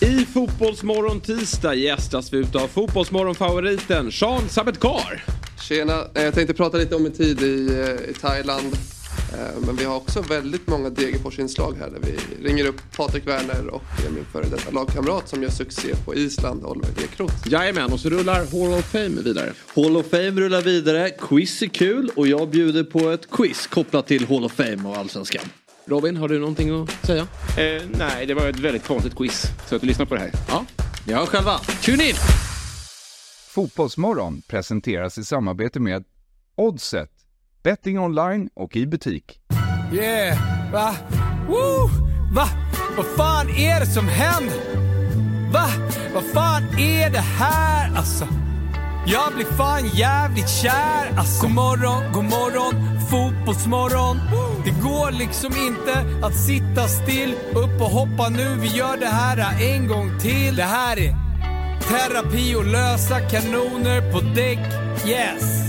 I Fotbollsmorgon tisdag gästas vi utav Fotbollsmorgon-favoriten Sean Sabetkar. Tjena, jag tänkte prata lite om min tid i Thailand. Men vi har också väldigt många Degerfors-inslag här där vi ringer upp Patrik Werner och min före detta lagkamrat som gör succé på Island, Oliver Ekroth. Jajamän, och så rullar Hall of Fame vidare. Hall of Fame rullar vidare, quiz är kul och jag bjuder på ett quiz kopplat till Hall of Fame och Allsvenskan. Robin, har du någonting att säga? Nej, det var ett väldigt konstigt quiz. Så att du lyssnar på det här. Ja, ni hör själva. Tune in! Fotbollsmorgon presenteras i samarbete med Oddset, betting online och i butik. Yeah, va? Woo! Va? Vad fan är det som händer? Va? Vad fan är det här? Alltså, jag blir fan jävligt kär. Alltså, god morgon, fotbollsmorgon. Det går liksom inte att sitta still. Upp och hoppa nu, vi gör det här en gång till. Det här är terapi och lösa kanoner på däck. Yes!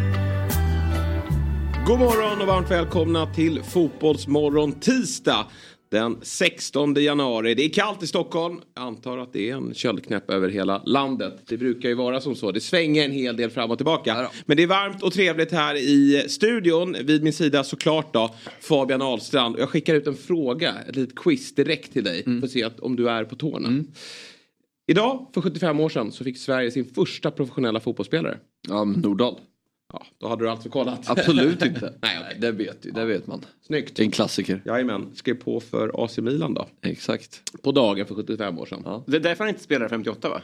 God morgon och varmt välkomna till Fotbollsmorgon tisdag den 16 januari. Det är kallt i Stockholm. Jag antar att det är en köldknäpp över hela landet. Det brukar ju vara som så. Det svänger en hel del fram och tillbaka. Men det är varmt och trevligt här i studion. Vid min sida såklart då Fabian Ahlstrand. Jag skickar ut en fråga, ett litet quiz direkt till dig. För att se om du är på tårna. Idag, för 75 år sedan, så fick Sverige sin första professionella fotbollsspelare. Ja, Nordahl. Ja, då hade du alltså kollat. Absolut inte. Nej, okay. Det vet man. Snyggt. Det är en klassiker. Jajamän, skrev på för AC Milan då. Exakt. På dagen för 75 år sedan. Ja. Det är därför han inte spelar 58, va?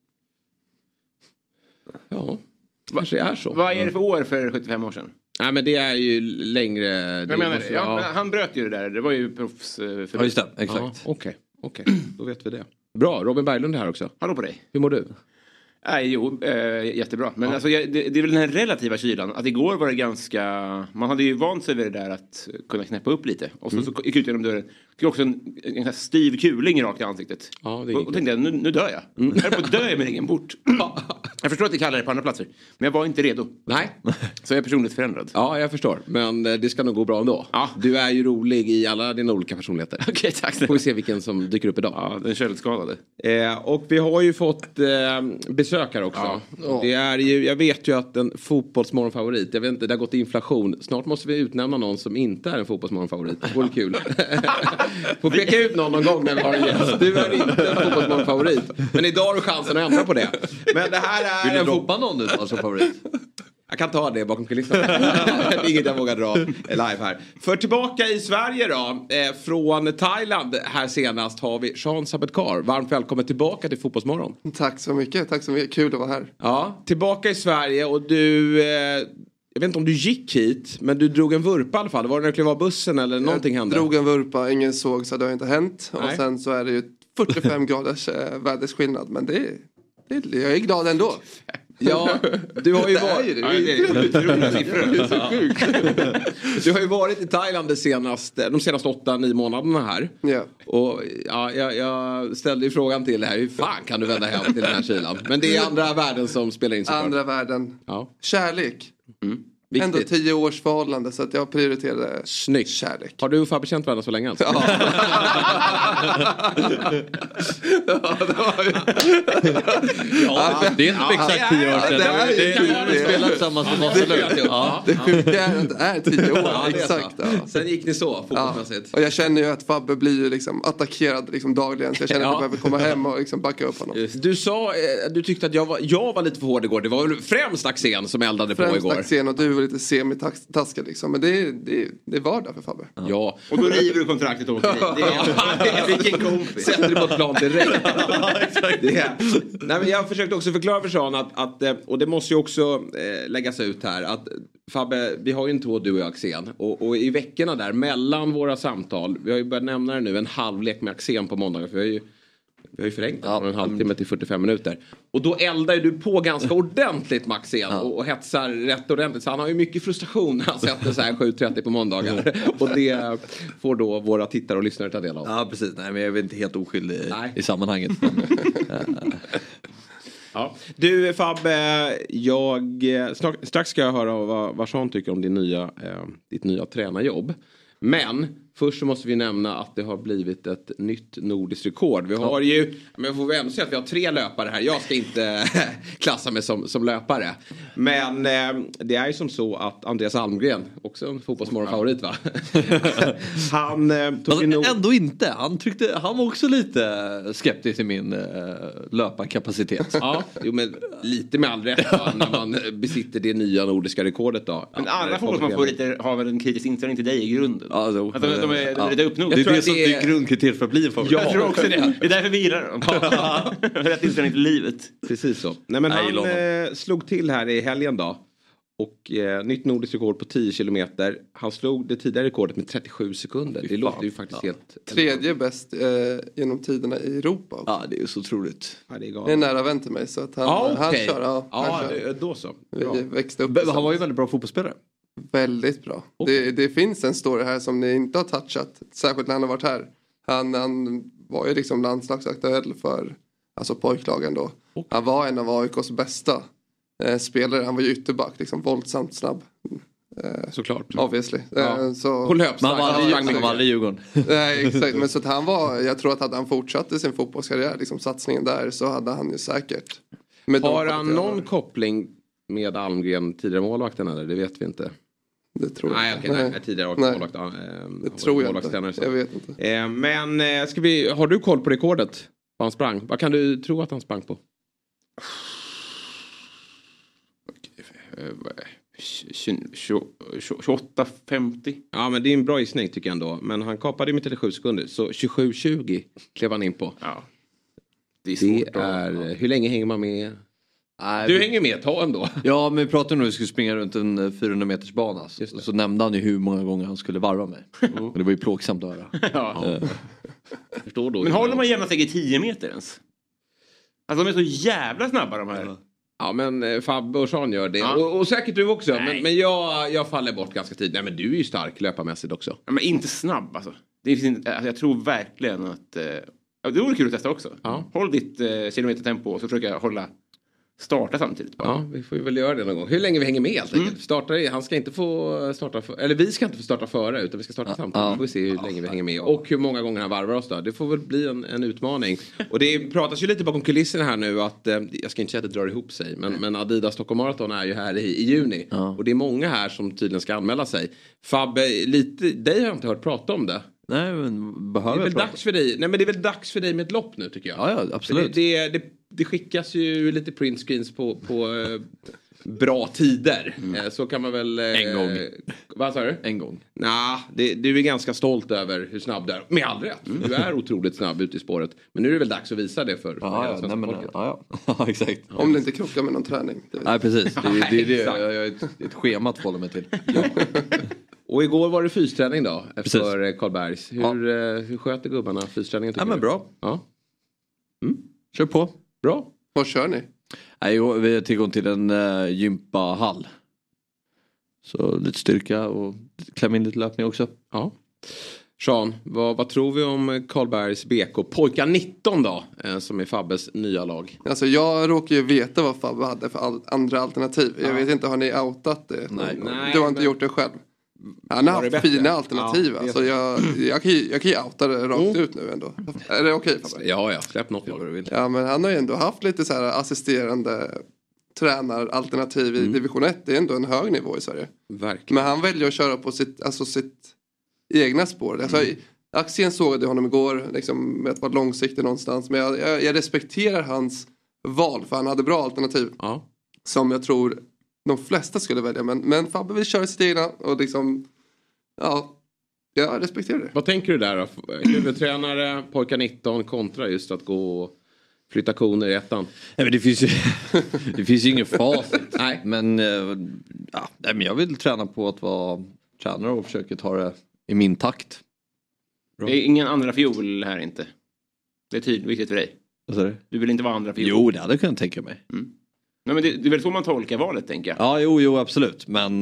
Ja, kanske är så. Vad är det för år för 75 år sedan? Nej, men det är ju längre. Jag menar, men han bröt ju det där. Det var ju proffs. Ja, just det. Exakt. Okej. Då vet vi det. Bra, Robin Berglund är här också. Hallå på dig. Hur mår du? Jättebra. Men alltså, det är väl den här relativa kylan. Att igår var det ganska... Man hade ju vant sig vid det där att kunna knäppa upp lite. Och så gick ut genom dörren. Fick också en stiv kuling rakt i ansiktet. Ja, det och tänkte jag, nu dör jag. Jag är på att dö med ringen bort. Jag förstår att det kallar det på andra platser. Men jag var inte redo. Nej. Så jag är personligt förändrad. Ja, jag förstår. Men det ska nog gå bra ändå. Ja. Du är ju rolig i alla dina olika personligheter. Okej, tack. Får vi se vilken som dyker upp idag. Ja, den köldskadade. Och vi har ju fått besökare också. Ja. Det är ju, jag vet ju att en fotbollsmorgonfavorit, jag vet inte, det har gått inflation. Snart måste vi utnämna någon som inte är en fotbollsmorgonfavorit. Det vore kul. Får peka ut någon gång när vi har en gäst. Du är inte en fotbollsmorgonfavorit. Men idag har du chansen att ändra på det. Men det här är... Vill du droppa någon nu som favorit? Jag kan ta det bakom kulisserna. Det är inget jag vågar dra live här. För tillbaka i Sverige då. Från Thailand här senast har vi Sean Sabetkar. Varmt välkommen tillbaka till Fotbollsmorgon. Tack så mycket. Kul att vara här. Ja, tillbaka i Sverige och du... jag vet inte om du gick hit, men du drog en vurpa i alla fall. Var det när du klev av bussen eller någonting hände? Jag drog en vurpa, ingen såg så det har inte hänt. Nej. Och sen så är det ju 45 graders vädersskillnad. Men jag är glad ändå. Ja, du har ju varit... Du har ju varit i Thailand de senaste 8-9 månaderna här. Ja. Och ja, jag ställde ju frågan till det här. Hur fan kan du vända hem till den här kylan? Men det är andra värden som spelar in sig. Andra värden. Ja. Kärlek. Viktigt. Ändå 10 års förhållande så att jag prioriterade snyggt. Kärlek. Har du och Fabbe känt varandra så länge alltså? Ja. Det är inte exakt 10 år sedan. Det spelar tillsammans med Barcelona. Det sjuka är att det är 10 år. Ja, exakt. Ja. Sen gick ni så fotbollsmässigt. Och jag känner ju att Fabbe blir ju liksom attackerad liksom dagligen. Så jag känner att jag behöver komma hem och liksom backa upp honom. Du sa, du tyckte att jag var lite för hård igår. Det var väl främst Axén som eldade på igår. Främst Axén och du var lite semitaskad liksom. Men det var där för Fabbe. Ja. Och då river du kontraktet åt dig. Vilken kompis. Sätter du på ett plan direkt. Nej, men jag försökte också förklara för Sean att och det måste ju också läggas ut här att Fabbe, vi har ju en tråd du och jag Axén och i veckorna där mellan våra samtal, vi har ju börjat nämna det nu, en halvlek med Axén på måndagar för vi har ju förlängt från en halvtimme till 45 minuter. Och då eldar du på ganska ordentligt Max igen och hetsar rätt ordentligt. Så han har ju mycket frustration när han sätter så här 7.30 på måndagar. Och det får då våra tittare och lyssnare ta del av. Ja, precis. Nej, men jag är inte helt oskyldig i sammanhanget. Ja. Du Fabbe, strax ska jag höra vad Sean tycker om ditt nya tränarjobb. Men Först så måste vi nämna att det har blivit ett nytt nordiskt rekord. Vi har ju, men jag får väl ändå säga att vi har 3 löpare här. Jag ska inte klassa mig som löpare. Men det är ju som så att Andreas Almgren, också en fotbollsmorgonfavorit va? Han tog ändå inte. Han var också lite skeptisk till min löparkapacitet. Ja, jo, men lite med all rätt när man besitter det nya nordiska rekordet då. Men alla fotbollsfavoriter har väl en kritisk inställning till dig i grunden. Alltså, de är lite uppnått. Det är det som är grundkriteriet för att bli en favorit. Jag tror också det. Det är därför vi gillar dem. Rätt inställning till livet. Precis så. Nej, men han slog till här i helgen då. Och nytt nordiskt rekord på 10 kilometer. Han slog det tidigare rekordet med 37 sekunder. Det låter ju faktiskt helt... Tredje bäst genom tiderna i Europa också. Ja, det är ju så otroligt. Ja, det är nära vän till mig så att han kör. Han kör. Då så. Vi växte upp. Han var ju väldigt bra fotbollsspelare. Väldigt bra. Okay. Det finns en story här som ni inte har touchat. Särskilt när han har varit här. Han var ju liksom landslagsaktuell för pojklagen då. Okay. Han var en av AIKs bästa spelare. Han var ju ytterback. Liksom våldsamt snabb. Såklart. Obviously. Ja. Så, man var aldrig Djurgården. Nej, exakt. Men så att han var, jag tror att hade han fortsatte sin fotbollskarriär, liksom satsningen där, så hade han ju säkert. Har han någon koppling med Almgren, tidigare målvakten eller? Det vet vi inte. Det tror jag inte. Nej, tidigare målvakt. Det tror jag inte. Jag vet inte. Men har du koll på rekordet? Vad han sprang? Vad kan du tro att han sprang på? 28-50. Ja, men det är en bra gissning tycker jag ändå. Men han kapade med 37 sekunder. Så 27-20 klev han in på. Ja. Det är svårt hur länge hänger man med? Du hänger med, ta ändå. Ja, men vi pratade om att vi skulle springa runt en 400 meters bana. Så nämnde han ju hur många gånger han skulle varva mig. Och det var ju plågsamt att höra. Ja. Förstår då. Men håller man jämna sig i 10 meter ens? Alltså de är så jävla snabba de här. Ja, men Fabbe och Sean gör det. Ja. Och säkert du också. Men jag faller bort ganska tidigt. Nej, men du är ju stark löparmässigt också. Ja, men inte snabb alltså. Jag tror verkligen att... det vore kul att testa också. Ja. Håll ditt kilometertempo och så försöker jag starta samtidigt. Bara. Ja, vi får ju väl göra det någon gång. Hur länge vi hänger med helt enkelt. Han ska inte få starta eller vi ska inte få starta före utan vi ska starta samtidigt. Vi får se hur länge vi hänger med och hur många gånger han varvar oss då. Det får väl bli en utmaning. Och det pratas ju lite bakom kulisserna här nu att jag ska inte säga att det drar ihop sig men Adidas Stockholm Marathon är ju här i juni. Och det är många här som tydligen ska anmäla sig. Fabbe, dig har jag inte hört prata om det. Nej, men behöver det är väl dags för dig. Nej, men det är väl dags för dig med ett lopp nu tycker jag. Ja, absolut. Det skickas ju lite printscreens på bra tider. Så kan man väl... En gång. Vad sa du? En gång. Du är ganska stolt över hur snabb du är. Med all rätt. Du är otroligt snabb ute i spåret. Men nu är det väl dags att visa det för hela svenska folket. Ja, exakt. Om det inte krockar med någon träning. Nej, precis. Det är jag har ett schema att hålla mig till. Och igår var det fysträning då för Karlbergs. Hur sköter gubbarna fysträningen? Ja, men bra. Ja. Kör på. Bra. Vad kör ni? Nej, vi har tillgång till en gympahall. Så lite styrka och klämma in lite löpning också. Ja. Sean, vad tror vi om Karlbergs BK? Pojkar 19 då, som är Fabbes nya lag. Alltså jag råkar ju veta vad Fabbe hade för andra alternativ. Jag vet inte, har ni outat det? Nej. Du har inte gjort det själv. Han har haft fina alternativ. Ja, alltså jag kan ju outa det rakt ut nu ändå. Är det okej, Fabbe? Ja, släpp något vad du vill. Ja, men han har ju ändå haft lite så här assisterande tränaralternativ i division 1. Det är ändå en hög nivå i Sverige. Verkligen. Men han väljer att köra på sitt egna spår. Alltså, Axén sågade honom igår liksom, med att vara långsiktig någonstans. Men jag respekterar hans val, för han hade bra alternativ. Ja. Som jag tror de flesta skulle välja. Men Fabbe vill köra sitt egna och liksom, jag respekterar det. Vad tänker du där då? Huvudtränare, pojkar 19 kontra just att gå och flytta koner i ettan. Nej, men det finns ju ingen facit. Nej. Men jag vill träna på att vara tränare och försöka ta det i min takt. Bra. Det är ingen andra fiol här inte. Det är tydligt viktigt för dig. Vad sa du? Du vill inte vara andra fiol. Jo, det hade jag kunnat tänka mig. Nej, men det är väl så man tolkar valet, tänker jag. Ja, jo, absolut. Men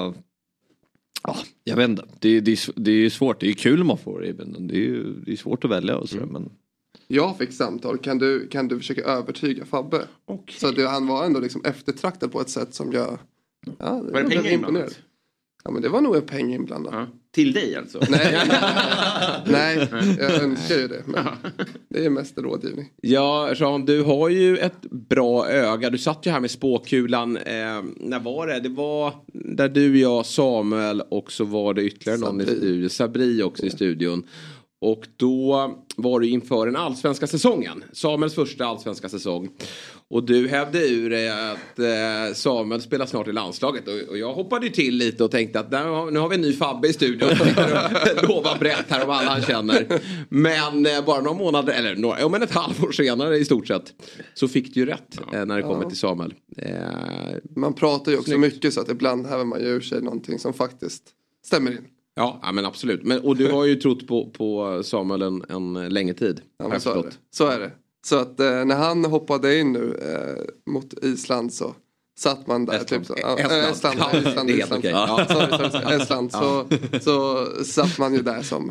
jag vet inte. Det är svårt. Det är kul om man får det. Det är svårt att välja och sådär, men... Jag fick samtal. Kan du försöka övertyga Fabbe? Okay. Så han var ändå liksom eftertraktad på ett sätt som jag... var det pengar inblandat? Ja, men det var nog en peng inblandad. Ja. Till dig alltså? Nej, jag önskar ju det. Men det är mest rådgivning. Ja, Jean, du har ju ett bra öga. Du satt ju här med spåkulan. När var det? Det var där du, jag, Samuel och så var det ytterligare någon i studion. Sabri också i studion. Och då var du inför den allsvenska säsongen. Samuels första allsvenska säsong. Och du hävde ur att Samuel spelar snart i landslaget. Och jag hoppade ju till lite och tänkte att nu har vi en ny Fabbe i studion. Lova brett här om alla han känner. Men bara några månader, eller ett halvår senare i stort sett. Så fick du ju rätt när det kommer till Samuel. Man pratar ju också mycket så att ibland häver man ju ur sig någonting som faktiskt stämmer in. Ja, men absolut. Och du har ju trott på Samuel en längre tid. Ja, men så är det. Så att när han hoppade in nu mot Island så satt man där. Estland. Så satt man ju där som,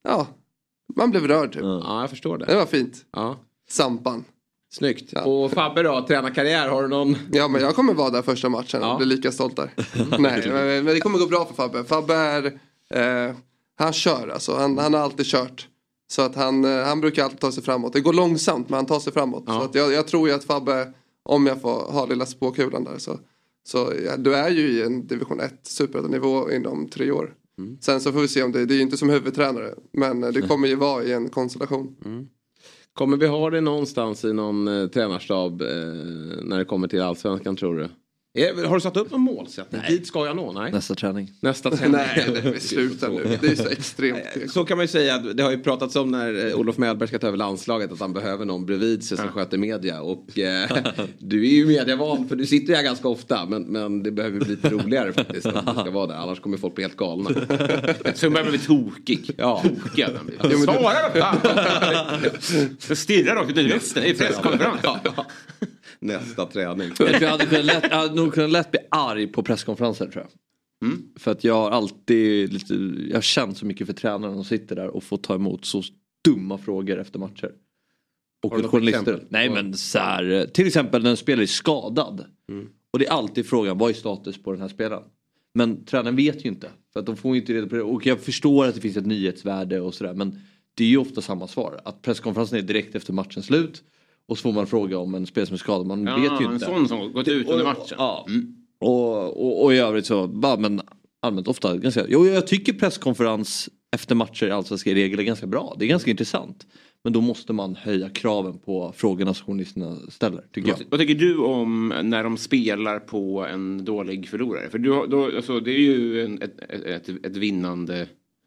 man blev rörd typ. Ja, jag förstår det. Det var fint. Ja. Sampan. Snyggt. Ja. Och Fabbe då, tränarkarriär, har du någon? Ja, men jag kommer vara där första matchen och bli lika stolt där. Nej, men det kommer gå bra för Fabbe. Fabbe är, han kör alltså. Han har alltid kört. Så att han brukar alltid ta sig framåt. Det går långsamt, men han tar sig framåt. Ja. Så att jag tror ju att Fabbe, om jag får ha lilla spåkulan där, så du är ju i en division 1 superettanivå inom 3 år. Sen så får vi se om det är inte som huvudtränare, men det kommer ju vara i en konstellation. Kommer vi ha det någonstans i någon tränarstab när det kommer till allsvenskan, tror du? Har du satt upp någon målsättning? Dit ska jag nå? Nej. Nästa träning. Nej, sluta nu. Det är så extremt. Så kan man ju säga. Det har ju pratats om när Olof Mellberg ska ta över landslaget att han behöver någon bredvid sig som sköter media. Och du är ju medievan, för du sitter ju här ganska ofta. Men det behöver bli lite roligare faktiskt. Att du ska vara där. Annars kommer folk bli helt galna. Så börjar bli tokig. Ja. Tokig. Svara då! Så stirrar också till rösten i presskonferens. Nästa träning. Jag hade nog kunnat lätt bli arg på presskonferenser, tror jag. För att jag har alltid jag har känt så mycket för tränaren som sitter där och får ta emot så dumma frågor efter matcher. Och journalister. Nej, men så här, till exempel när en spelare är skadad. Och det är alltid frågan, vad är status på den här spelaren? Men tränaren vet ju inte. För att de får ju inte reda på det. Och jag förstår att det finns ett nyhetsvärde och sådär. Men det är ju ofta samma svar. Att presskonferensen är direkt efter matchens slut. Och så får man fråga om en spelare som är skadad. Man vet ju inte. En sån som gått ut under matchen. Ja. Och i övrigt så, men allmänt ofta ganska. Jo, jag tycker presskonferens efter matcher i allsvenska i regel är ganska bra. Det är ganska intressant. Men då måste man höja kraven på frågorna som journalisterna ställer, tycker jag. Vad tycker du om när de spelar på en dålig förlorare? För alltså, det är ju ett vinnande...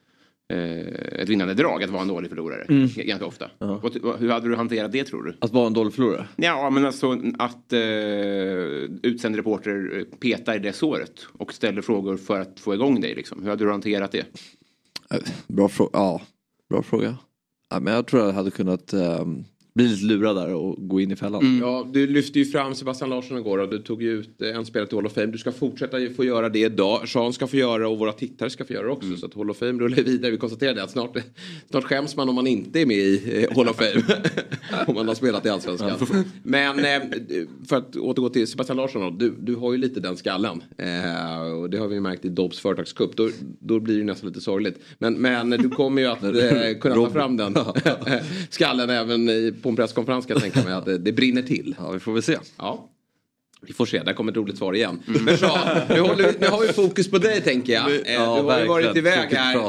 ett vinnande drag att vara en dålig förlorare ganska ofta. Hur hade du hanterat det, tror du? Att vara en dålig förlorare? Ja, men alltså att utsänd reporter petar i det såret och ställer frågor för att få igång dig liksom. Hur hade du hanterat det? Bra fråga. Ja, men jag tror jag hade kunnat bli lite lurad där och gå in i fällan. Ja, du lyfte ju fram Sebastian Larsson igår och du tog ju ut en spelare till Hall of Fame. Du ska fortsätta få göra det idag. Jean ska få göra och våra tittare ska få göra också. Så att Hall of Fame rullar vidare. Vi konstaterade att snart skäms man om man inte är med i Hall of Fame. Om man har spelat i Allsvenskan. Men för att återgå till Sebastian Larsson då, du har ju lite den skallen. Och det har vi märkt i Dobbs företagscup. Då blir det nästan lite sorgligt. Men du kommer ju att kunna ta fram den skallen även på en presskonferens, kan jag tänka mig att det brinner till. Ja, vi får väl se. Ja, vi får se. Där kommer ett roligt svar igen. Men så, nu har vi fokus på dig, tänker jag. Du har ju varit iväg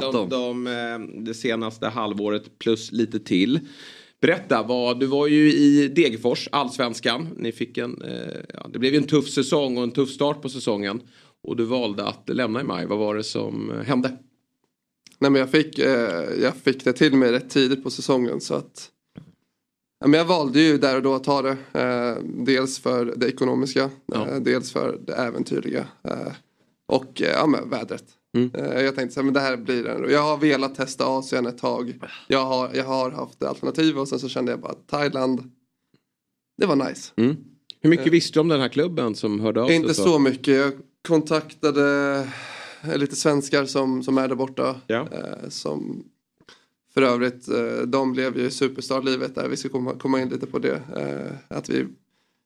här det senaste halvåret plus lite till. Berätta, du var ju i Degerfors, Allsvenskan. Ni fick det blev ju en tuff säsong och en tuff start på säsongen. Och du valde att lämna i maj. Vad var det som hände? Nej, men jag fick det till mig rätt tidigt på säsongen, så att men jag valde ju där och då att ta det. Dels för det ekonomiska. Dels för det äventyrliga. Och men vädret. Jag tänkte så här, men det här blir det. Jag har velat testa Asien ett tag. Jag har haft alternativ. Och sen så kände jag bara att Thailand, det var nice. Hur mycket visste du om den här klubben som hörde av sig? Inte så mycket. Jag kontaktade lite svenskar som är där borta. Ja. Som... För övrigt, de blev ju superstarlivet där. Vi ska komma in lite på det. Att vi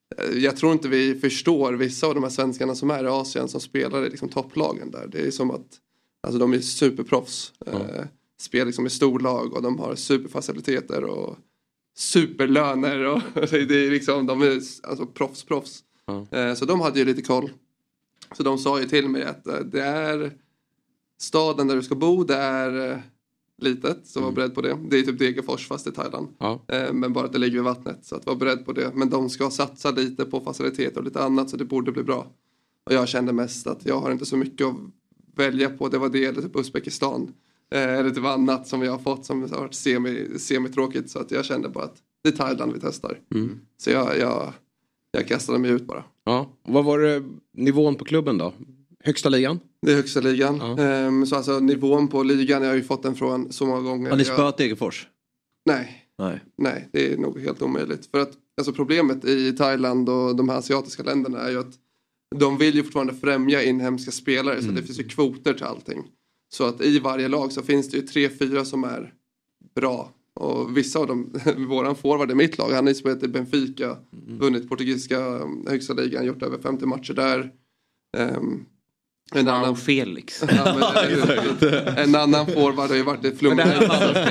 Jag tror inte vi förstår vissa av de här svenskarna som är i Asien som spelar i liksom topplagen där. Det är som att alltså de är superproffs. Spelar liksom i storlag och de har superfaciliteter och superlöner. Och det är liksom, de är alltså proffs. Så de hade ju lite koll. Så de sa ju till mig att det är staden där du ska bo, det är litet, så var beredd på det. Det är typ Degerfors fast i Thailand. Men bara att det ligger vid vattnet, så att var beredd på det. Men de ska satsa lite på faciliteter och lite annat, så det borde bli bra. Och jag kände mest att jag har inte så mycket att välja på. Det var det, eller typ Uzbekistan. Eller typ annat som vi har fått som har varit semi-tråkigt. Så att jag kände bara att det är Thailand vi testar. Så jag kastade mig ut bara. Ja. Vad var det nivån på klubben då? Högsta ligan? Det är högsta ligan. Så alltså nivån på ligan, jag har ju fått den från så många gånger. Har ni spöat Degerfors? Nej, det är nog helt omöjligt. För att alltså problemet i Thailand och de här asiatiska länderna är ju att de vill ju fortfarande främja inhemska spelare. Så det finns ju kvoter till allting. Så att i varje lag så finns det ju 3-4 som är bra. Och vissa av dem, våran forward i mitt lag, han är spelat i Benfica, vunnit portugisiska högsta ligan, gjort över 50 matcher där. En annan Felix. En annan forward har ju varit i Fluminense.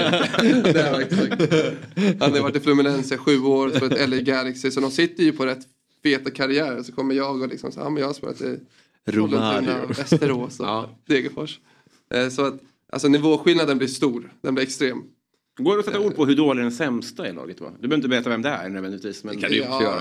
Han har varit i Fluminense 7 år, spelat LA Galaxy, så de sitter ju på rätt feta karriär. Så kommer jag och liksom så här, men jag har spelat i Romario, Västerås och Degerfors. Så att alltså nivåskillnaden blir stor, den blir extrem. Går det att sätta ord på hur dålig den sämsta i laget var? Du behöver inte berätta vem det är nödvändigtvis. Men det kan du inte göra.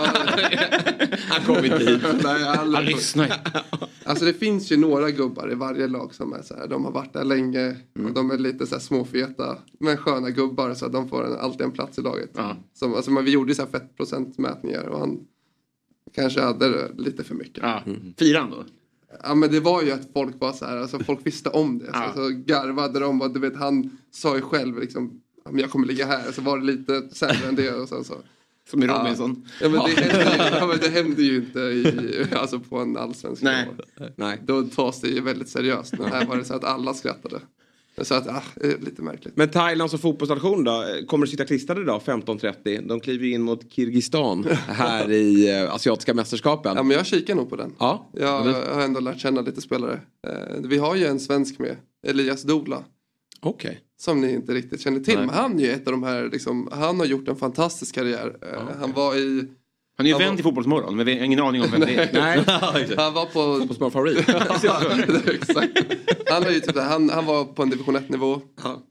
Han kommer inte hit. Han lyssnar. Alltså det finns ju några gubbar i varje lag som är så här. De har varit där länge och de är lite så här småfeta. Men sköna gubbar, så att de får alltid en plats i laget. Som, alltså vi gjorde så här fettprocentmätningar och han kanske hade lite för mycket. Firan då? Ja, men det var ju att folk var så här, alltså folk visste om det. Så garvade de, och du vet, han sa ju själv liksom, men jag kommer ligga här. Så var det lite sämre än det och så. Som i Robinson. Ja, men det händer ju inte alltså på en allsvensk nivå. Nej. Då tas det ju väldigt seriöst. Men här var det så att alla skrattade. Så att, det är lite märkligt. Men Thailand som fotbollsnation då? Kommer du sitta klistrade idag 15:30? De kliver in mot Kirgistan här i asiatiska mästerskapen. Ja, men jag kikar nog på den. Ja. Jag har ändå lärt känna lite spelare. Vi har ju en svensk med, Elias Dola. Okej. Som ni inte riktigt känner till. Men han är ju ett av de här, liksom, han har gjort en fantastisk karriär. Han var i... Han är ju vän till Fotbollsmorgon, men vi har ingen aning om vem det är. Nej. Han var på... Fotbollsmorgon favorit. Exakt. Han var ju typ han var på en division 1-nivå.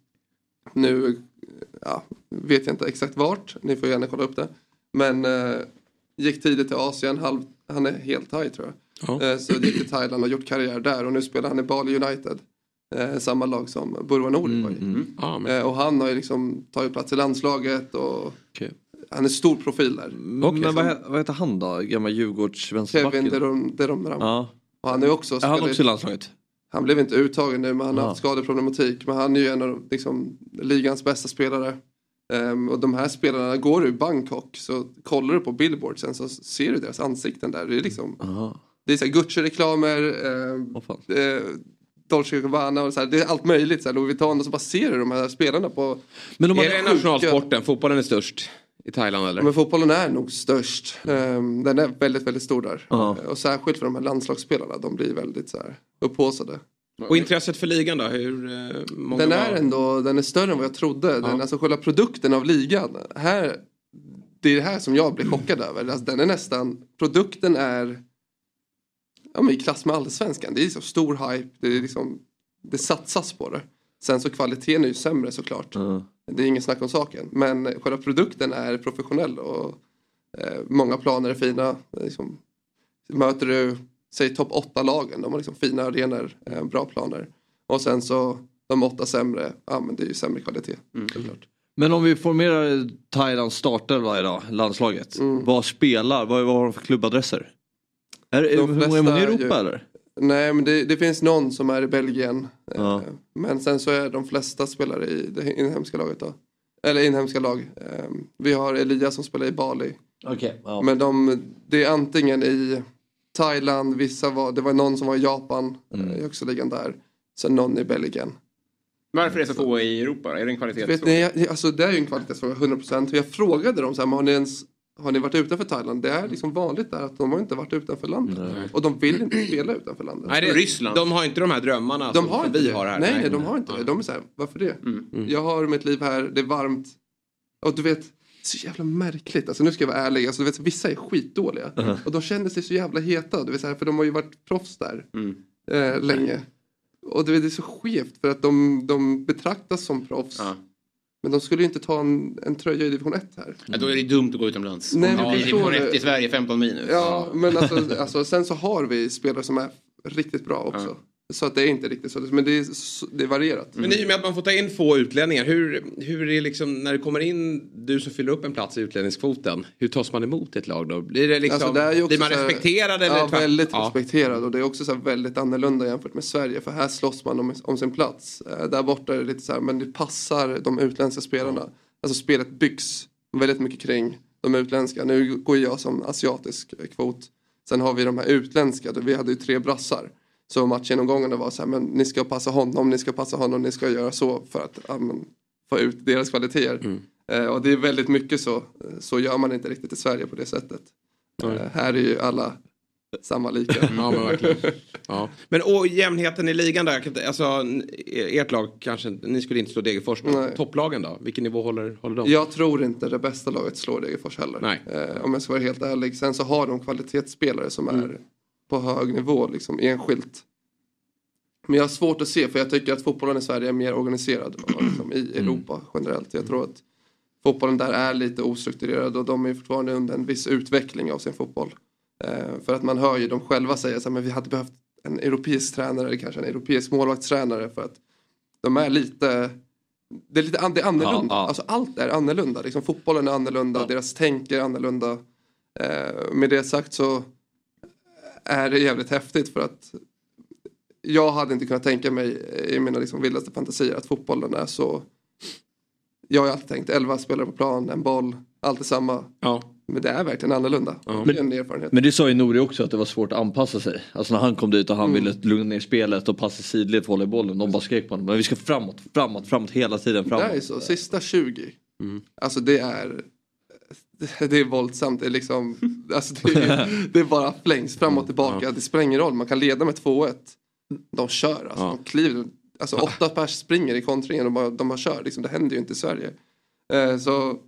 Nu vet jag inte exakt vart. Ni får gärna kolla upp det. Men gick tidigt till Asien. Han är helt thai, tror jag. Så gick till Thailand och gjort karriär där. Och nu spelar han i Bali United. Samma lag som Burwa Nori var i. Och han har ju liksom tagit plats i landslaget och... Okay. Han är stor profil där. Men vad heter han då? Gamla Djurgårdsvänsterbacken? Kevin Derom. Ja. Och han är också... Är han också i landslaget? Han blev inte uttagen nu, men han har haft skadeproblematik. Men han är ju en av liksom, ligans bästa spelare. Och de här spelarna går ur Bangkok. Så kollar du på Billboard sen så ser du deras ansikten där. Det är liksom... Det är så här Gucci-reklamer. Dolce & Gabbana och så här, det är allt möjligt så här, Louis Vuitton, och så bara ser du de här spelarna på... Men är det nationalsporten? Fotbollen är störst i Thailand, eller? Men fotbollen är nog störst. Den är väldigt, väldigt stor där. Och särskilt för de här landslagsspelarna, de blir väldigt så här upphåsade. Och intresset för ligan då? Hur många den är större än vad jag trodde. Alltså själva produkten av ligan. Det är det här som jag blir chockad över. Alltså, den är nästan... Produkten är... Ja, men i klass med allsvenskan. Det är så stor hype. Det är liksom, det satsas på det. Sen så kvaliteten är ju sämre såklart. Det är ingen snack om saken. Men själva produkten är professionell. Och många planer är fina. Liksom, möter du, säg topp 8-lagen. De har liksom fina arenor. Bra planer. Och sen så de 8 sämre. Ja, men det är ju sämre kvalitet. Såklart. Men om vi formerar Thailand startar varje dag. Landslaget. Vad spelar? Vad har de för klubbadresser? Hur många i Europa eller? Nej, men det finns någon som är i Belgien. Men sen så är de flesta spelare i det inhemska laget då. Eller inhemska lag. Vi har Elias som spelar i Bali. Men det är antingen i Thailand, det var någon som var i Japan i högsta ligan där. Sen någon i Belgien. Varför är det så få i Europa? Är det en kvalitetsfråga? Nej, alltså det är ju en kvalitetsfråga, 100%. Jag frågade dem så här, men har ni ens har ni varit utanför Thailand? Det är liksom vanligt där att de har inte varit utanför landet. Och de vill inte spela utanför landet. Nej, Ryssland. De har inte de här drömmarna de har inte vi det. har här. Nej, de har inte det. De är så här, varför det? Jag har mitt liv här, det är varmt. Och du vet, så jävla märkligt. Alltså nu ska jag vara ärlig. Alltså, du vet, vissa är skitdåliga. Och de känner sig så jävla heta. Du vet, så här, för de har ju varit proffs där länge. Och du vet, det är så skevt för att de betraktas som proffs. Men de skulle ju inte ta en tröja i division 1 här. Ja, då är det dumt att gå utomlands. Nej, men division 1 i Sverige 15 minus. Ja, men alltså, sen så har vi spelare som är riktigt bra också. Så att det är inte riktigt så. Men det är varierat. Men i och med att man får ta in få utlänningar. Hur är det liksom när det kommer in du som fyller upp en plats i utlänningskvoten? Hur tas man emot ett lag då? Blir det liksom, alltså, blir man respekterad? Eller ja, väldigt respekterad. Och det är också så här väldigt annorlunda jämfört med Sverige. För här slåss man om sin plats. Där borta är det lite så här, men det passar de utländska spelarna. Alltså spelet byggs väldigt mycket kring de utländska. Nu går jag som asiatisk kvot. Sen har vi de här utländska. Vi hade ju 3 brassar. Så matchgenomgångarna var så här, men ni ska passa honom, ni ska göra så för att få ut deras kvaliteter. Och det är väldigt mycket så gör man inte riktigt i Sverige på det sättet. Här är ju alla samma lika. Ja, men verkligen. Ja. Men jämnheten i ligan där, alltså ert lag kanske, ni skulle inte slå Degerfors, men topplagen då? Vilken nivå håller de? Jag tror inte det bästa laget slår Degerfors heller. Nej. Om jag ska vara helt ärlig. Sen så har de kvalitetsspelare som är på hög nivå liksom enskilt. Men jag har svårt att se, för jag tycker att fotbollen i Sverige är mer organiserad liksom, i Europa generellt. Jag tror att fotbollen där är lite ostrukturerad och de är fortfarande under en viss utveckling av sin fotboll. För att man hör ju dem själva säga så här, men vi hade behövt en europeisk tränare eller kanske en europeisk målvaktstränare för att de är lite... Det är annorlunda. Alltså allt är annorlunda. Liksom, fotbollen är annorlunda, deras tänk är annorlunda. Med det sagt så är det jävligt häftigt för att jag hade inte kunnat tänka mig i mina liksom vildaste fantasier att fotbollen är så... Jag har alltid tänkt 11 spelare på plan, en boll, allt är samma. Ja. Men det är verkligen annorlunda. Det är en erfarenhet. Men det sa ju Nori också att det var svårt att anpassa sig. Alltså när han kom dit och han ville lugna ner spelet och passa sidled för volleybollen. De bara skrek på honom. Men vi ska framåt hela tiden framåt. Det är så. Sista 20. Alltså det är våldsamt. Det är liksom, alltså det är bara flängs fram och tillbaka. Det spelar ingen roll. Man kan leda med 2-1. De kör. Alltså, de kliver. Alltså 8 pers springer i kontringen och de bara kör. Liksom, det händer ju inte i Sverige. Så...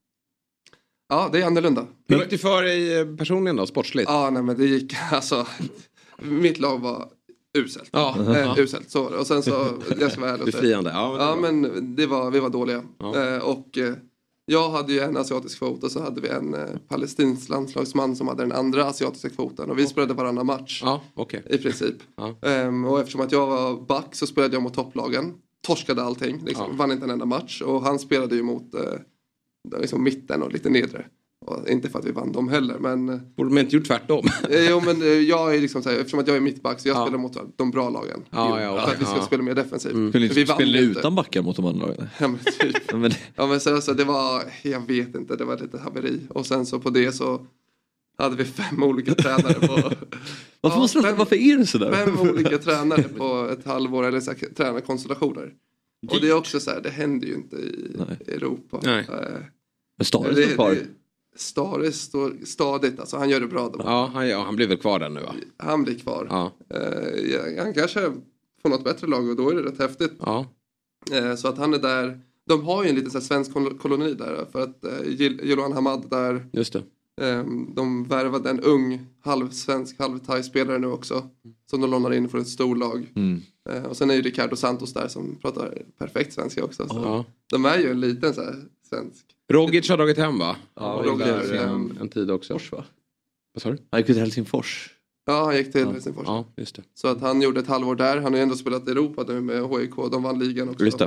Ja, det är annorlunda. Hur gick det för dig personligen då, sportsligt? Ja, nej men det gick, alltså, mitt lag var uselt. Uselt, så var det. Och sen så, jag ska vara ärlig. Befriande. Ja, men vi var dåliga. Och jag hade ju en asiatisk kvot och så hade vi en palestinsk landslagsman som hade den andra asiatiska kvoten. Och vi spelade varannan match. I princip. Och eftersom att jag var back så spelade jag mot topplagen. Torskade allting, liksom, vann inte en enda match. Och han spelade ju mot... liksom mitten och lite nedre. Och inte för att vi vann dem heller, men... Borde man inte gjort tvärtom? Jo, men jag är liksom såhär, eftersom att jag är mittback så jag spelar mot de bra lagen. För att vi ska spela mer defensivt. Kunde inte spela utan backar mot de andra lagen? Ja, men typ. Men så det var, jag vet inte, det var lite haveri. Och sen så på det så hade vi 5 olika tränare på... Varför är det sådär? 5 olika tränare på ett halvår, eller så här, tränarkonstellationer. Och det är också så här, det händer ju inte i Europa. Nej. Men Stare står kvar. Stare står stadigt, alltså han gör det bra då. Ja, han blir väl kvar där nu va? Han blir kvar. Han kanske får något bättre lag och då är det rätt häftigt. Så att han är där. De har ju en liten så här svensk koloni där för att Jiloan Hamad där. Just det. De värvade en ung halvsvensk, halvthai-spelare nu också. Som de lånar in för ett storlag. Och sen är ju Ricardo Santos där som pratar perfekt svenska också. Så de är ju en liten så här svensk. Rogic har dragit hem va? Ja, Rogic en tid också. Va? Vad sa du? Han gick till Helsingfors. Ja, han gick till Helsingfors. Ja, just det. Så att han gjorde ett halvår där. Han har ju ändå spelat i Europa nu med HIK. De vann ligan också. Just det.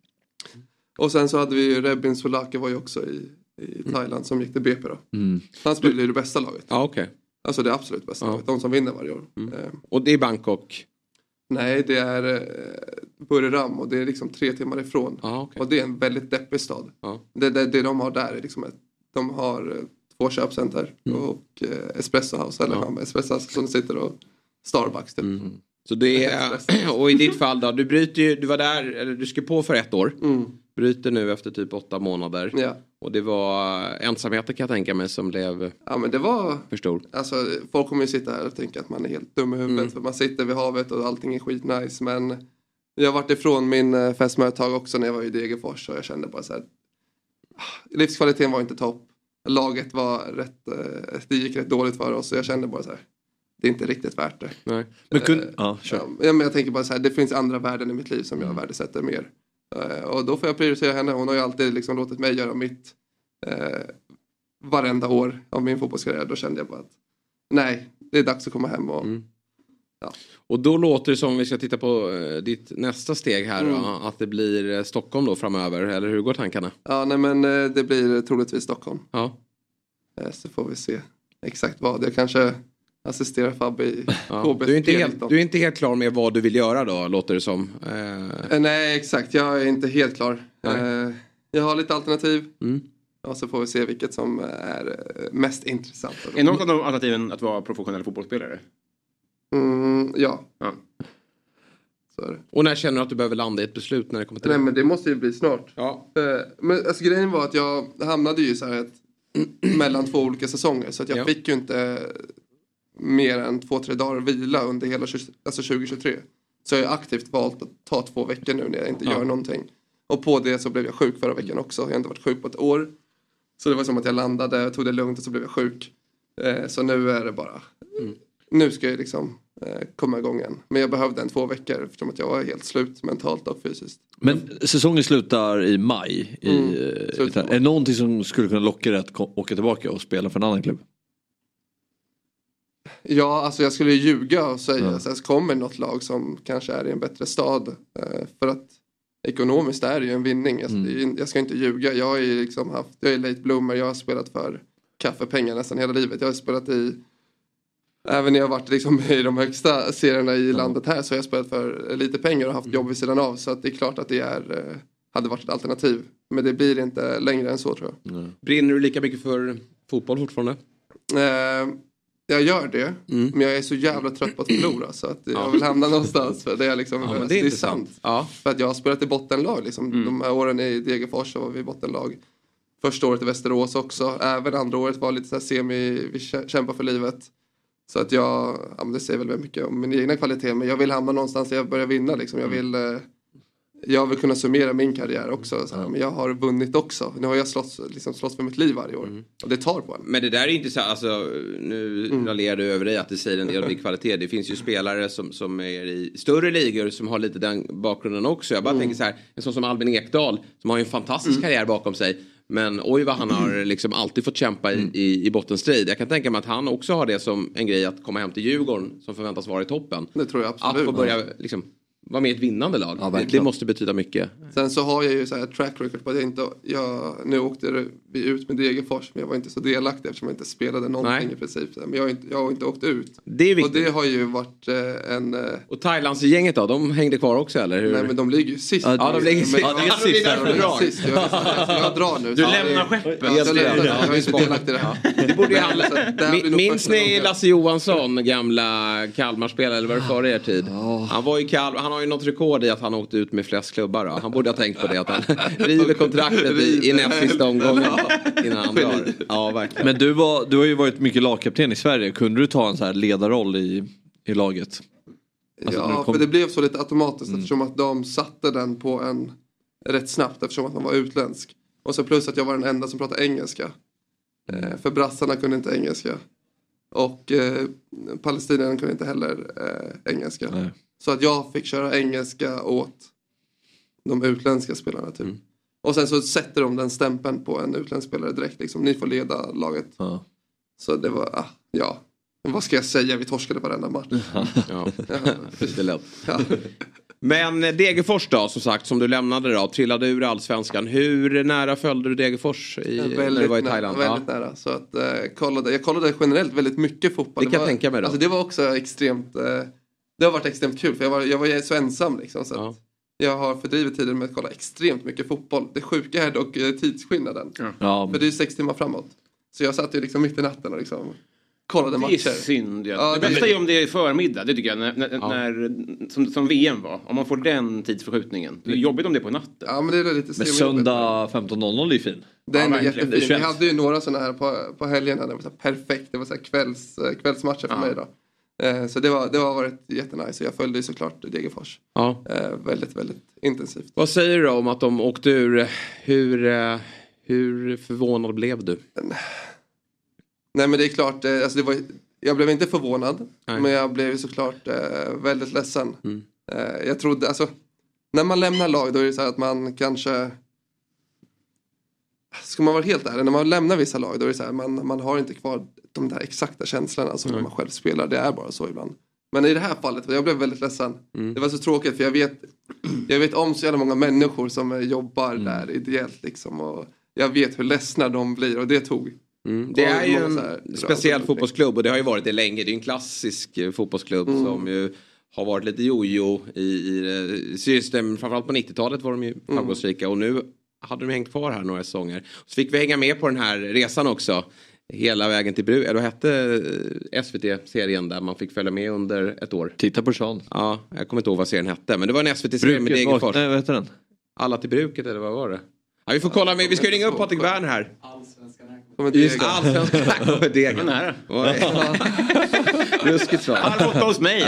Och sen så hade vi ju Rebin Solake var ju också i Thailand som gick till BP då. Han spelade i det bästa laget. Ja, okej. Alltså det absolut bästa laget. De som vinner varje år. Och det är Bangkok? Nej, det är Buriram och det är liksom 3 timmar ifrån. Och det är en väldigt deppig stad. Det de har där är liksom de har 2 köpcenter och Espresso House eller Espresso House som sitter och Starbucks typ. Så det är, och i ditt fall då, du var där, eller du ska på för 1 år. bryter nu efter typ 8 månader. Ja. Och det var ensamheten kan jag tänka mig som blev men det var för stor. Alltså folk kommer ju sitta här och tänka att man är helt dum i huvudet. För man sitter vid havet och allting är skitnice. Men jag har varit ifrån min fästmö ett tag också när jag var i Degerfors. Och jag kände bara så här. Livskvaliteten var inte topp. Laget var det gick rätt dåligt för oss. Och jag kände bara så här. Det är inte riktigt värt det. Nej. Men jag tänker bara så här. Det finns andra värden i mitt liv som jag värdesätter mer. Och då får jag prioritera henne. Hon har ju alltid liksom låtit mig göra mitt varenda år av min fotbollskarriär. Då kände jag bara att nej, det är dags att komma hem. Och då låter det som, om vi ska titta på ditt nästa steg här då, att det blir Stockholm då framöver. Eller hur går tankarna? Ja, nej men det blir troligtvis Stockholm. Ja. Så får vi se exakt vad. Jag kanske assisterar Fabbe i KB. Du är inte helt klar med vad du vill göra då, låter det som. Nej, exakt. Jag är inte helt klar. Jag har lite alternativ. Och så får vi se vilket som är mest intressant. Är något av de alternativen att vara professionell fotbollsspelare? Ja. Så är det. Och när känner du att du behöver landa i ett beslut när det kommer till Nej, men det måste ju bli snart. Ja. Men alltså, grejen var att jag hamnade ju så här mellan 2 olika säsonger. Så att jag fick ju inte mer än 2-3 dagar vila under hela 2023. Så jag har aktivt valt att ta 2 veckor nu när jag inte gör någonting. Och på det så blev jag sjuk förra veckan också. Jag har inte varit sjuk på ett år. Så det var som att jag landade, tog det lugnt och så blev jag sjuk. Så nu är det bara... Nu ska jag liksom komma igång igen. Men jag behövde 2 veckor eftersom att jag var helt slut mentalt och fysiskt. Men säsongen slutar i maj. Är det någonting som skulle kunna locka dig att åka tillbaka och spela för en annan klubb? Ja, alltså jag skulle ljuga och säga att det kommer något lag som kanske är i en bättre stad. För att ekonomiskt är det ju en vinning. Jag ska inte ljuga. Jag är late bloomer. Jag har spelat för kaffepengar nästan hela livet. Jag har spelat även när jag har varit liksom i de högsta serierna i landet här, så har jag spelat för lite pengar och haft jobb vid sidan av. Så att det är klart att det hade varit ett alternativ. Men det blir inte längre än så, tror jag. Brinner du lika mycket för fotboll fortfarande? Jag gör det. Men jag är så jävla trött på att förlora. Så att jag vill hamna någonstans. För det är liksom, det är sant. För att jag har spelat i bottenlag. Liksom. De här åren i Degerfors så var vi bottenlag. Första året i Västerås också. Även andra året var lite så här vi kämpar för livet. Så att det säger väl mycket om min egna kvalitet. Men jag vill hamna någonstans där jag börjar vinna. Liksom. Jag vill kunna summera min karriär också. Så här, men jag har vunnit också. Nu har jag slåss för mitt liv varje år. Och det tar på en. Men det där är inte så, alltså, nu raljerar du över dig att det säger en del om din kvalitet. Det finns ju spelare som är i större ligor som har lite den bakgrunden också. Jag bara tänker så här, en sån som Albin Ekdal som har en fantastisk karriär bakom sig. Men oj vad han har liksom alltid fått kämpa i bottenstrid. Jag kan tänka mig att han också har det som en grej att komma hem till Djurgården som förväntas vara i toppen. Det tror jag absolut. Att få börja liksom vara med i ett vinnande lag. Ja, det måste betyda mycket. Sen så har jag ju så här track record på att nu åkte vi ut med Degerfors, men jag var inte så delaktig eftersom jag inte spelade någonting i princip. Men jag har inte åkt ut. Det är viktigt. Och det har ju varit Och Thailands gänget då, de hängde kvar också eller? Hur? Nej, men de ligger ju sist. Ja, de ligger sist. Jag drar nu. Du lämnar skeppet. Jag är inte delaktig i det här. Det borde ju minns ni Lasse Johansson, gamla Kalmarspelare eller var det före er tid? Han var ju han har ju något rekord i att han åkte ut med flest klubbar då. Han borde ha tänkt på det, att han river kontraktet i näst sista omgången innan han drar. Ja, verkligen. Men du har ju varit mycket lagkapten i Sverige. Kunde du ta en så här ledarroll i laget? Alltså, för det blev så lite automatiskt eftersom att de satte den på en rätt snabbt eftersom att man var utländsk. Och så plus att jag var den enda som pratade engelska. För brassarna kunde inte engelska. Och palestinierna kunde inte heller engelska. Nej. Så att jag fick köra engelska åt de utländska spelarna typ. Och sen så sätter de den stämpeln på en utländsk spelare direkt. Liksom. Ni får leda laget. Så det var, Men vad ska jag säga? Vi torskade varenda match. Det är lätt. Men Degerfors då, som sagt, som du lämnade då, trillade ur Allsvenskan. Hur nära följde du Degerfors när du var i Thailand? Väldigt nära. Så att, jag kollade generellt väldigt mycket fotboll. Det kan jag tänka mig då. Alltså, det var också extremt... det har varit extremt kul, för jag var så ensam liksom. Så att jag har fördrivit tiden med att kolla extremt mycket fotboll. Det sjuka är dock tidsskillnaden. För det är 6 timmar framåt. Så jag satt ju liksom mitt i natten och liksom... kollade matcher. Det är synd. Ja. Det bästa är om det är förmiddag, det tycker jag. När, som VM var. Om man får den tidsförskjutningen. Det är jobbigt om det är på natten. Ja, men det är lite. Men söndag 15.00 är fin. Den är jättefin. Vi hade ju några sådana här på helgerna. Det var så perfekt. Det var så här kvällsmatcher för mig då. Så det har varit jättenice. Jag följde ju såklart Degerfors. Ja. Väldigt, väldigt intensivt. Vad säger du om att de åkte ur? Hur förvånad blev du? Nej, men det är klart. Alltså jag blev inte förvånad. Nej. Men jag blev såklart väldigt ledsen. Jag trodde, alltså, när man lämnar lag då är det så här att man kanske... Ska man vara helt ärlig, när man lämnar vissa lag då är det så här, man har inte kvar de där exakta känslorna som när man själv spelar. Det är bara så ibland. Men i det här fallet, jag blev väldigt ledsen. Det var så tråkigt för jag vet om så jävla många människor som jobbar där ideellt liksom. Och jag vet hur ledsna de blir och det tog. Det är ju en speciell fotbollsklubb och det har ju varit det länge. Det är en klassisk fotbollsklubb som ju har varit lite jojo i system. Framförallt på 90-talet var de ju framgångsrika och nu hade de hängt kvar här några säsonger. Så fick vi hänga med på den här resan också. Hela vägen till Bruk. Då hette SVT-serien där man fick följa med under ett år. Titta på Sean. Ja, jag kommer inte ihåg vad serien hette. Men det var en SVT-serie med Degerfors. Nej, vad heter den? Alla till bruket eller vad var det? Ja, vi får kolla med. Vi ska ringa upp Patrik Werner här. Allsvenskan här kommer Degen. Nära. Ruskigt så. Han har fått hos mig.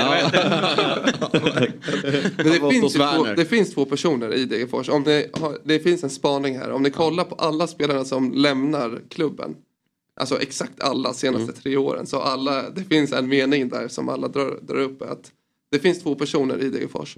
Men det finns två personer i Degerfors. Det finns en spaning här. Om ni kollar på alla spelarna som lämnar klubben. Alltså exakt alla senaste 3 åren. Så det finns en mening där som alla drar upp. Att det finns 2 personer i Degerfors.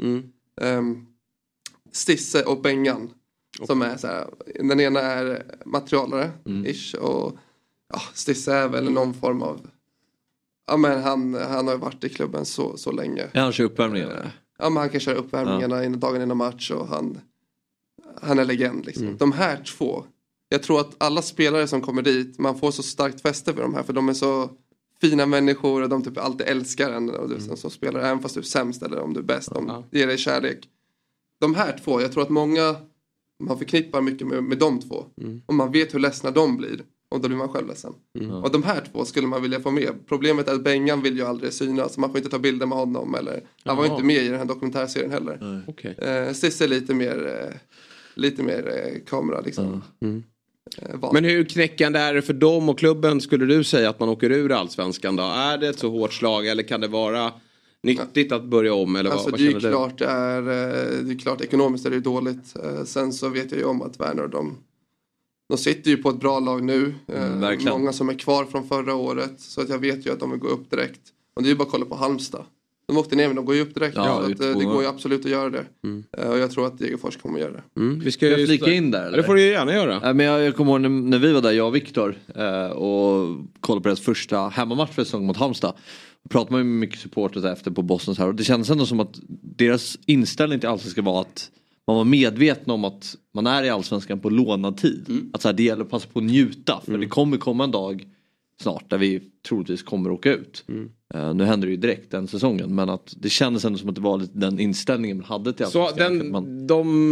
Stisse och Bengan. Som är så här, den ena är materialare ish, och Stisse är väl någon form av men han har ju varit i klubben så länge. Ja, han kör uppvärmningarna. Ja, men han kan köra uppvärmningarna dagen innan match och han är legend liksom. De här 2, jag tror att alla spelare som kommer dit, man får så starkt fäste för de här för de är så fina människor och de typ alltid älskar en och du som spelar även fast du är sämst eller om du är bäst, de ger dig kärlek. De här 2, jag tror att många man förknippar mycket med de 2. Och man vet hur ledsna de blir. Och då blir man själv ledsen. Och de här 2 skulle man vilja få med. Problemet är att Bengan vill ju aldrig synas. Så man får inte ta bilder med honom. Eller, han var inte med i den här dokumentärserien heller. Stisse är lite mer kamera liksom. Men hur knäckande är det för dem och klubben, skulle du säga, att man åker ur Allsvenskan då? Är det ett så hårt slag eller kan det vara nyttigt att börja om? Eller alltså, vad det är klart ekonomiskt är det dåligt. Sen så vet jag ju om att Werner de sitter ju på ett bra lag nu. Många som är kvar från förra året. Så att jag vet ju att de vill gå upp direkt. Och det är ju bara att kolla på Halmstad. De åkte ner men de går ju upp direkt. Det går ju absolut att göra det. Och jag tror att Degerfors kommer att göra det. Vi ska ju flika in där. Eller? Det får du ju gärna göra. Men jag kommer ihåg när vi var där, jag och Viktor. Och kollade på deras första hemmamatch för säsong mot Halmstad. Pratade man med mycket supporters efter på Boston så här. Och det kändes ändå som att deras inställning till allsvenskan var att man var medveten om att man är i allsvenskan på lånad tid. Att så här, det gäller att passa på att njuta. För det kommer komma en dag snart där vi troligtvis kommer åka ut. Nu händer det ju direkt den säsongen. Men att det kändes ändå som att det var lite den inställningen man hade till allsvenskan.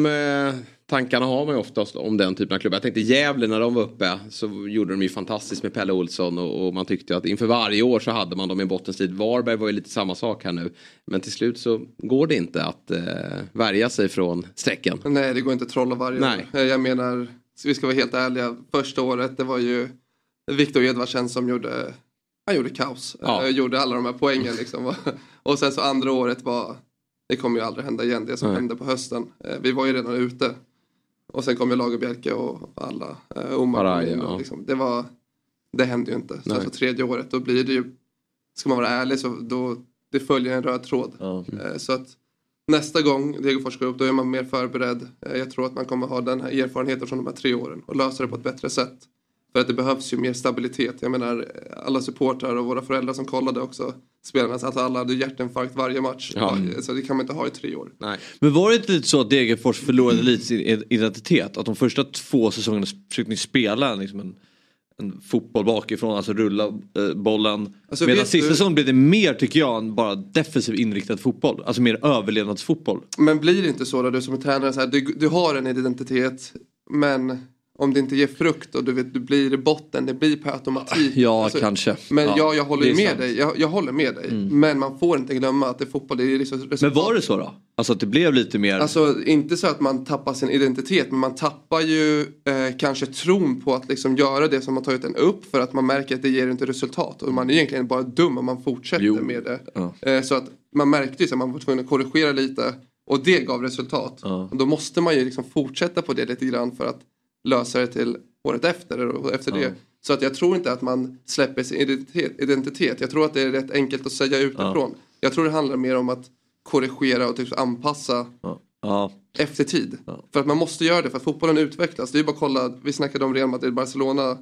Så tankarna har man ju oftast om den typen av klubbar. Jag tänkte Gävle när de var uppe så gjorde de ju fantastiskt med Pelle Olsson och man tyckte att inför varje år så hade man dem i bottenstrid. Varberg var ju lite samma sak här nu. Men till slut så går det inte att värja sig från strecken. Nej, det går inte att trolla varje år. Jag menar, vi ska vara helt ärliga. Första året det var ju Viktor Edvardsen som gjorde kaos. Gjorde alla de här poängen liksom. Och sen så andra året det kommer ju aldrig hända igen det som hände på hösten. Vi var ju redan ute. Och sen kom ju Lagerbjälke och alla Omar. Liksom. Det hände ju inte. Så alltså, 3:e året då blir det ju, ska man vara ärlig så då det följer en röd tråd. Så att nästa gång Degerfors går upp då är man mer förberedd. Jag tror att man kommer ha den här erfarenheten från de här 3 åren och lösa det på ett bättre sätt. För att det behövs ju mer stabilitet. Jag menar, alla supportrar och våra föräldrar som kollade också spelarna. Alltså alla hade hjärtinfarkt varje match. Så det kan man inte ha i 3 år. Nej. Men var det inte lite så att Degerfors förlorade lite sin identitet? Att de första 2 säsongerna försökte spela liksom en fotboll bakifrån. Alltså rulla bollen. Alltså, medan sista säsongen blev det mer, tycker jag, än bara defensiv inriktad fotboll. Alltså mer överlevnadsfotboll. Men blir det inte så då du som är tränare? Så här, du har en identitet, men om det inte ger frukt och du blir i botten, det blir per automatik. Ja, alltså, kanske. Men jag håller med dig. Jag håller med dig. Men man får inte glömma att det är fotboll, det är liksom resultat. Men var det så då? Alltså att det blev lite mer... Alltså inte så att man tappar sin identitet, men man tappar ju kanske tron på att liksom göra det som man tagit en upp, för att man märker att det ger inte resultat. Och man är egentligen bara dum om man fortsätter med det. Ja. Så att man märkte ju att man var tvungen att korrigera lite, och det gav resultat. Ja. Och då måste man ju liksom fortsätta på det lite grann för att lösa det till året efter och efter det. Så att jag tror inte att man släpper sin identitet. Jag tror att det är rätt enkelt att säga utifrån. Ja. Jag tror det handlar mer om att korrigera och typ anpassa efter tid. Ja. För att man måste göra det, för att fotbollen utvecklas. Det är ju bara att kolla, vi snackade om Real Madrid-Barcelona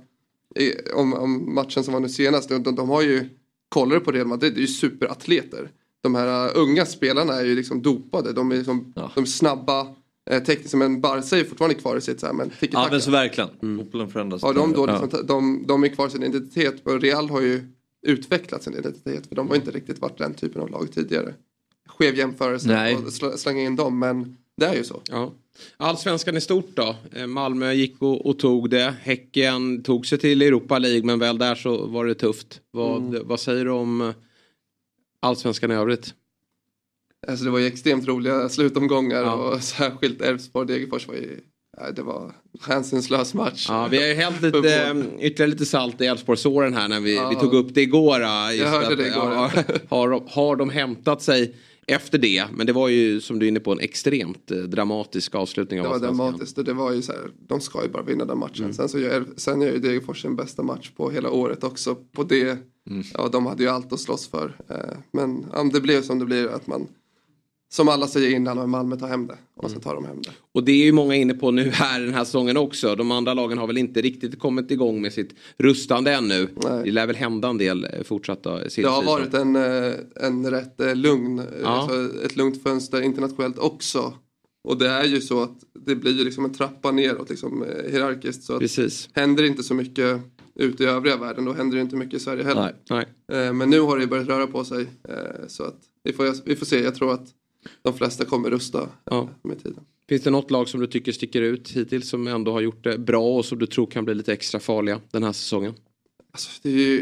om matchen som var nu senast. De har ju, kollar du på Real Madrid, det är ju superatleter. De här unga spelarna är ju liksom dopade. De är liksom, de är snabba, tekniskt, men Barca är fortfarande kvar i sitt så här, men ja, men så verkligen. Fotbollen förändras. Ja, de är kvar sin identitet. Och Real har ju utvecklat sin identitet, för de har inte riktigt varit den typen av lag tidigare. Skev jämförelse och slänga in dem, men det är ju så. Ja. Allsvenskan är stort då. Malmö gick och tog det. Häcken tog sig till Europa League, men väl där så var det tufft. Vad säger du om Allsvenskan i övrigt? Alltså det var ju extremt roliga slutomgångar och särskilt Elfsborg-Degerfors var ju... Det var hänsynslös match. Ja, vi har ju hällt ytterligare lite salt i Elfsborgsåren här när vi tog upp det igår. Jag hörde det igår. Har de hämtat sig efter det? Men det var ju, som du är inne på, en extremt dramatisk avslutning av Allsvenskan. Det var dramatiskt, och det var ju så här, de ska ju bara vinna den matchen. Sen gör ju Degerfors sin bästa match på hela året också. På det, de hade ju allt att slåss för. Men det blev som det blir, att man... Som alla säger innan, och Malmö tar hem det. Och så tar de hem det. Och det är ju många inne på nu här den här säsongen också. De andra lagen har väl inte riktigt kommit igång med sitt rustande ännu. Nej. Det lär väl hända en del fortsatta. Det har varit en rätt lugn. Alltså ett lugnt fönster internationellt också. Och det är ju så att det blir ju liksom en trappa neråt liksom, hierarkiskt. Så att händer inte så mycket ute i övriga världen, då händer det inte mycket i Sverige heller. Nej. Men nu har det börjat röra på sig. Så att vi får se. Jag tror att de flesta kommer rusta med tiden. Finns det något lag som du tycker sticker ut hittills, som ändå har gjort det bra och som du tror kan bli lite extra farliga den här säsongen? Alltså,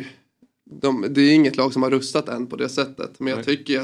det är inget lag som har rustat än på det sättet. Men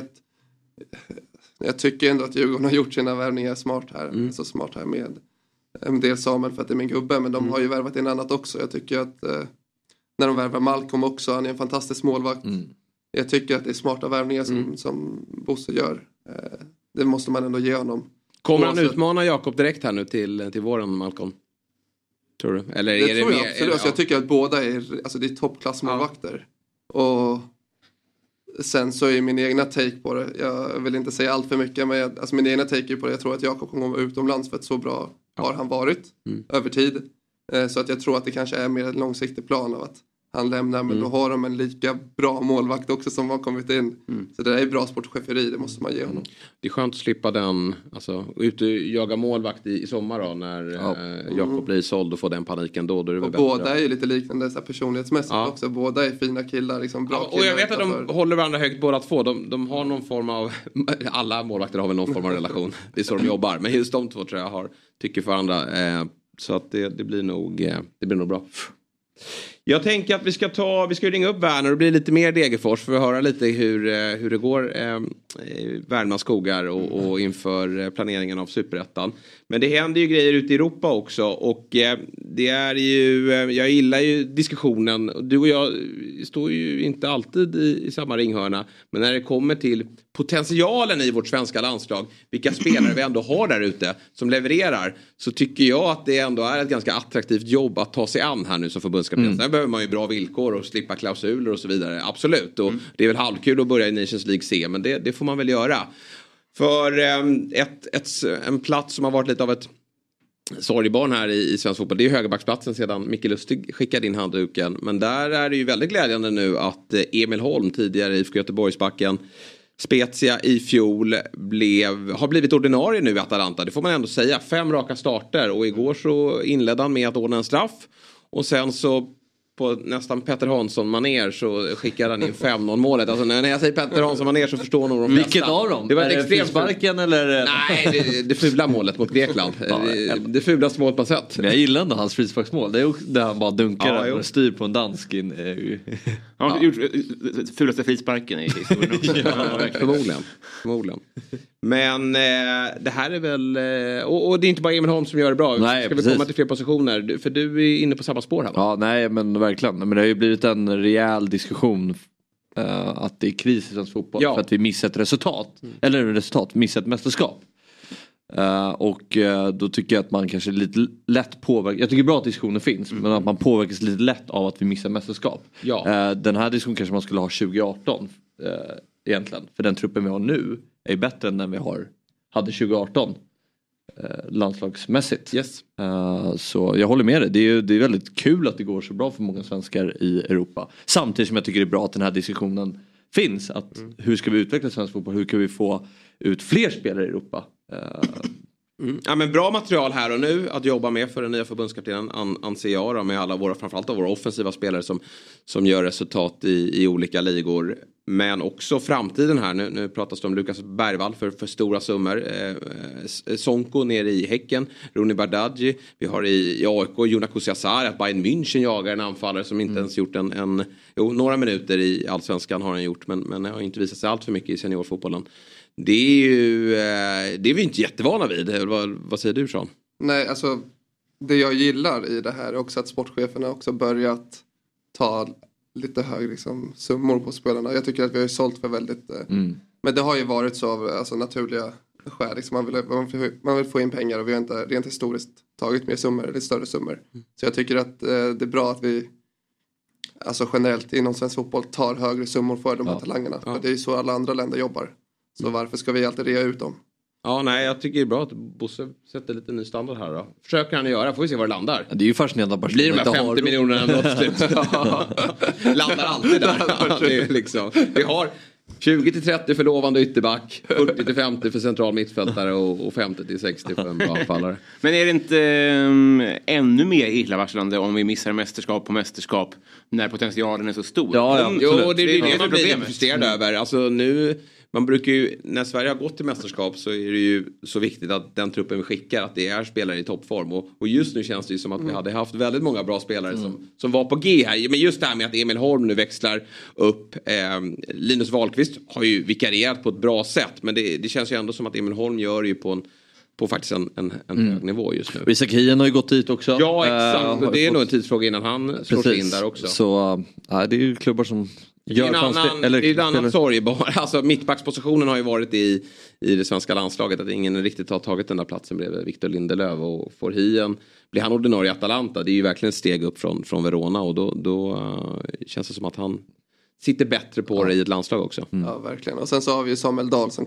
jag tycker ändå att Djurgården har gjort sina värvningar smart här. Så smart här med en del Samuel för att det är min gubbe. Men de har ju värvat in annat också. Jag tycker att när de värvar Malcolm också, han är en fantastisk målvakt. Jag tycker att det är smarta värvningar som Bosse gör. Det måste man ändå ge honom. Kommer han utmana Jakob direkt här nu till våren, Malcolm? Tror du? Eller det tror jag absolut. Alltså, jag tycker att båda är toppklassmålvakter. Och sen så är min egna take på det. Jag vill inte säga allt för mycket, men min egna take på det. Jag tror att Jakob kommer att vara utomlands, för att så bra har han varit över tid. Så att jag tror att det kanske är mer en långsiktig plan av att han lämnar, men då har de en lika bra målvakt också som har kommit in. Så det är bra sportcheferi, det måste man ge honom. Det är skönt att slippa den, alltså ut och jaga målvakt i sommar då, när Jakob blir såld och får den paniken då är det väl bättre. Båda är ju lite liknande så här, personlighetsmässigt också. Båda är fina killar, liksom bra killar. Och jag vet att de håller varandra högt båda två. De har någon form av, alla målvakter har väl någon form av relation. Det är så de jobbar. Men just de två tror jag tycker för varandra. Så att det blir nog bra. Jag tänker att vi ska ringa upp Werner och bli lite mer Degerfors för att höra lite hur det går i Värmlands skogar och inför planeringen av Superettan. Men det händer ju grejer ute i Europa också, och det är ju, jag gillar ju diskussionen. Du och jag står ju inte alltid i samma ringhörna, men när det kommer till potentialen i vårt svenska landslag, vilka spelare vi ändå har där ute som levererar, så tycker jag att det ändå är ett ganska attraktivt jobb att ta sig an här nu som förbundskapten. Sen behöver man ju bra villkor och slippa klausuler och så vidare, absolut. Och det är väl halvkul att börja i Nations League C, men det får man väl göra. För en plats som har varit lite av ett sorgbarn här i svensk fotboll, det är högerbacksplatsen sedan Micke Lustig skickade in handduken. Men där är det ju väldigt glädjande nu att Emil Holm, tidigare IFK Göteborgsbacken, Spezia i fjol, har blivit ordinarie nu i Atalanta. Det får man ändå säga. 5 raka starter, och igår så inledde han med att ordna en straff. Och sen så på nästan Petter Hansson-manér så skickar han in 5-0 målet. Alltså när jag säger Petter Hansson-manér så förstår nog de flesta. Vilket av dem? Det var ett extremt sparken eller? Nej, det fula målet mot Grekland. Det fulaste målet man sett. Men jag gillar ändå hans frisparksmål. Det är också där han bara dunkar och styr på en dansk in. Han har gjort fulaste frisparken i historien. Förmodligen. Men det här är väl... Och det är inte bara Emil Holm som gör det bra. Nej, ska vi komma till fler positioner? För du är inne på samma spår här, va? Ja, nej men verkligen. Men det har ju blivit en rejäl diskussion att det är kris i svensk fotboll. För att vi missar ett resultat. Missar ett mästerskap. Och då tycker jag att man kanske lite lätt påverkar. Jag tycker bra att diskussionen finns. Men att man påverkas lite lätt av att vi missar mästerskap. Den här diskussionen kanske man skulle ha 2018 egentligen. För den truppen vi har nu är bättre än den vi hade 2018 landslagsmässigt. Så jag håller med dig. Det är väldigt kul att det går så bra för många svenskar i Europa. Samtidigt som jag tycker det är bra att den här diskussionen finns. Att hur ska vi utveckla svensk fotboll? Hur kan vi få ut fler spelare i Europa? Ja, men bra material här och nu att jobba med för den nya förbundskaptenen anser jag då, med alla våra, framförallt av våra offensiva spelare som gör resultat i olika ligor. Men också framtiden här. Nu pratas det om Lukas Bergvall för stora summor. Sonko nere i Häcken. Rooney Bardghji. Vi har i AIK Jonas Kusiasar. Att Bayern München jagar en anfallare som inte ens gjort några minuter i Allsvenskan har han gjort. Men har inte visat sig allt för mycket i seniorfotbollen. Det är vi inte jättevana vid. Vad säger du, Sean? Nej, alltså det jag gillar i det här är också att sportcheferna också börjat ta lite högre summor på spelarna. Jag tycker att vi har sålt för väldigt... Men det har ju varit så av naturliga skäl. Man vill få in pengar och vi har inte rent historiskt tagit mer summor eller större summor. Så jag tycker att det är bra att vi generellt inom svensk fotboll tar högre summor för de här talangerna. För det är ju så alla andra länder jobbar. Så varför ska vi alltid rea ut dem? Ja, nej, jag tycker det är bra att Bosse sätter lite ny standard här då. Försöker han göra, får vi se var det landar. Det är ju fascinerande att blir de här 50 miljonerna ändå till slut. Landar alltid där. Det är liksom. Vi har 20-30 för lovande ytterback, 40-50 för central mittfältare och 50-60 för en bra anfallare. Men är det inte ännu mer illavarslande om vi missar mästerskap på mästerskap när potentialen är så stor? Jo, det är det man blir frustrerad över. Alltså nu... Man brukar ju, när Sverige har gått till mästerskap så är det ju så viktigt att den truppen vi skickar, att det är spelare i toppform. Och just nu känns det ju som att vi hade haft väldigt många bra spelare som var på G här. Men just det här med att Emil Holm nu växlar upp. Linus Wahlqvist har ju vikarierat på ett bra sätt. Men det känns ju ändå som att Emil Holm gör ju på faktiskt en hög nivå just nu. Isak Hien har ju gått dit också. Ja, exakt. Det är nog en tidsfråga innan han slår sig in där också. Så det är ju klubbar som... Det är en annan sorg bara. Alltså, mittbackspositionen har ju varit i det svenska landslaget att ingen riktigt har tagit den där platsen bredvid Victor Lindelöf, och får Hien, blir han ordinarie i Atalanta, det är ju verkligen ett steg upp från Verona, och då känns det som att han sitter bättre på det i ett landslag också. Ja, verkligen. Och sen så har vi Samuel Dahl som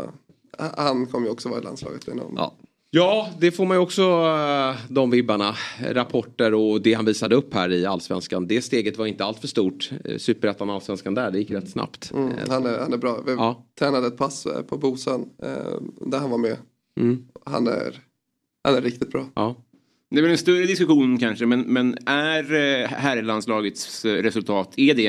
han kommer ju också vara i landslaget. Ja, det får man ju också de vibbarna, rapporter och det han visade upp här i Allsvenskan. Det steget var inte allt för stort. Superettan Allsvenskan där, det gick rätt snabbt. Han är bra. Vi tränade ett pass på Bosan där han var med. Han är riktigt bra. Ja. Det är väl en större diskussion kanske, men är herrlandslagets resultat, är det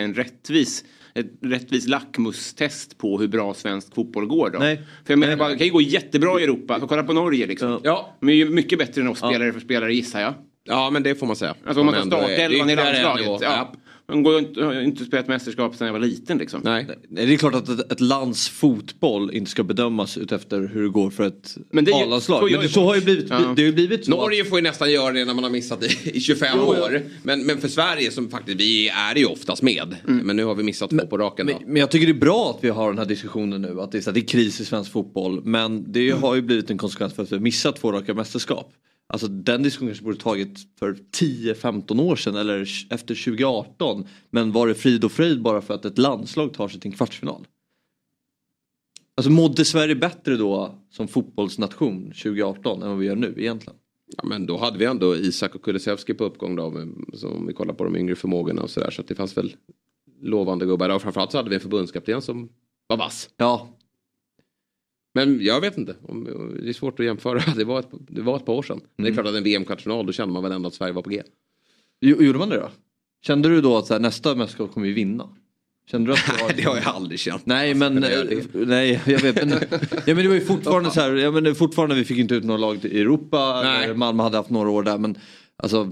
ett rättvis lackmustest på hur bra svensk fotboll går då? Nej. För jag menar, det kan ju gå jättebra i Europa. Så kolla på Norge liksom. Ja. Men är ju mycket bättre än oss spelare för spelare, gissar jag. Ja, men det får man säga. Alltså om man tar startelvan i landslaget. Ja. Man går ju inte spelat mästerskap sedan jag var liten liksom. Nej. Det är klart att ett lands fotboll inte ska bedömas utefter hur det går för ett A-landslag. Men så har ju blivit, det har ju blivit så. Norge får ju nästan göra det när man har missat i 25 år. Men för Sverige, som faktiskt vi är ju oftast med. Men nu har vi missat 2 på raken. Men jag tycker det är bra att vi har den här diskussionen nu. Att det är kris i svensk fotboll. Men det har ju blivit en konsekvens för att vi har missat 2 raka mästerskap. Alltså den diskussionen kanske borde tagit för 10-15 år sedan eller efter 2018. Men var det frid och fröjd bara för att ett landslag tar sig till en kvartsfinal? Alltså mådde Sverige bättre då som fotbollsnation 2018 än vad vi gör nu egentligen? Ja, men då hade vi ändå Isak och Kulusevski på uppgång då. Så om vi kollar på de yngre förmågorna och sådär. Så att det fanns väl lovande gubbar. Och framförallt så hade vi en förbundskapten som var vass. Ja. Men jag vet inte. Det är svårt att jämföra. Det var ett par år sedan. Det är klart att en VM-kvartsfinal, då kände man väl ändå att Sverige var på G. Gjorde man det då? Kände du då att så här, nästa mästerskap kommer vi vinna? Kände du att Nej, det har jag aldrig känt. Nej, men nej, jag vet. Men det var ju fortfarande så här, fortfarande vi fick inte ut några lag i Europa. Malmö hade haft några år där, men alltså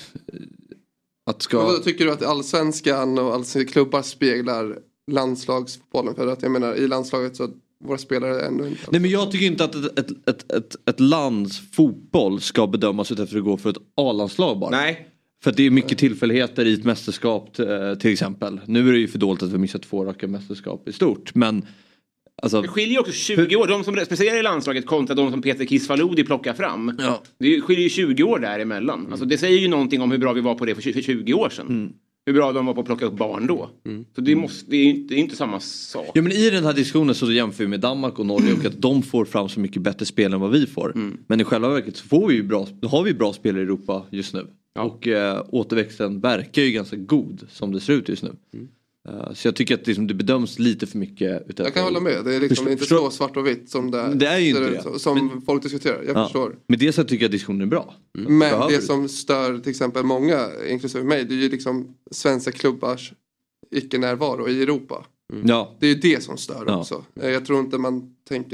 Vad tycker du att allsvenskan och allsvenska klubbar speglar landslagsfotbollen? För att jag menar, i landslaget så våra spelare ändå inte... Nej, men jag tycker inte att ett lands fotboll ska bedömas utifrån att det går för ett A-landslag bara. Nej. För att det är mycket tillfälligheter i ett mästerskap till exempel. Nu är det ju för dåligt att vi missat 2 raka mästerskap i stort. Men alltså... Det skiljer också 20 år. De som representerar i landslaget kontra de som Peter Kisvalodi plockar fram. Ja. Det skiljer ju 20 år däremellan. Alltså det säger ju någonting om hur bra vi var på det för 20 år sedan. Hur bra de var på att plocka upp barn då. Så det är inte samma sak. Ja, men i den här diskussionen så jämför vi med Danmark och Norge och att de får fram så mycket bättre spel än vad vi får. Men i själva verket så har vi bra spelare i Europa just nu. Ja. Och återväxten verkar ju ganska god som det ser ut just nu. Så jag tycker att det bedöms lite för mycket. Jag kan hålla med. Det är liksom inte så svart och vitt som det är ju inte det. Som folk diskuterar. Jag förstår. Men det så tycker jag att diskussionen är bra. Men det som stör till exempel många, inklusive mig, det är ju liksom svenska klubbars icke-närvaro i Europa. Ja. Det är ju det som stör också. Jag tror inte man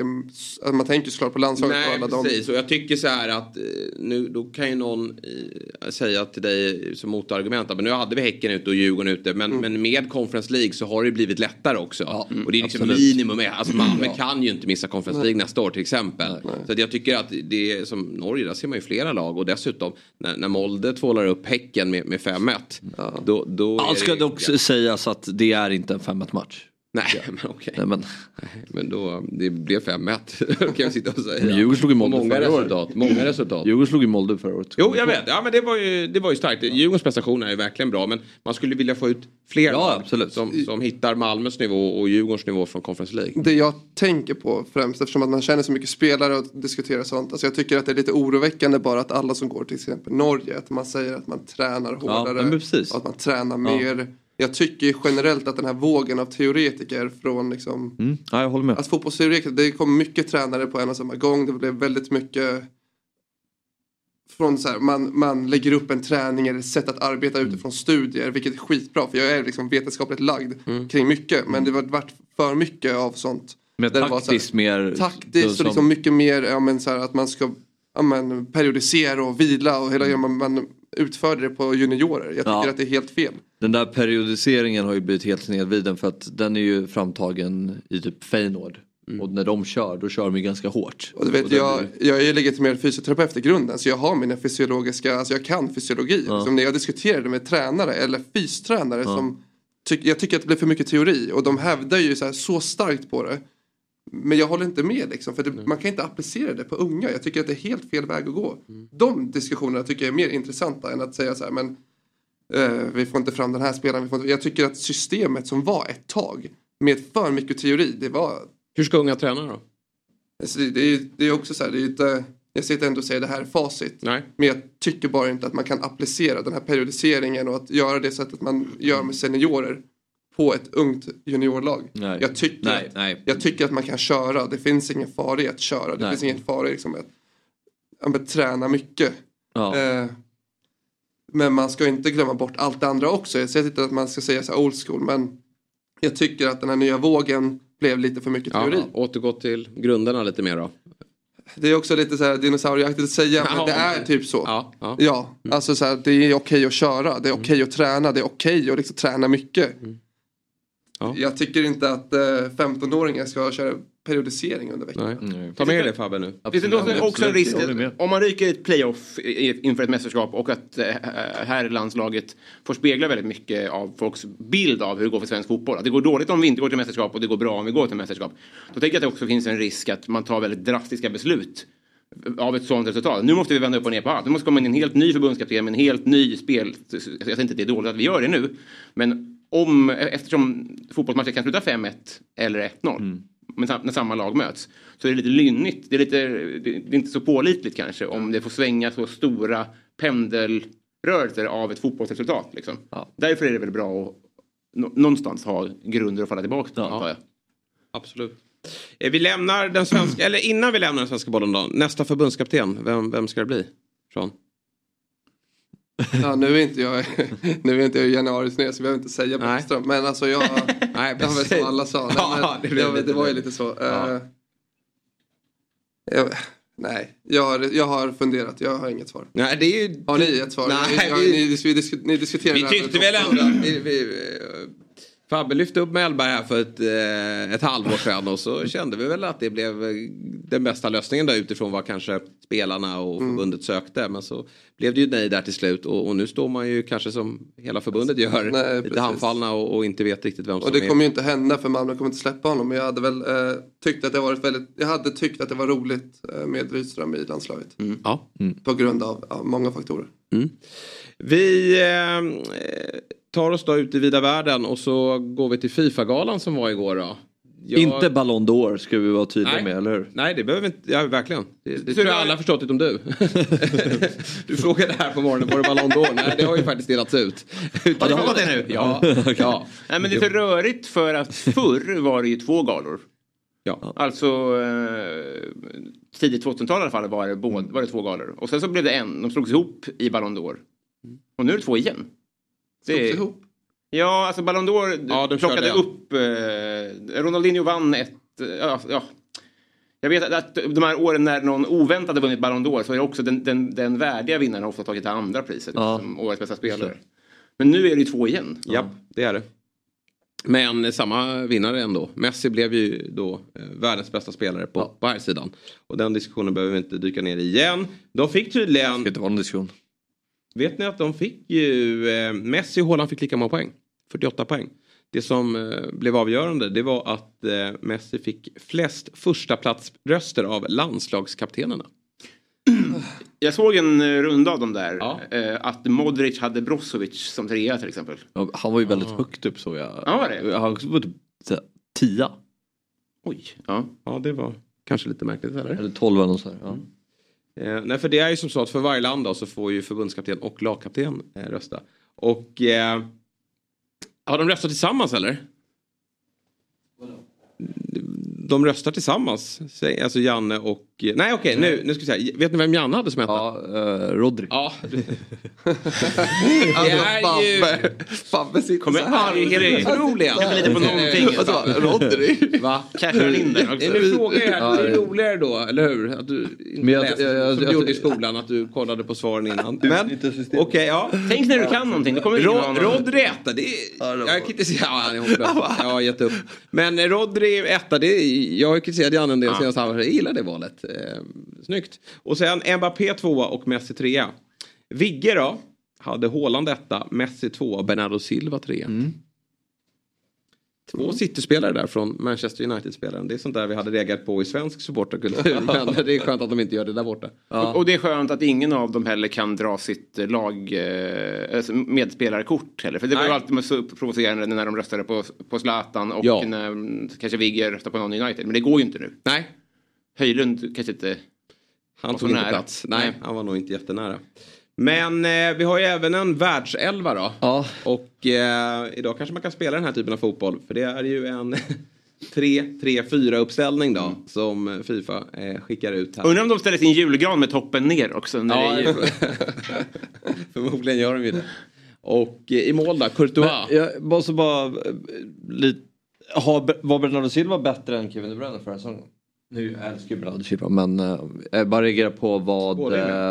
tänker såklart på landslaget. Nej, alla precis. Och jag tycker så här att nu då kan ju någon säga till dig som motargument, men nu hade vi Häcken ute och Djurgården ute, men med Conference League så har det blivit lättare också. Ja, och det är liksom minimum. Alltså Malmö kan ju inte missa Conference League nästa år till exempel. Så att jag tycker att det är som Norge, där ser man ju flera lag, och dessutom när Molde tvålar upp Häcken med 5-1 då ska det också sägas att det är inte en 5-1-match. Nej, men okej. Nej, men då, det blev 5-1. Kan jag sitta och säga. Djurgården slog i Molde många resultat. Djurgården slog i Molde förra året. Jo, jag vet. Ja, men det var ju starkt. Djurgårdens prestationer är ju verkligen bra. Men man skulle vilja få ut fler som hittar Malmös nivå och Djurgårdens nivå från Conference League. Det jag tänker på främst, eftersom att man känner så mycket spelare och diskuterar sånt. Alltså jag tycker att det är lite oroväckande bara att alla som går till exempel Norge, att man säger att man tränar hårdare. Och att man tränar mer. Jag tycker generellt att den här vågen av teoretiker från liksom... Ja, jag håller med. Alltså fotbollsteoretiker, det kom mycket tränare på en och samma gång. Det blev väldigt mycket... Från så här, man lägger upp en träning eller ett sätt att arbeta utifrån studier, vilket är skitbra. För jag är liksom vetenskapligt lagd kring mycket. Men det har varit för mycket av sånt. Men taktiskt mer... Taktiskt och liksom mycket mer så här, att man ska periodisera och vila och hela man utförde det på juniorer. Jag tycker att det är helt fel. Den där periodiseringen har ju blivit helt snedvriden för att den är ju framtagen i typ Feyenoord. Och när de kör, då kör de ju ganska hårt. Och du vet, jag är legitimerad fysioterapeut i grunden, så jag har mina fysiologiska, alltså jag kan fysiologi. Som när jag diskuterade med tränare eller fystränare som jag tycker att det blir för mycket teori, och de hävdar ju så starkt på det. Men jag håller inte med liksom, för man kan inte applicera det på unga. Jag tycker att det är helt fel väg att gå. De diskussionerna tycker jag är mer intressanta än att säga så här, men vi får inte fram den här spelaren. Jag tycker att systemet som var ett tag med för mycket teori, det var... Hur ska unga träna då? Alltså det är också så här, det är inte... Jag sitter ändå och säger det här är facit. Nej. Men jag tycker bara inte att man kan applicera den här periodiseringen och att göra det sättet man gör med seniorer på ett ungt juniorlag. Nej. Jag tycker att man kan köra. Det finns ingen fara i att köra. Det finns ingen fara i liksom att träna mycket. Ja. Men man ska inte glömma bort allt det andra också. Jag säger inte att man ska säga så här old school, men jag tycker att den här nya vågen blev lite för mycket teori. Återgå till grunderna lite mer då. Det är också lite så här dinosaurieaktigt att säga, men det är typ så. Ja, alltså så här, det är okej att köra. Det är okej att träna. Det är okej att liksom träna mycket. Ja. Jag tycker inte att 15-åringar ska köra periodisering under veckan. Nej. Ta med det Fabbe nu. Finns det också en risk om man ryker i ett playoff inför ett mästerskap och att här landslaget får spegla väldigt mycket av folks bild av hur det går för svensk fotboll. Att det går dåligt om vi inte går till mästerskap och det går bra om vi går till mästerskap. Då tänker jag att det också finns en risk att man tar väldigt drastiska beslut av ett sådant resultat. Nu måste vi vända upp och ner på allt. Nu måste komma in en helt ny förbundskapten med en helt ny spel. Jag säger inte att det är dåligt att vi gör det nu. Men eftersom fotbollsmatcher kan sluta 5-1 eller 1-0 när samma lag möts, så är det lite lynnigt. Det är inte så pålitligt kanske om det får svänga så stora pendelrörelser av ett fotbollsresultat. Liksom. Ja. Därför är det väl bra att någonstans ha grunder att falla tillbaka på, antar jag. Absolut. Vi lämnar den svenska, eller innan vi lämnar den svenska bollen då, nästa förbundskapten, vem ska det bli? Sean? Ja, nu är inte jag i januari-turné så vi behöver inte säga Bäckström. Men alltså jag vet som alla sa. Det var ju lite så. Jag har funderat. Jag har inget svar. Nej, det är ju... Har ni ett svar? Ni diskuterar. Vi tyckte väl ändå... Fabbe lyfte upp Mellberg här för ett halvår sedan och så kände vi väl att det blev den bästa lösningen där utifrån vad kanske spelarna och förbundet sökte. Men så blev det ju nej där till slut och nu står man ju kanske som hela förbundet gör lite handfallna och inte vet riktigt vem som är. Och det kommer ju inte hända för Malmö kommer inte släppa honom. Men jag hade väl tyckt att det var roligt med Rydström i landslaget. På grund av många faktorer. Vi tar oss då ut i vida världen och så går vi till FIFA-galan som var igår då. Inte Ballon d'Or ska vi vara tydliga med, eller hur? Nej, det behöver vi inte. Ja, verkligen. Det tror jag alla förstått utom du. Du frågade här på morgonen, var det Ballon d'Or? Nej, det har ju faktiskt delats ut. Ja, det har det nu. Ja. Nej, men det är för rörigt för att förr var det ju 2 galor. Ja. Alltså tidigt 2000-tal i alla fall var det 2 galor. Och sen så blev det en. De slogs ihop i Ballon d'Or. Och nu är det 2 igen. Slogs ihop? Ja, alltså Ballon d'Or plockade upp... Ronaldinho vann ett... Jag vet att de här åren när någon oväntat vunnit Ballon d'Or så är det också den värdiga vinnaren ofta tagit det andra priset som årets bästa spelare. Men nu är det ju 2 igen. Ja, det är det. Men samma vinnare ändå. Messi blev ju då världens bästa spelare på här sidan. Och den diskussionen behöver vi inte dyka ner i igen. De fick tydligen... Det ska inte vara en diskussion. Vet ni att de fick ju... Messi och Haaland fick lika många poäng. 48 poäng. Det som blev avgörande det var att Messi fick flest första platsröster av landslagskaptenerna. Jag såg en runda av dem där. Att Modric hade Brozovic som 3 till exempel. Ja, han var ju väldigt högt upp så jag. Ja, var det? Han var typ 10. Oj. Ja, det var kanske lite märkligt eller 12 eller så här. Ja. Nej, för det är ju som så att för varje land då, så får ju förbundskapten och lagkapten rösta. Och har de röstat tillsammans eller? De röstar tillsammans. Alltså Janne och... Nej okej, nu ska vi säga. Vet ni vem Janne hade som hette? Ja, Rodri. Ja. Fabbe sitter kommer aldrig helt otroliga. Jag lite på någonting. Rodri. Va? Cashar in där också. Nu frågar jag här, det är roligare då, eller hur? Att du inte läste som du gjorde i skolan, att du kollade på svaren innan. Men, okej, ja. Tänk när du kan någonting. Rodri etta, det är... Jag kritiserar... Jag har gett upp. Men Rodri etta, jag har kritiserat Janne en del senast halvår. Jag gillar det valet. Snyggt. Och sen Mbappé 2 och Messi 3. Vigge då hade Haaland 1, Messi 2, Bernardo Silva 3. 2 City-spelare där från Manchester United-spelaren. Det är sånt där vi hade reagerat på i svensk supporterkultur. Men det är skönt att de inte gör det där borta. Och det är skönt att ingen av dem heller kan dra sitt medspelarkort heller. För det var ju alltid så provocerande när de röstade på Zlatan och när kanske Vigge röstade på någon United. Men det går ju inte nu. Nej. Höjlund kanske inte... Han tog inte plats. Nej, han var nog inte jättenära. Men vi har ju även en världselva då. Ja. Och idag kanske man kan spela den här typen av fotboll. För det är ju en 3-4 uppställning då. Som FIFA skickar ut här. Undrar om de ställer sin julgran med toppen ner också. När det är förmodligen gör de ju det. Och i mål då, Courtois. Jag måste bara... Var Bernardo Silva bättre än Kevin De Bruyne förra säsongen? Nu älskar jag Bernardo Silva, men jag bara reagerar på vad...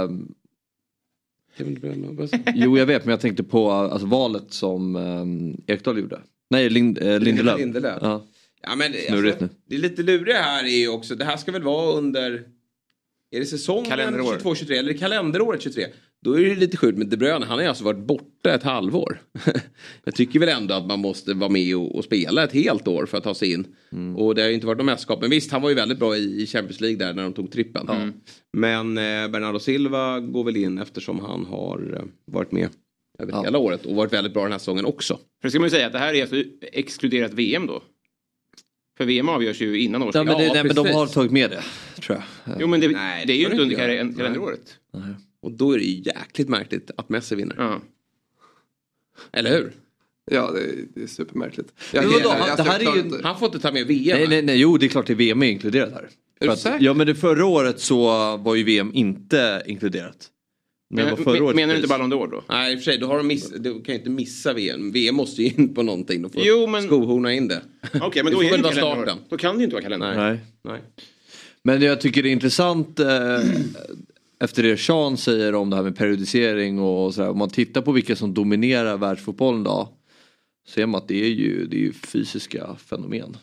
Jo, jag vet, men jag tänkte på alltså, valet som Ekdal gjorde. Nej, Lindelöf. Ja, men alltså, det är lite luriga här är ju också. Det här ska väl vara under... Är det säsongen 22-23 eller kalenderåret 23? Då är det lite sjukt med De Bruyne. Han har alltså varit borta ett halvår. Jag tycker väl ändå att man måste vara med och spela ett helt år för att ta sig in. Och det har ju inte varit någon mästerskap. Men visst, han var ju väldigt bra i Champions League där när de tog trippen. Men Bernardo Silva går väl in eftersom han har varit med över hela året. Och varit väldigt bra den här säsongen också. För det ska man ju säga att det här är alltså exkluderat VM då. För VM avgörs ju innan året. Ja, men de har tagit med det, tror jag. Jo, men det är ju inte under kalenderåret. Och då är det ju jäkligt märkligt att Messi vinner. Ja. Eller hur? Ja, det är supermärkligt. Han får inte ta med VM. Nej, jo, det är klart att VM är inkluderat här. Ja, men det förra året så var ju VM inte inkluderat. Menar du inte Ballon d'Or då? Nej, i och för sig, då har du kan ju inte missa VM. VM måste ju in på någonting. Då får skohorna in det. Okej, men då är det starten. Då kan det ju inte vara kalender. Nej. Men jag tycker det är intressant efter det Sean säger om det här med periodisering och sådär. Om man tittar på vilka som dominerar världsfotbollen då, ser man att det är ju fysiska fenomen.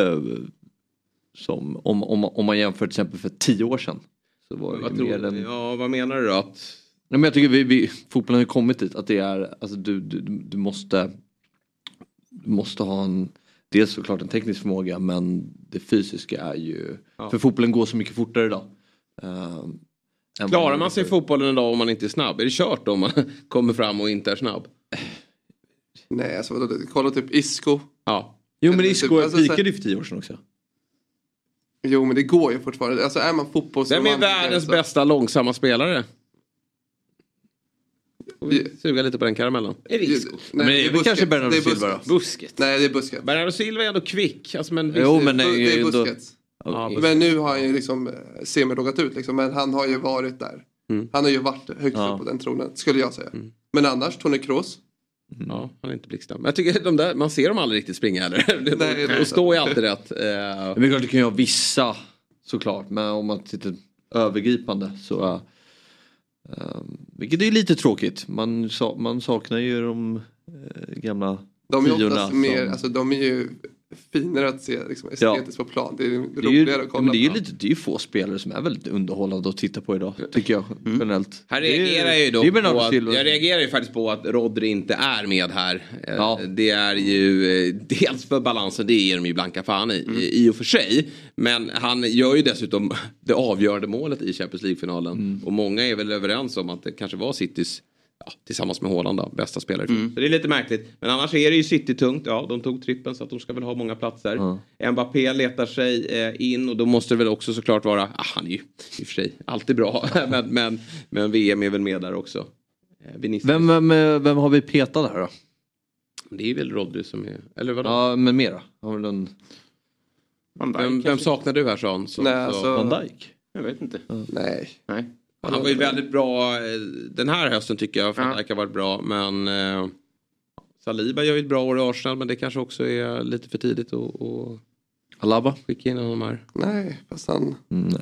Som om man jämför till exempel för 10 år sedan. Så var det mer än... Ja, vad menar du då? Nej, men jag tycker fotbollen har ju kommit dit att det är, alltså du måste ha dels såklart en teknisk förmåga, men det fysiska är ju, för fotbollen går så mycket fortare idag. Klarar man sig i fotbollen idag om man inte är snabb? Är det kört om man kommer fram och inte är snabb? Nej, alltså kolla typ Isco. Ja. Jo, men Isco pikade ju för 10 år sedan också. Jo, men det går ju fortfarande. Alltså är man Vem är världens bästa långsamma spelare? Suga lite på den karamellen. Är det Isco? Nej, men det är kanske Bernardo Silva då. Busquets. Nej, det är Busquets. Bernardo Silva är ändå kvick. Alltså, men det är Busquets. Okay. Men nu har han ju liksom semiloggat ut liksom. Men han har ju varit där. Han har ju varit högst upp på den tronen, skulle jag säga. Men annars, Toni Kroos. Ja, han är inte blixtsam. Men jag tycker man ser dem aldrig riktigt springa heller. Och står ju alltid rätt. Men klart det kan ju ha vissa såklart. Men om man tittar övergripande så... vilket är lite tråkigt. Man saknar ju de gamla de är oftast mer, alltså de är ju finare att se liksom, estetiskt på plan. Det är roligare att kolla på. Det är ju få spelare som är väldigt underhållande att titta på idag, tycker jag generellt. Här jag reagerar ju faktiskt på att Rodri inte är med här. Det är ju dels för balansen, det ger de ju blanka fan i och för sig. Men han gör ju dessutom det avgörande målet i Champions League-finalen. Och många är väl överens om att det kanske var Citys tillsammans med Haaland då, bästa spelare. Så det är lite märkligt. Men annars är det ju City-tungt. Ja, de tog trippen så att de ska väl ha många platser. Mbappé letar sig in och då måste det väl också såklart vara... han är ju i och för sig alltid bra. men VM är väl med där också. Vem har vi petat här då? Det är väl Rodri som är... Eller vadå? Ja, men mera. Vem saknar du här, Sean? Van Dijk? Jag vet inte. Nej. Han var ju väldigt bra den här hösten tycker jag. Van Dijk har varit bra. Men Saliba gör ju ett bra år i Arsenal. Men det kanske också är lite för tidigt att Alaba skicka in honom här. Nej, fast han...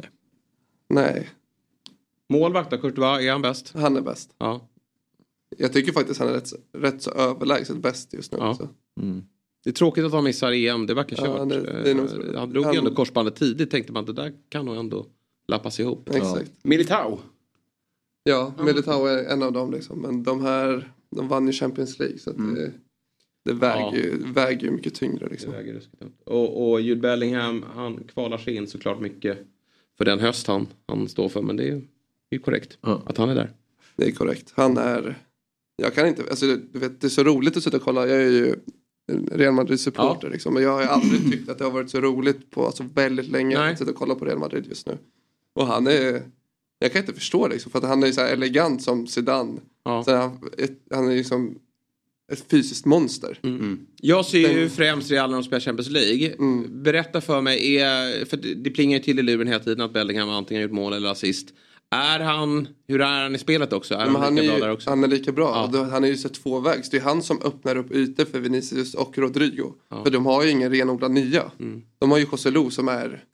Nej. Målvakt då, Courtois, är han bäst? Han är bäst. Ja. Jag tycker faktiskt han är rätt så överlägset bäst just nu också. Det är tråkigt att han missar EM. Det verkar kört. Han drog ju ändå korsbandet tidigt. Tänkte man att det där kan nog ändå lappas ihop. Exakt. Militao. Ja, Militao är en av dem liksom. Men de vann ju Champions League. Så att det väger ju mycket tyngre liksom. Och Jude Bellingham, han kvalar sig in såklart mycket för den höst han står för. Men det är ju korrekt att han är där. Det är korrekt. Han är... Jag kan inte... Alltså, du vet, det är så roligt att sitta och kolla. Jag är ju Real Madrid-supporter liksom. Men jag har aldrig tyckt att det har varit så roligt på alltså, väldigt länge att sitta och kolla på Real Madrid just nu. Och han är... Jag kan inte förstå det liksom. För att han är så här elegant som Zidane. Så han är liksom ett fysiskt monster. Jag ser ju främst Real när de spelar Champions League. Berätta för mig, för det plingar ju till i luren hela tiden att Bellingham antingen gjort mål eller assist. Hur är han i spelet också? Han lika bra där också? Han är lika bra. Han är ju så tvåvägs. Det är han som öppnar upp ytor för Vinicius och Rodrigo. För de har ju ingen renodlad nia. De har ju Joselu som är...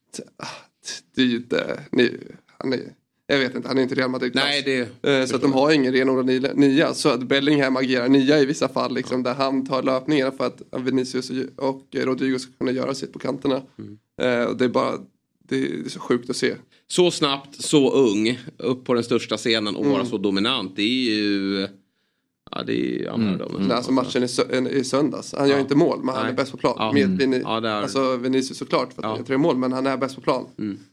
Det är ju inte... Jag vet inte, han är inte Real Madrid. Nej, så att de har ingen renodlad nia. Så att Bellingham agerar nia i vissa fall. Liksom, där han tar löpningarna för att Vinicius och Rodrigo ska kunna göra sitt på kanterna. Och det är bara... Det är så sjukt att se. Så snabbt, så ung, upp på den största scenen och vara så dominant. Det är ju... Ja, det är alltså matchen i söndags. Han gör inte mål, men han är bäst på plan. Alltså Vinicius såklart för att han gör 3 mål, men han är bäst på plan.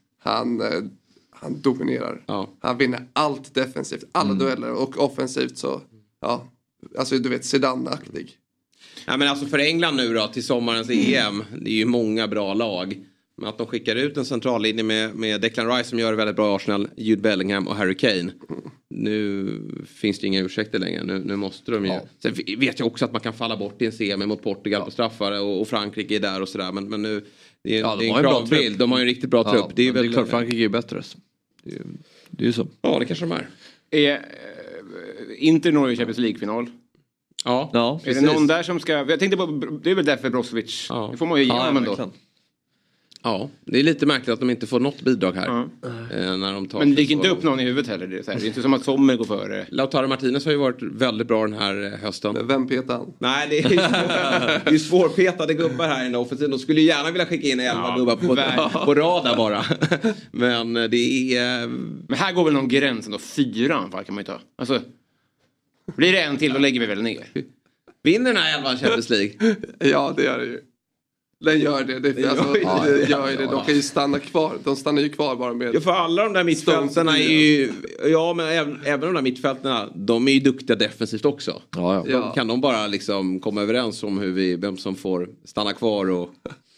Han dominerar. Han vinner allt defensivt, alla dueller och offensivt så... Ja, alltså du vet, Zidane-aktig. Ja, men alltså för England nu då, till sommarens EM, det är ju många bra lag. Men att de skickar ut en centrallinje med Declan Rice som gör det väldigt bra i Arsenal, Jude Bellingham och Harry Kane. Nu finns det inga ursäkter längre. Nu måste de ju... Sen vet jag också att man kan falla bort i en semi mot Portugal på straffar och Frankrike är där och sådär. Men nu... Det är en kravbild. De har ju en riktigt bra trupp. Det är klart Frankrike är bättre. Det är ju så. Ja, det kanske de är. Inter når ju Champions League-final. Ja, är det någon där som ska... Jag tänkte på, det är väl därför Brozovic. Det får man ju igenom ändå. Ja, det är lite märkligt att de inte får något bidrag här. När de tar men det gick inte upp någon i huvudet heller. Det är inte som att Sommer går före. Lautaro Martinez har ju varit väldigt bra den här hösten. Men vem petar han? Nej, det är ju svårpetade gubbar här i offensiven. De skulle ju gärna vilja skicka in 11 gubbar på radar bara. Men det är... Men här går väl någon gräns ändå. 4 anfall kan man ju ta. Alltså, blir det en till då lägger vi väl ner. Vinner den här 11 Champions League? Ja, det gör det ju. Den gör det. De kan ju stanna kvar. De stannar ju kvar bara med... Ja, för alla de där mittfältarna är ju... Ja, men även de där mittfältarna, de är ju duktiga defensivt också. Ja. Kan de bara liksom komma överens om vem som får stanna kvar och...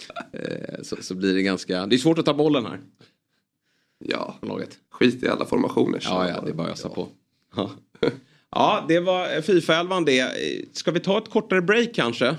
så blir det ganska... Det är svårt att ta bollen här. Ja, skit i alla formationer. Ja, det är bara att ösa på. Ja, det var FIFA-11 det. Ska vi ta ett kortare break kanske?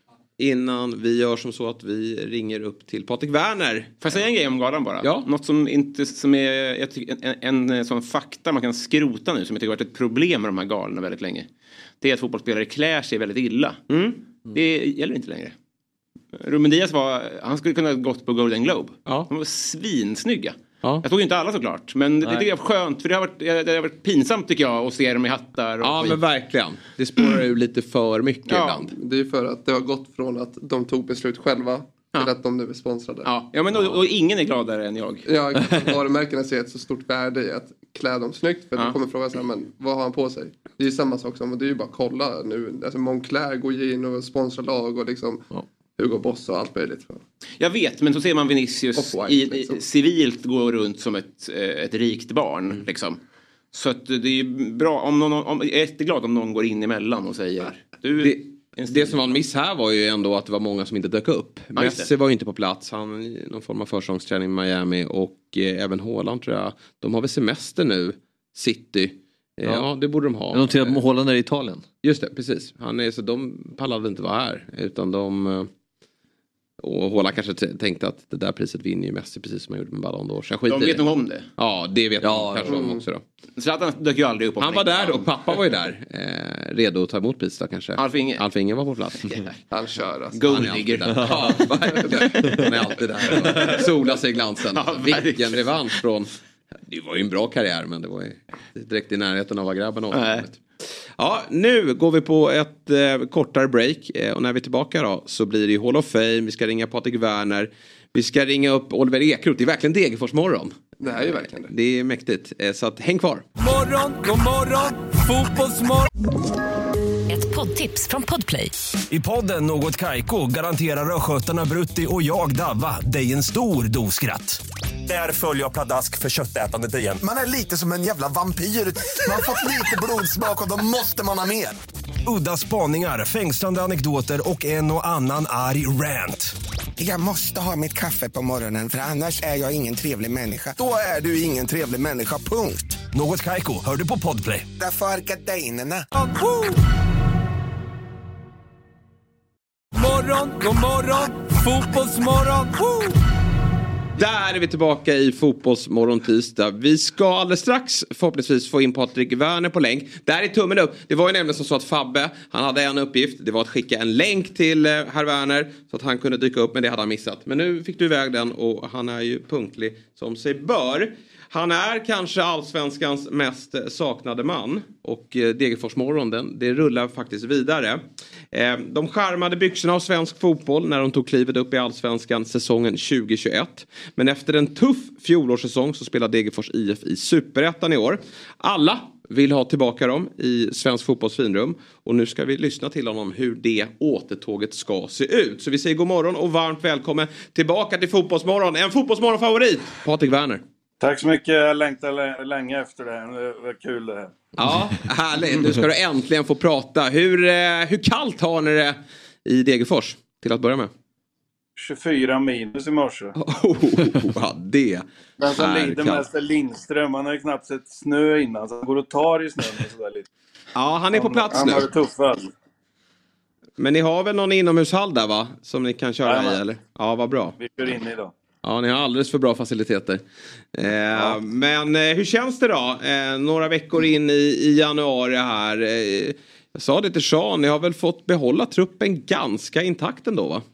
Innan vi gör som så att vi ringer upp till Patrik Werner. Får jag säga en grej om galan bara? Ja. Något som är jag tycker, en sån fakta man kan skrota nu som jag tycker har varit ett problem med de här galorna väldigt länge. Det är att fotbollsspelare klär sig väldigt illa. Det gäller inte längre. Ruben Diaz han skulle kunna ha gått på Golden Globe. Ja. De var svinsnygga. Ja. Jag tog inte alla såklart. Men det tycker jag är skönt. För det har varit pinsamt tycker jag att se dem i hattar. Och men verkligen. Det spårar ur lite för mycket ibland. Det är för att det har gått från att de tog beslut själva till att de nu är sponsrade. Ja, men och ingen är gladare än jag. Ja, varumärkena ser ett så stort värde i att klä dem snyggt. För de kommer fråga sig, men vad har han på sig? Det är ju samma sak som, det är ju bara kolla nu. Alltså Moncler går ju in och sponsrar lag och liksom... Hugo Boss och allt möjligt. Jag vet, men så ser man Vinicius liksom. Civilt gå runt som ett rikt barn. Liksom. Så att det är bra jag är jätteglad om någon går in emellan och säger... Det som var en miss här var ju ändå att det var många som inte dök upp. Messi var ju inte på plats. Han i någon form av försångsträning i Miami. Och även Haaland tror jag. De har väl semester nu. City. Ja, det borde de ha. Jag noterar att Haaland är i Italien. Just det, precis. Så de pallade inte vara här. Utan de... Och Haaland kanske tänkte att det där priset vinner ju Messi precis som han gjorde med Ballon d'Or. De vet nog om det. Ja, det vet de kanske om också då. Zlatan dök ju aldrig upp. Han var där då, pappa var ju där. Redo att ta emot priset kanske. Alf Inge var på plats. Han kör alltså. Golddigger. Ja, verkligen. Han är alltid där. Sola sig i glansen. Vilken revansch från... Det var ju en bra karriär, men det var ju direkt i närheten av vad grabben återkommit. Ja, nu går vi på ett kortare break. Och när vi är tillbaka då så blir det ju Hall of Fame. Vi ska ringa Patrik Werner. Vi ska ringa upp Oliver Ekroth. Det är verkligen Degerfors morgon. Det är ju verkligen det. Det är mäktigt. Så att häng kvar. God morgon, fotbollsmorgon. Ett poddtips från Podplay. I podden Något Kaiko garanterar röskötarna Brutti och jag Davva dig en stor doskratt. Där följer jag pladask för köttätandet igen. Man är lite som en jävla vampyr. Man har fått lite blodsmak och då måste man ha mer. Udda spaningar, fängslande anekdoter och en och annan arg rant. Jag måste ha mitt kaffe på morgonen för annars är jag ingen trevlig människa. Då är du ingen trevlig människa, punkt. Något Kaiko, hör du på Podplay. Därför är gardinerna. God morgon, fotbollsmorgon. Där är vi tillbaka i Fotbollsmorgon tisdag. Vi ska alldeles strax förhoppningsvis få in Patrik Werner på länk. Där är tummen upp. Det var ju nämligen som så att Fabbe, han hade en uppgift. Det var att skicka en länk till herr Werner så att han kunde dyka upp, men det hade han missat. Men nu fick du iväg den och han är ju punktlig som sig bör. Han är kanske allsvenskans mest saknade man. Och Degerfors morgon, det rullar faktiskt vidare. De skärmade byxorna av svensk fotboll när de tog klivet upp i allsvenskan säsongen 2021. Men efter en tuff fjolårssäsong så spelar Degerfors IF i Superettan i år. Alla vill ha tillbaka dem i svensk fotbolls finrum. Och nu ska vi lyssna till honom hur det återtåget ska se ut. Så vi säger god morgon och varmt välkommen tillbaka till Fotbollsmorgon. En Fotbollsmorgon-favorit, Patrik Werner. Tack så mycket, jag längtar länge efter det. Det var kul det här. Ja, härligt. Nu ska du äntligen få prata. Hur kallt har ni det i Degerfors till att börja med? 24 minus i morse. Det den som lider mest är Lindström. Han har ju knappt sett snö innan, så han går och tar i snön och sådär lite. Ja, han är på plats nu. Han har det tuffat. Men ni har väl någon inomhushall där, va? Som ni kan köra i, eller? Ja, vad bra. Vi kör in idag. Ja, ni har alldeles för bra faciliteter. Men hur känns det då? Några veckor in i januari här. Jag sa det till Sean, ni har väl fått behålla truppen ganska intakt ändå, va?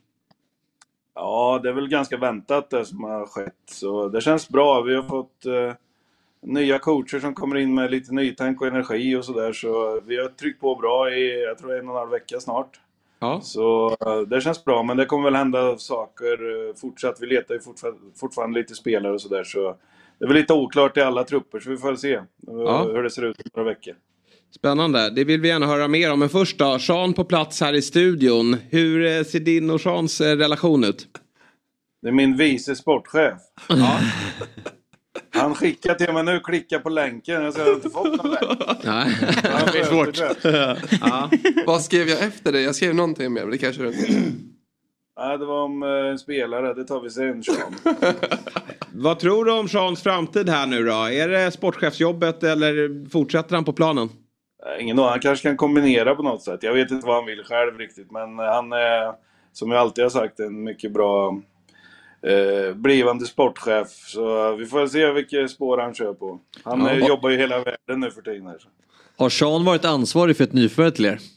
Ja, det är väl ganska väntat det som har skett. Så det känns bra. Vi har fått nya coacher som kommer in med lite nytänk och energi och sådär. Så vi har tryckt på bra i, jag tror 1,5 vecka snart. Ja. Så det känns bra, men det kommer väl hända saker fortsatt. Vi letar ju fortfarande lite spelare och sådär. Så det är väl lite oklart i alla trupper, så vi får väl se hur det ser ut om några veckor. Spännande, det vill vi gärna höra mer om. Men först då, Sean på plats här i studion. Hur ser din och Seans relation ut? Det är min vice sportchef. Ja. Han skickar till mig nu, klicka på länken. Jag har inte fått någon länk. Nej, det är svårt. Ja. Vad skrev jag efter det? Jag skrev någonting mer, men det kanske du inte. Nej, det var om en spelare. Det tar vi sen, Sean. Vad tror du om Seans framtid här nu då? Är det sportchefsjobbet eller fortsätter han på planen? Ingen aning. Han kanske kan kombinera på något sätt. Jag vet inte vad han vill själv riktigt. Men han är, som jag alltid har sagt, en mycket bra blivande sportchef. Så vi får se vilket spår han kör på. Han jobbar ju hela världen nu för tiden här. Har Sean varit ansvarig för ett nyförvärv till er?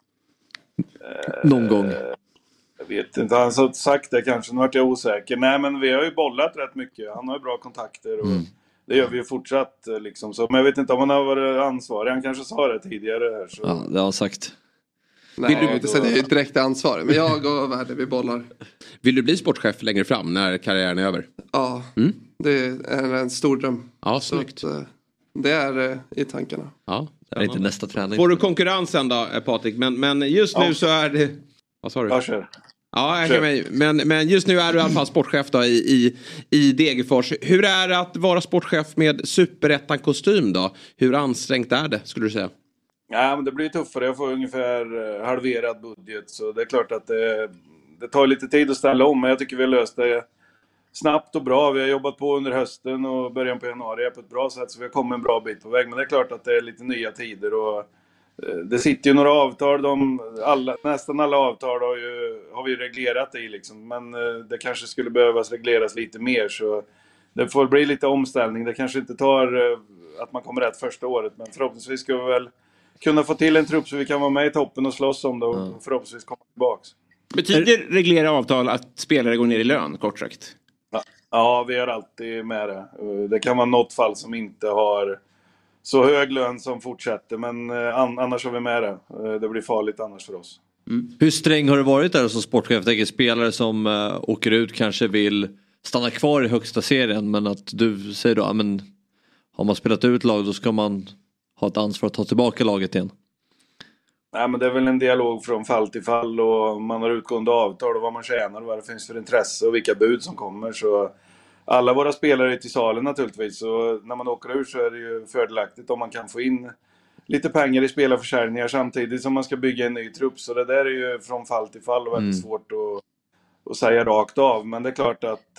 Någon gång? Jag vet inte, han har sagt det kanske. Nu vart jag osäker. Nej, men vi har ju bollat rätt mycket. Han har ju bra kontakter och det gör vi ju fortsatt liksom. Så, men jag vet inte om han har varit ansvarig. Han kanske sa det tidigare här. Så. Ja, det har han sagt. Nej, vill du inte säga det är direkt ansvarig. Men jag och Värde, vi bollar. Vill du bli sportchef längre fram när karriären är över? Ja, det är en stor dröm. Ja, snyggt. Så att, det är i tankarna. Ja, det är inte nästa träning. Får du konkurrensen då, Patrik? Men just nu så är det... Vad sa du? Jag kör. Ja, jag kan med. Men just nu är du i alla fall sportchef då i Degerfors. Hur är det att vara sportchef med superettan-kostym då? Hur ansträngt är det, skulle du säga? Ja, men det blir tuffare. Jag får ungefär halverad budget. Så det är klart att det tar lite tid att ställa om. Men jag tycker vi har löst det snabbt och bra. Vi har jobbat på under hösten och början på januari på ett bra sätt. Så vi har kommit en bra bit på väg. Men det är klart att det är lite nya tider. Och det sitter ju några avtal. Nästan alla avtal har vi reglerat i liksom. Men det kanske skulle behövas regleras lite mer. Så det får bli lite omställning. Det kanske inte tar att man kommer rätt första året. Men förhoppningsvis ska vi väl kunna få till en trupp så vi kan vara med i toppen och slåss om det och förhoppningsvis komma tillbaks. Betyder reglera avtal att spelare går ner i lön, kort sagt? Ja, vi är alltid med det. Det kan vara något fall som inte har så hög lön som fortsätter, men annars har vi med det. Det blir farligt annars för oss. Hur sträng har det varit där som sportchef? Tänker spelare som åker ut kanske vill stanna kvar i högsta serien, men att du säger då, men har man spelat ut lag då ska man ha ett ansvar att ta tillbaka laget igen. Nej, men det är väl en dialog från fall till fall och man har utgående avtal och vad man tjänar och vad det finns för intresse och vilka bud som kommer. Så alla våra spelare är till salen naturligtvis, så när man åker ut så är det ju fördelaktigt om man kan få in lite pengar i spelarförsäljningar samtidigt som man ska bygga en ny trupp. Så det där är ju från fall till fall och väldigt svårt att säga rakt av. Men det är klart att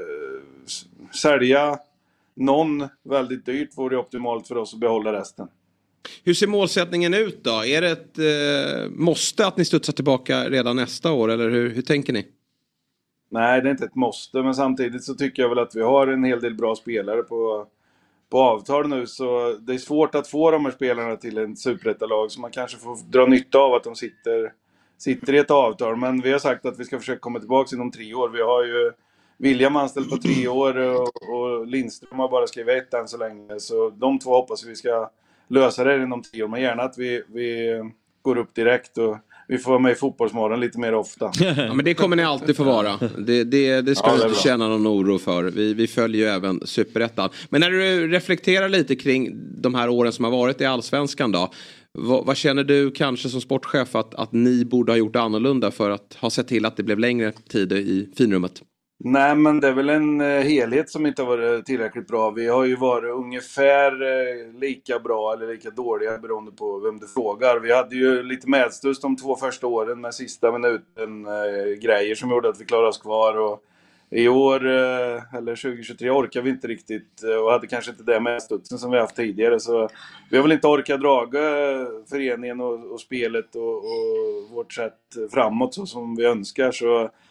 sälja någon väldigt dyrt vore optimalt för oss att behålla resten. Hur ser målsättningen ut då? Är det ett måste att ni studsar tillbaka redan nästa år eller hur tänker ni? Nej, det är inte ett måste, men samtidigt så tycker jag väl att vi har en hel del bra spelare på avtal nu, så det är svårt att få de här spelarna till en superettalag, så man kanske får dra nytta av att de sitter i ett avtal. Men vi har sagt att vi ska försöka komma tillbaka inom 3 år. Vi har ju William anställd på 3 år och Lindström har bara skrivit 1 än så länge, så de 2 hoppas vi ska lösa det inom 10 år, men gärna att vi går upp direkt och vi får vara med i Fotbollsmorgon lite mer ofta. Ja, men det kommer ni alltid få vara. Det ska du inte känna någon oro för. Vi följer ju även Superettan. Men när du reflekterar lite kring de här åren som har varit i Allsvenskan då. Vad känner du kanske som sportchef att ni borde ha gjort annorlunda för att ha sett till att det blev längre tid i finrummet? Nej, men det är väl en helhet som inte har varit tillräckligt bra. Vi har ju varit ungefär lika bra eller lika dåliga beroende på vem du frågar. Vi hade ju lite medstust de 2 första åren med sista minuten grejer som gjorde att vi klarade oss kvar. Och i år, eller 2023, orkar vi inte riktigt och hade kanske inte det medstudsen som vi haft tidigare. Så vi har väl inte orkat draga föreningen och spelet och vårt sätt framåt så som vi önskar. Så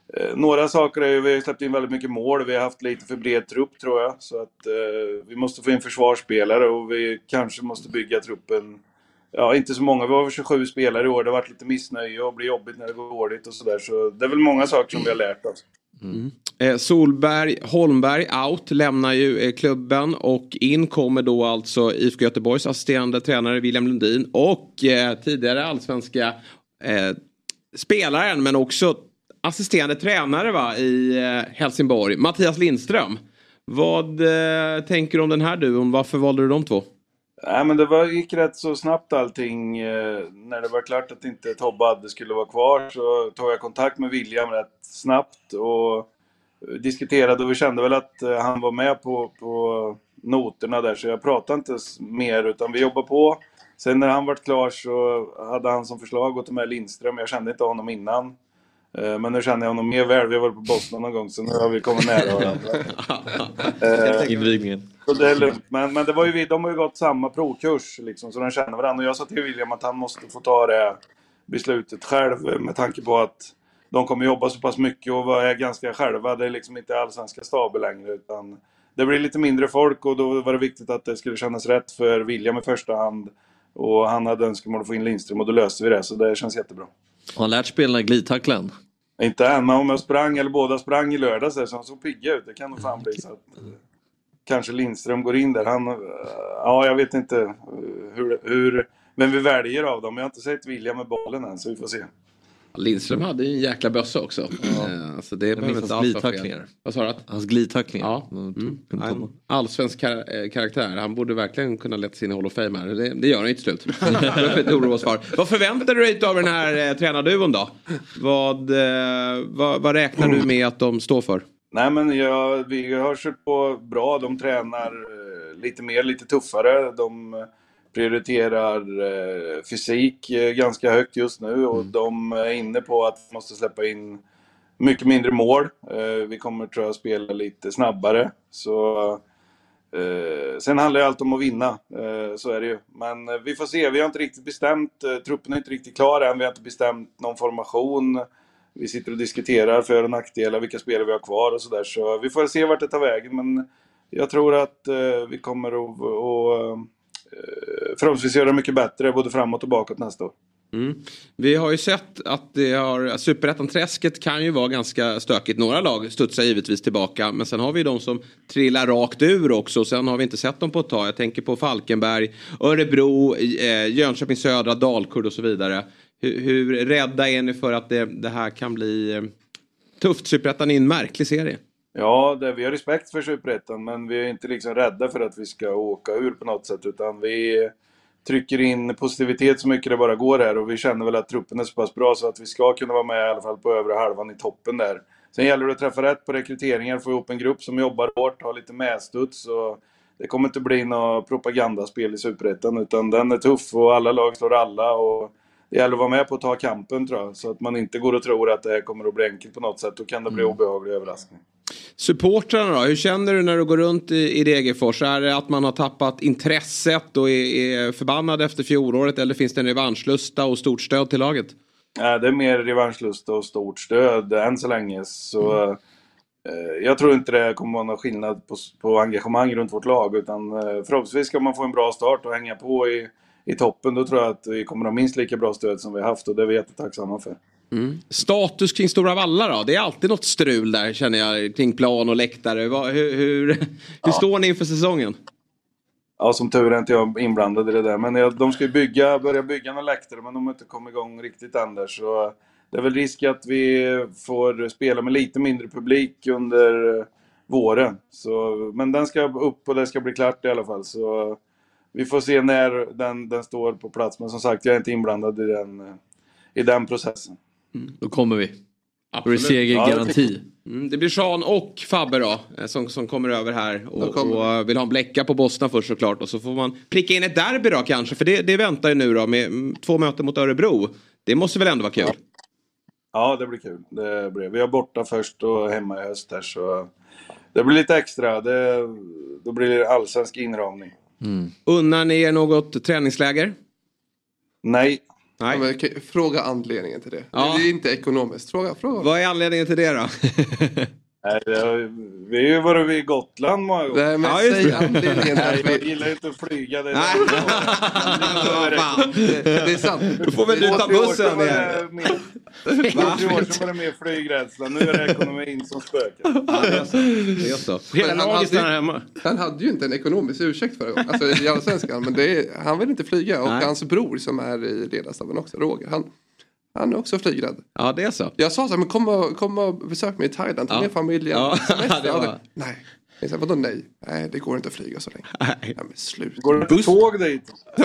Några saker är ju, vi har släppt in väldigt mycket mål. Vi har haft lite för bred trupp tror jag. Så att vi måste få in försvarsspelare och vi kanske måste bygga truppen. Ja, inte så många. Vi har 27 spelare i år. Det har varit lite missnöje och blir jobbigt när det går dåligt och sådär. Så det är väl många saker som vi har lärt oss. Solberg, Holmberg out, lämnar ju klubben och in kommer då alltså IFK Göteborgs assisterande tränare William Lundin och tidigare allsvenska spelaren men också assisterande tränare i Helsingborg, Mattias Lindström. Vad tänker du om den här duon? Varför valde du de två? Nej, men gick rätt så snabbt allting. När det var klart att inte Tobbe Adde skulle vara kvar så tog jag kontakt med William rätt snabbt och diskuterade och vi kände väl att han var med på noterna där så jag pratade inte mer utan vi jobbade på. Sen när han var klar så hade han som förslag att ta med Lindström. Jag kände inte honom innan. Men nu känner jag honom mer väl. Vi har varit på Boston någon gång så nu har vi kommit nära varandra. Så det är lugnt. Men det var ju de har ju gått samma provkurs liksom, så de känner varandra. Och jag sa till William att han måste få ta det beslutet själv med tanke på att de kommer jobba så pass mycket och är ganska själva. Det är liksom inte allsvenska staber längre utan det blir lite mindre folk och då var det viktigt att det skulle kännas rätt för William i första hand. Och han hade önskemål att få in Lindström och då löste vi det så det känns jättebra. Har han lärt spela glidtacklen? Inte än, men om jag sprang eller båda sprang i lördags så han såg pigga ut. Det kan nog fan bli så att kanske Lindström går in där. Ja, jag vet inte vem vi väljer av dem. Jag har inte sett William med bollen än så vi får se. Lindström hade ju en jäkla bössa också. Alltså det behöver inte alls vara fel. Vad sa du? Hans glidtacklingar. Ja. Allsvensk karaktär. Han borde verkligen kunna leta sin Hall of Fame här. Det gör han inte slut. Vad förväntar du dig av den här tränarduon då? Vad räknar du med att de står för? Nej men vi har kört på bra. De tränar lite mer, lite tuffare. De prioriterar fysik ganska högt just nu och de är inne på att vi måste släppa in mycket mindre mål. Vi kommer tror jag spela lite snabbare. Så, sen handlar det allt om att vinna, så är det ju. Men vi får se, vi har inte riktigt bestämt, truppen är inte riktigt klar än, vi har inte bestämt någon formation. Vi sitter och diskuterar för- och nackdelar, vilka spelare vi har kvar och sådär. Så vi får se vart det tar vägen, men jag tror att vi kommer att förhoppningsvis göra mycket bättre både framåt och bakåt nästa år. Vi har ju sett att Superettan-träsket kan ju vara ganska stökigt. Några lag studsar givetvis tillbaka. Men sen har vi de som trillar rakt ur också. Sen har vi inte sett dem på ett tag. Jag tänker på Falkenberg, Örebro, Jönköping Södra, Dalkurd och så vidare. Hur rädda är ni för att det här kan bli tufft? Superettan är en märklig serie. Ja, vi har respekt för Superettan, men vi är inte liksom rädda för att vi ska åka ur på något sätt, utan vi trycker in positivitet så mycket det bara går här och vi känner väl att truppen är så pass bra så att vi ska kunna vara med i alla fall på övre halvan i toppen där. Sen gäller det att träffa rätt på rekryteringar, få ihop en grupp som jobbar hårt, har lite medstuds och det kommer inte bli något propagandaspel i Superettan utan den är tuff och alla lag slår alla och det gäller att vara med på att ta kampen tror jag, så att man inte går och tror att det här kommer att bli enkelt på något sätt, då kan det bli obehaglig överraskning. Supportrarna då, hur känner du när du går runt i Degerfors? Är det att man har tappat intresset och är förbannad efter fjolåret eller finns det en revanschlusta och stort stöd till laget? Ja, det är mer revanschlusta och stort stöd än så länge, så jag tror inte det kommer vara någon skillnad på engagemang runt vårt lag, utan förhoppningsvis ska man få en bra start och hänga på i toppen, då tror jag att vi kommer ha minst lika bra stöd som vi har haft och det är vi jättetacksamma för. Status kring Stora Valla då? Det är alltid något strul där känner jag kring plan och läktare. Hur står ni inför säsongen? Ja, som tur är inte jag inblandad i det där. Men de ska ju börja bygga några läktare, men de har inte kommit igång riktigt än där. Så det är väl risk att vi får spela med lite mindre publik under våren. Så, men den ska upp och det ska bli klart i alla fall. Så vi får se när den står på plats. Men som sagt, jag är inte inblandad i den processen. Då kommer vi. Absolut. Segergaranti. Det blir Sean och Fabbe då som kommer över här och vill ha en bläcka på Bosna först såklart, och så får man pricka in ett derby då kanske, för det väntar ju nu då med 2 möten mot Örebro. Det måste väl ändå vara kul? Ja, det blir kul. Vi har borta först och hemma i höst här, så det blir lite extra. Då blir det allsvensk inramning. Unnar ni er något träningsläger? Nej, Nej. Ja, men, fråga anledningen till det. Ja. Det är inte ekonomiskt. Fråga. Vad är anledningen till det då? Nej, vi har ju varit vid Gotland många gånger. Nej, men säg anledningen. Jag gillar inte att flyga. Det är sant. Du får väl ta bussen. För 3 år sedan var det mer flygrädsla. Nu är det ekonomin som spökar. Det är så. Hela laget stannar hemma. Han hade ju inte en ekonomisk ursäkt förra gången. Alltså i Allsvenskan. Men han vill inte flyga. Och hans bror som är i ledarstaben också, Roger. Han är också flygrädd. Ja, det är så. Jag sa så här, men kom och besök mig i Thailand. Ta med familjen. Ja. Nej. Jag sa, vadå nej? Nej, det går inte att flyga så länge. Nej, men slut. Går det inte tåg dit? Det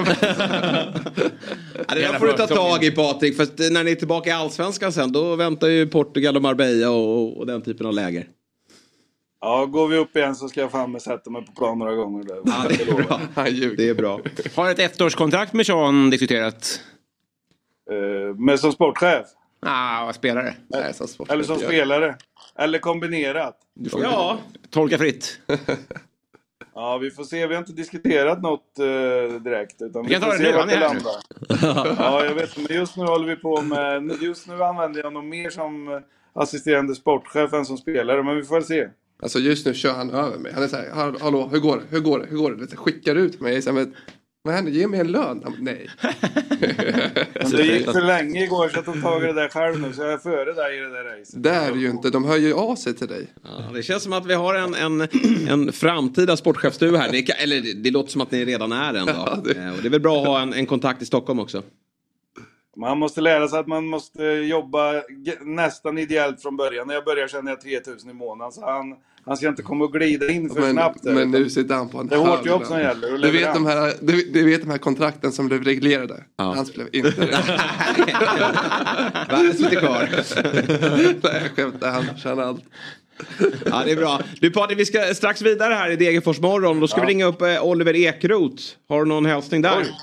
där får du ta tag i, Patrik. För när ni är tillbaka i Allsvenskan sen, då väntar ju Portugal och Marbella och den typen av läger. Ja, går vi upp igen så ska jag fan med sätta mig på plan några gånger. Där. Ja, det är bra. Det är bra. Har ett 1-årskontrakt med Sean diskuterat? Men som sportchef? Spelare. Nej, som sportchef. Eller som spelare. Eller kombinerat. Ja, tolka fritt. Ja, vi får se. Vi har inte diskuterat något direkt. Utan vi kan ta det nu, han är här nu. Ja, jag vet. Men just nu håller vi på med... Just nu använder jag nog mer som assisterande sportchef än som spelare. Men vi får väl se. Alltså just nu kör han över mig. Han är så här, hallå, hur går det? Det skickar ut mig. Så här, vad händer? Ge mig en lön. Nej. Det gick för länge igår så att de tagit det där själv nu. Så jag är före dig i det där racet. Det är ju inte. De hör ju av sig till dig. Ja, det känns som att vi har en framtida sportchefsstue här. Det låter som att ni redan är en. Och det är väl bra att ha en kontakt i Stockholm också. Man måste lära sig att man måste jobba nästan ideellt från början. När jag börjar känner jag 3000 i månaden. Så han ska inte komma och glida in för snabbt. Men nu sitter han på en det är hårt jobb som gäller. Du vet de här kontrakten som blev reglerade. Ja. Han blev inte det. Världen sitter kvar. Nej, skämtar. Han känner allt. Ja, det är bra. Du Patrik, vi ska strax vidare här i Degerfors morgon. Då ska vi ringa upp Oliver Ekroth. Har du någon hälsning där? Oj.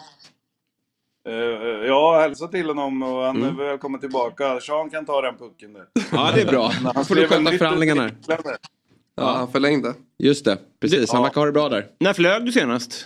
Ja, hälsa till honom och han är välkommen tillbaka. Sean kan ta den pucken där. Ja, det är bra. Han får du sköta förhandlingarna. Ja, han förlängde. Just det, precis. Han verkar ha det bra där. När flög du senast?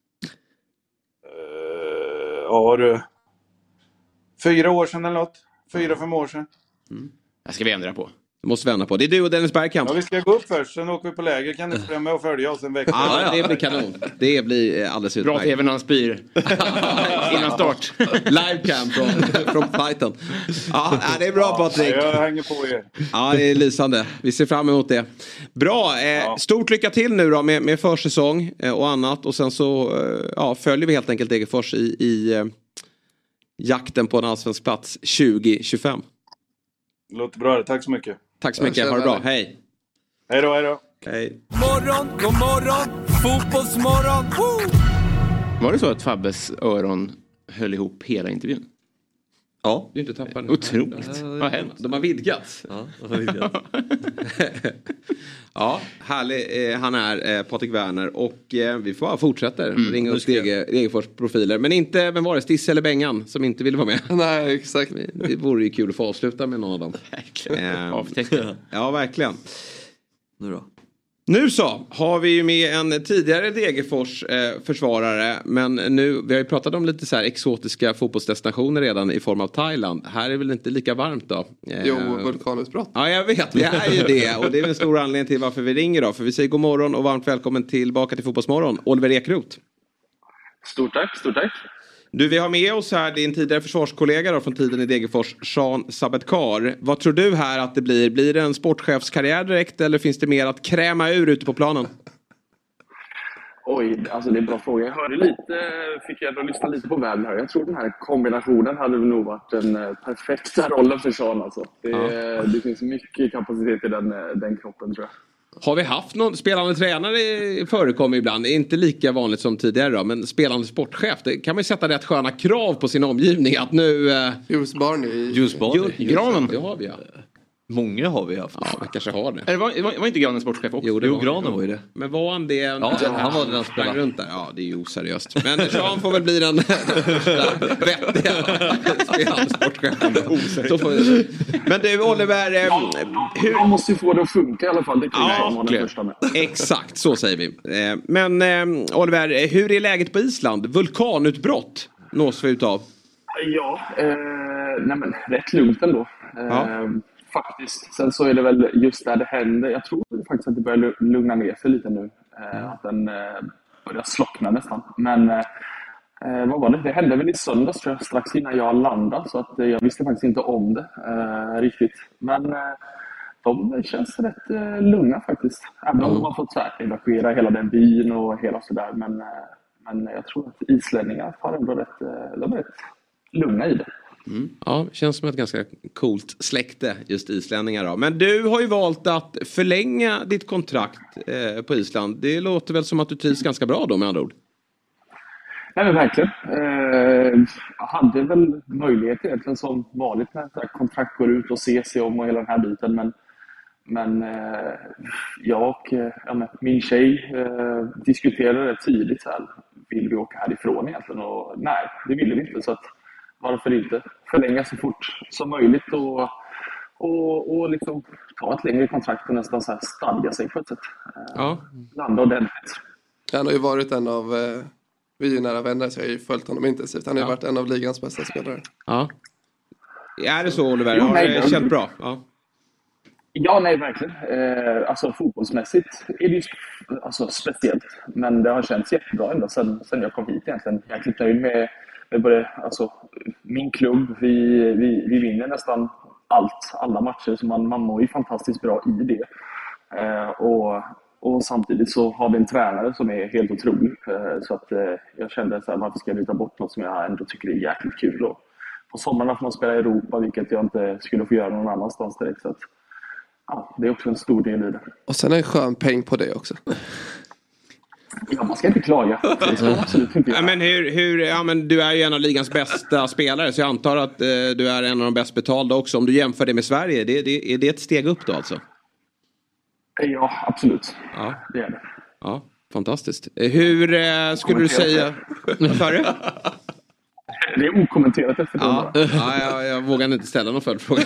Ja, du. 4 år sedan eller något. 4-5 år sedan. Jag ska vi ändra på. Det måste vända på. Det är du och Dennis Bergkamp. Ja, vi ska gå upp först. Sen åker vi på läger. Kan ni följa med och följa oss en vecka? Ja, det blir kanon. Det blir alldeles utmärkt. Bra tv när han spyr. Innan start. Livecam från fighten. Ja, det är bra, Patrik. Ja, jag hänger på er. Ja, det är lysande. Vi ser fram emot det. Bra. Stort lycka till nu då med försäsong och annat. Och sen så följer vi helt enkelt Degerfors i jakten på en allsvensk plats 2025. Det låter bra. Tack så mycket. Tack så mycket. Ha det bra. Hej. Hej då. Hej. God morgon. Fotbollsmorgon. Woo! Var det så att Fabbes öron höll ihop hela intervjun? Ja, det är inte tappande. Otroligt. Vad hänt? De har vidgats. Ja, de har vidgats. Ja, härlig han är Patrik Werner. Och vi får fortsätta ringa upp Degerfors profiler. Men inte, vem var det? Stisse eller Bengan som inte ville vara med? Nej, exakt. Det vore ju kul att få avsluta med någon av dem. Ja, verkligen. Nu då? Nu så har vi ju med en tidigare Degerfors försvarare. Men nu, vi har ju pratat om lite så här exotiska fotbollsdestinationer redan i form av Thailand. Här är väl inte lika varmt då? Jo, vulkanutbrott. Ja, jag vet, vi är ju det. Och det är en stor anledning till varför vi ringer då. För vi säger god morgon och varmt välkommen tillbaka till Fotbollsmorgon. Oliver Ekroth. Stort tack. Du, vi har med oss här din tidigare försvarskollega då, från tiden i Degerfors, Sean Sabetkar. Vad tror du här att det blir? Blir det en sportchefskarriär direkt eller finns det mer att kräma ur ute på planen? Oj, alltså det är en bra fråga. Jag hörde fick jag lyssna lite på världen här. Jag tror den här kombinationen hade nog varit den perfekta rollen för Sean alltså. Det finns mycket kapacitet i den kroppen tror jag. Har vi haft någon spelande tränare förekommer ibland? Det är inte lika vanligt som tidigare då, men spelande sportchef, det kan man ju sätta rätt sköna krav på sin omgivning att nu... Jules Barney. Granen. Det har vi, ja. Många har vi haft. Ja, man kanske har det. Var inte Granen sportchef också? Jo, Granen var ju det. Men var han det? Ja, han var den sprang runt där. Ja, det är ju oseriöst. Men Sean får väl bli den vettiga spelande sportchefen. Men du, Oliver... Man måste ju få det att funka i alla fall. Det kan ju vara den första med. Exakt, så säger vi. Men Oliver, hur är läget på Island? Vulkanutbrott nås vi utav. Ja, nej men rätt lugnt ändå. Faktiskt. Sen så är det väl just där det händer. Jag tror faktiskt att det börjar lugna ner sig lite nu. Att den börjar slockna nästan. Men vad var det? Det hände väl i söndags tror jag, strax innan jag landade. Så att jag visste faktiskt inte om det riktigt. Men de känns rätt lugna faktiskt. Även om de har fått evakuera hela den byn och hela sådär. Men jag tror att islänningar har ändå de är rätt lugna i det. Mm. Ja, känns som ett ganska coolt släkte just islänningar då. Men du har ju valt att förlänga ditt kontrakt på Island. Det låter väl som att du trivs ganska bra då med andra ord? Nej men verkligen. Jag hade väl möjlighet egentligen som vanligt när ett kontrakt går ut och ser sig om och hela den här biten. Men jag och min tjej diskuterade det tidigt så här. Vill vi åka härifrån egentligen? Och nej, det ville vi inte. Så att, varför inte förlänga så fort som möjligt och liksom ta ett längre kontrakt och nästan så här stadga sig på ett sätt. Landa ordentligt. Han har ju varit en av, vi är nära vänner så jag har ju följt honom intensivt. Han har ju varit en av ligans bästa spelare. Ja. Är det så Oliver? Har det känt bra? Ja, nej verkligen. Alltså fotbollsmässigt är det ju speciellt. Men det har känts jättebra ända sen jag kom hit egentligen. Jag är lite nöjd med både, alltså, min klubb. Vi vinner nästan alla matcher. Så man mår ju fantastiskt bra i det. Och samtidigt så har vi en tränare som är helt otrolig. Så att jag kände så här, varför ska jag byta bort något som jag ändå tycker är jäkligt kul. Och på sommarna får man spela i Europa, vilket jag inte skulle få göra någon annanstans direkt. Så att, ja, det är också en stor del i det. Och sen är en skön peng på det också. Ja, man ska inte klaga. Det ska absolut inte göra. Men du är ju en av ligans bästa spelare, så jag antar att du är en av de bäst betalda också. Om du jämför det med Sverige, är det ett steg upp då alltså? Ja, absolut. Ja. Det är det. Ja, fantastiskt. Hur skulle du säga... Sorry? Det är okommenterat efter det. Jag vågar inte ställa någon följdfråga.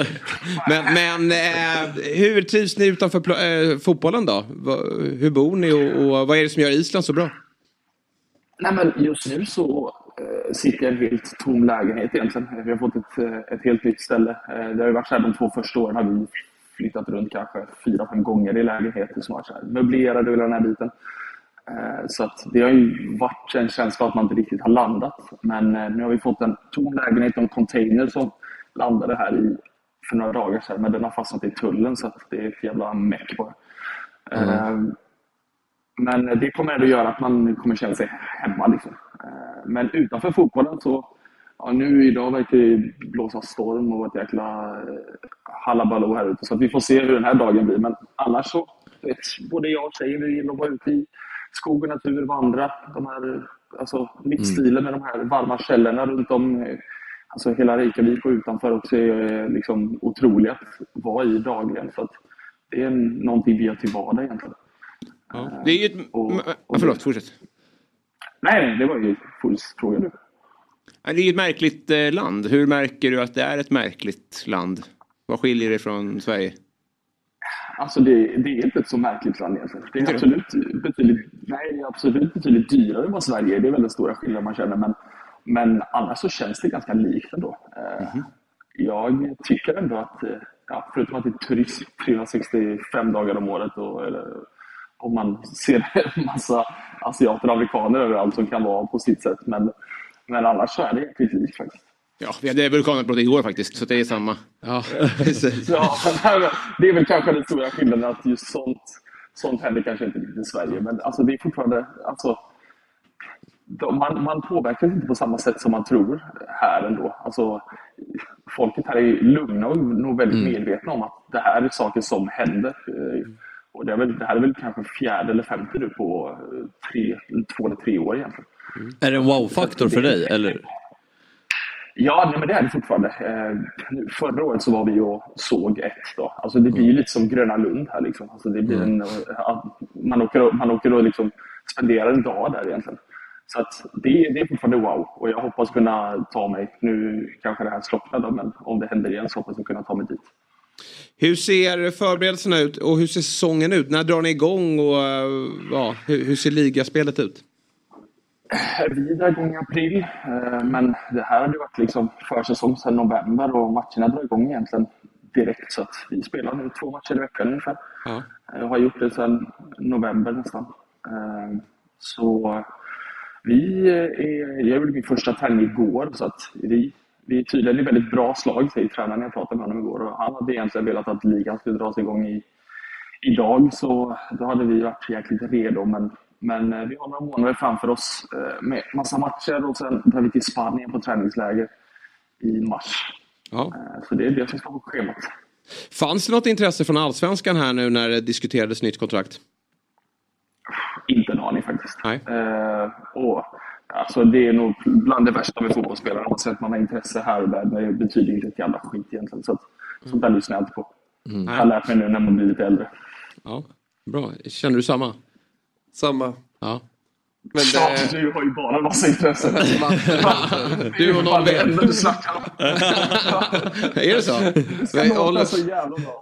men hur trivs ni utanför fotbollen då? Hur bor ni och vad är det som gör Island så bra? Nej, men just nu så sitter jag i en helt tom lägenhet egentligen. Vi har fått ett helt nytt ställe. Det har ju varit så här de 2 första åren har vi flyttat runt kanske 4-5 gånger i lägenheten som har så här möblerade och den här biten. Så att det har ju varit en känsla att man inte riktigt har landat. Men nu har vi fått en tom lägenhet och en container som landade här för några dagar sedan. Men den har fastnat i tullen så att det är ett jävla meck på det. Men det kommer ändå göra att man kommer känna sig hemma liksom. Men utanför fotbollen så nu idag verkar det blåsa storm och ett jäkla halabaloo här ute. Så att vi får se hur den här dagen blir. Men annars så både jag och tjejen vi vill vara ute i skog och natur, vandra. De här, alltså livsstilen med de här varma källorna runt om. Alltså hela Reykjavik och utanför också är liksom otroligt att vara i dagligen. Så att det är någonting vi gör till vardag egentligen. Ja. Det är ju ett... förlåt, fortsätt. Nej, det var ju full fråga nu. Det är ju ett märkligt land. Hur märker du att det är ett märkligt land? Vad skiljer det från Sverige? Alltså det är inte ett så märkligt land egentligen. Det är absolut betydligt dyrare än vad Sverige är. Det är väldigt stora skillnader man känner. Men annars så känns det ganska likt ändå. Jag tycker ändå att, förutom att det är turism 365 dagar om året och man ser en massa asiater och amerikaner överallt som kan vara på sitt sätt. Men annars så är det jäkligt likt faktiskt. Ja, vi hade vulkanutbrott igår faktiskt, så det är samma. Ja, precis. Ja, det är väl kanske den stora skillnaden att just sånt händer kanske inte i Sverige. Men alltså det är fortfarande, alltså, man påverkas inte på samma sätt som man tror här ändå. Alltså, folket här är lugna och nog väldigt medvetna om att det här är saker som händer. Och det här är väl kanske 4:e eller 5:e nu på 2 eller 3 år egentligen. Är det en wow-faktor för dig, eller? Ja, men det är det fortfarande. Förra året så var vi och såg då. Alltså det blir ju lite som Gröna Lund här liksom. Alltså det blir man åker och liksom spenderar en dag där egentligen. Så att det är fortfarande wow. Och jag hoppas kunna ta mig, nu kanske det här slocknar då, men om det händer igen så hoppas jag kunna ta mig dit. Hur ser förberedelserna ut och hur ser säsongen ut? När drar ni igång och hur ser ligaspelet ut? Vi drar igång i april, men det här hade varit liksom försäsong sedan november och matcherna drar igång egentligen direkt, så att vi spelar nu 2 matcher i veckan ungefär. Ja. Jag har gjort det sedan november nästan. Så jag gjorde min första träning igår, så att vi är tydligen i väldigt bra slag, säger tränaren. Jag pratade med honom igår och han hade egentligen velat att ligan skulle dras igång idag, så då hade vi varit jäkligt redo, men vi har några månader framför oss med massa matcher och sen drar vi till Spanien på träningsläger i mars. Ja. Så det är det som står på schemat. Fanns det något intresse från Allsvenskan här nu när det diskuterades nytt kontrakt? Inte en aning faktiskt. Nej. Alltså det är nog bland det värsta med fotbollsspelare. Man säger att man har intresse här och där, men det betyder inte ett jävla skit egentligen. Så sånt där lyssnar jag inte på. Jag har lärt mig nu när man blir lite äldre. Ja, bra. Känner du samma? Samma. Ja. Men du har ju bara massa intressen. Du och någon vet. Du snackar om. Är det så? Det ska låta så jävla bra.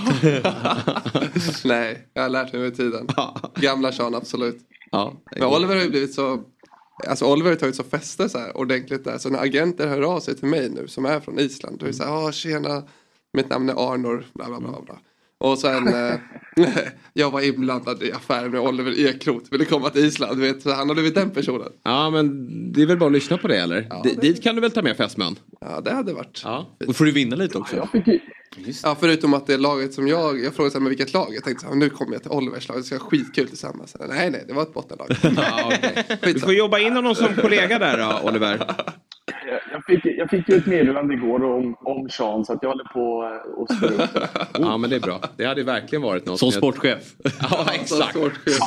Nej, jag har lärt mig med tiden. Gamla Sean, absolut. Ja, men Oliver har ju blivit så... Alltså Oliver har tagit så fäste så här ordentligt där. Så när agenter hör av sig till mig nu som är från Island, då är det så här, tjena, mitt namn är Arnor, bla bla bla bla. Och sen, jag var inblandad i affären med Oliver Ekroth. Ville komma till Island, vet, så han har blivit den personen. Ja, men det är väl bara att lyssna på det, eller? Ja, dit kan du väl ta med fästmön? Ja, det hade varit. Ja. Och får du vinna lite också. Ja, förutom att det laget som jag frågade så här, med vilket lag. Jag tänkte så här, nu kommer jag till Olivers lag, det ska vara skitkul tillsammans. Nej, det var ett bottenlag. Ja, okay. Du får jobba in honom som kollega där då, Oliver. Jag fick ju ett meddelande igår om Sean, så att jag håller på och spela upp det. Ja, men det är bra. Det hade verkligen varit något. Som sportchef. Ja, exakt.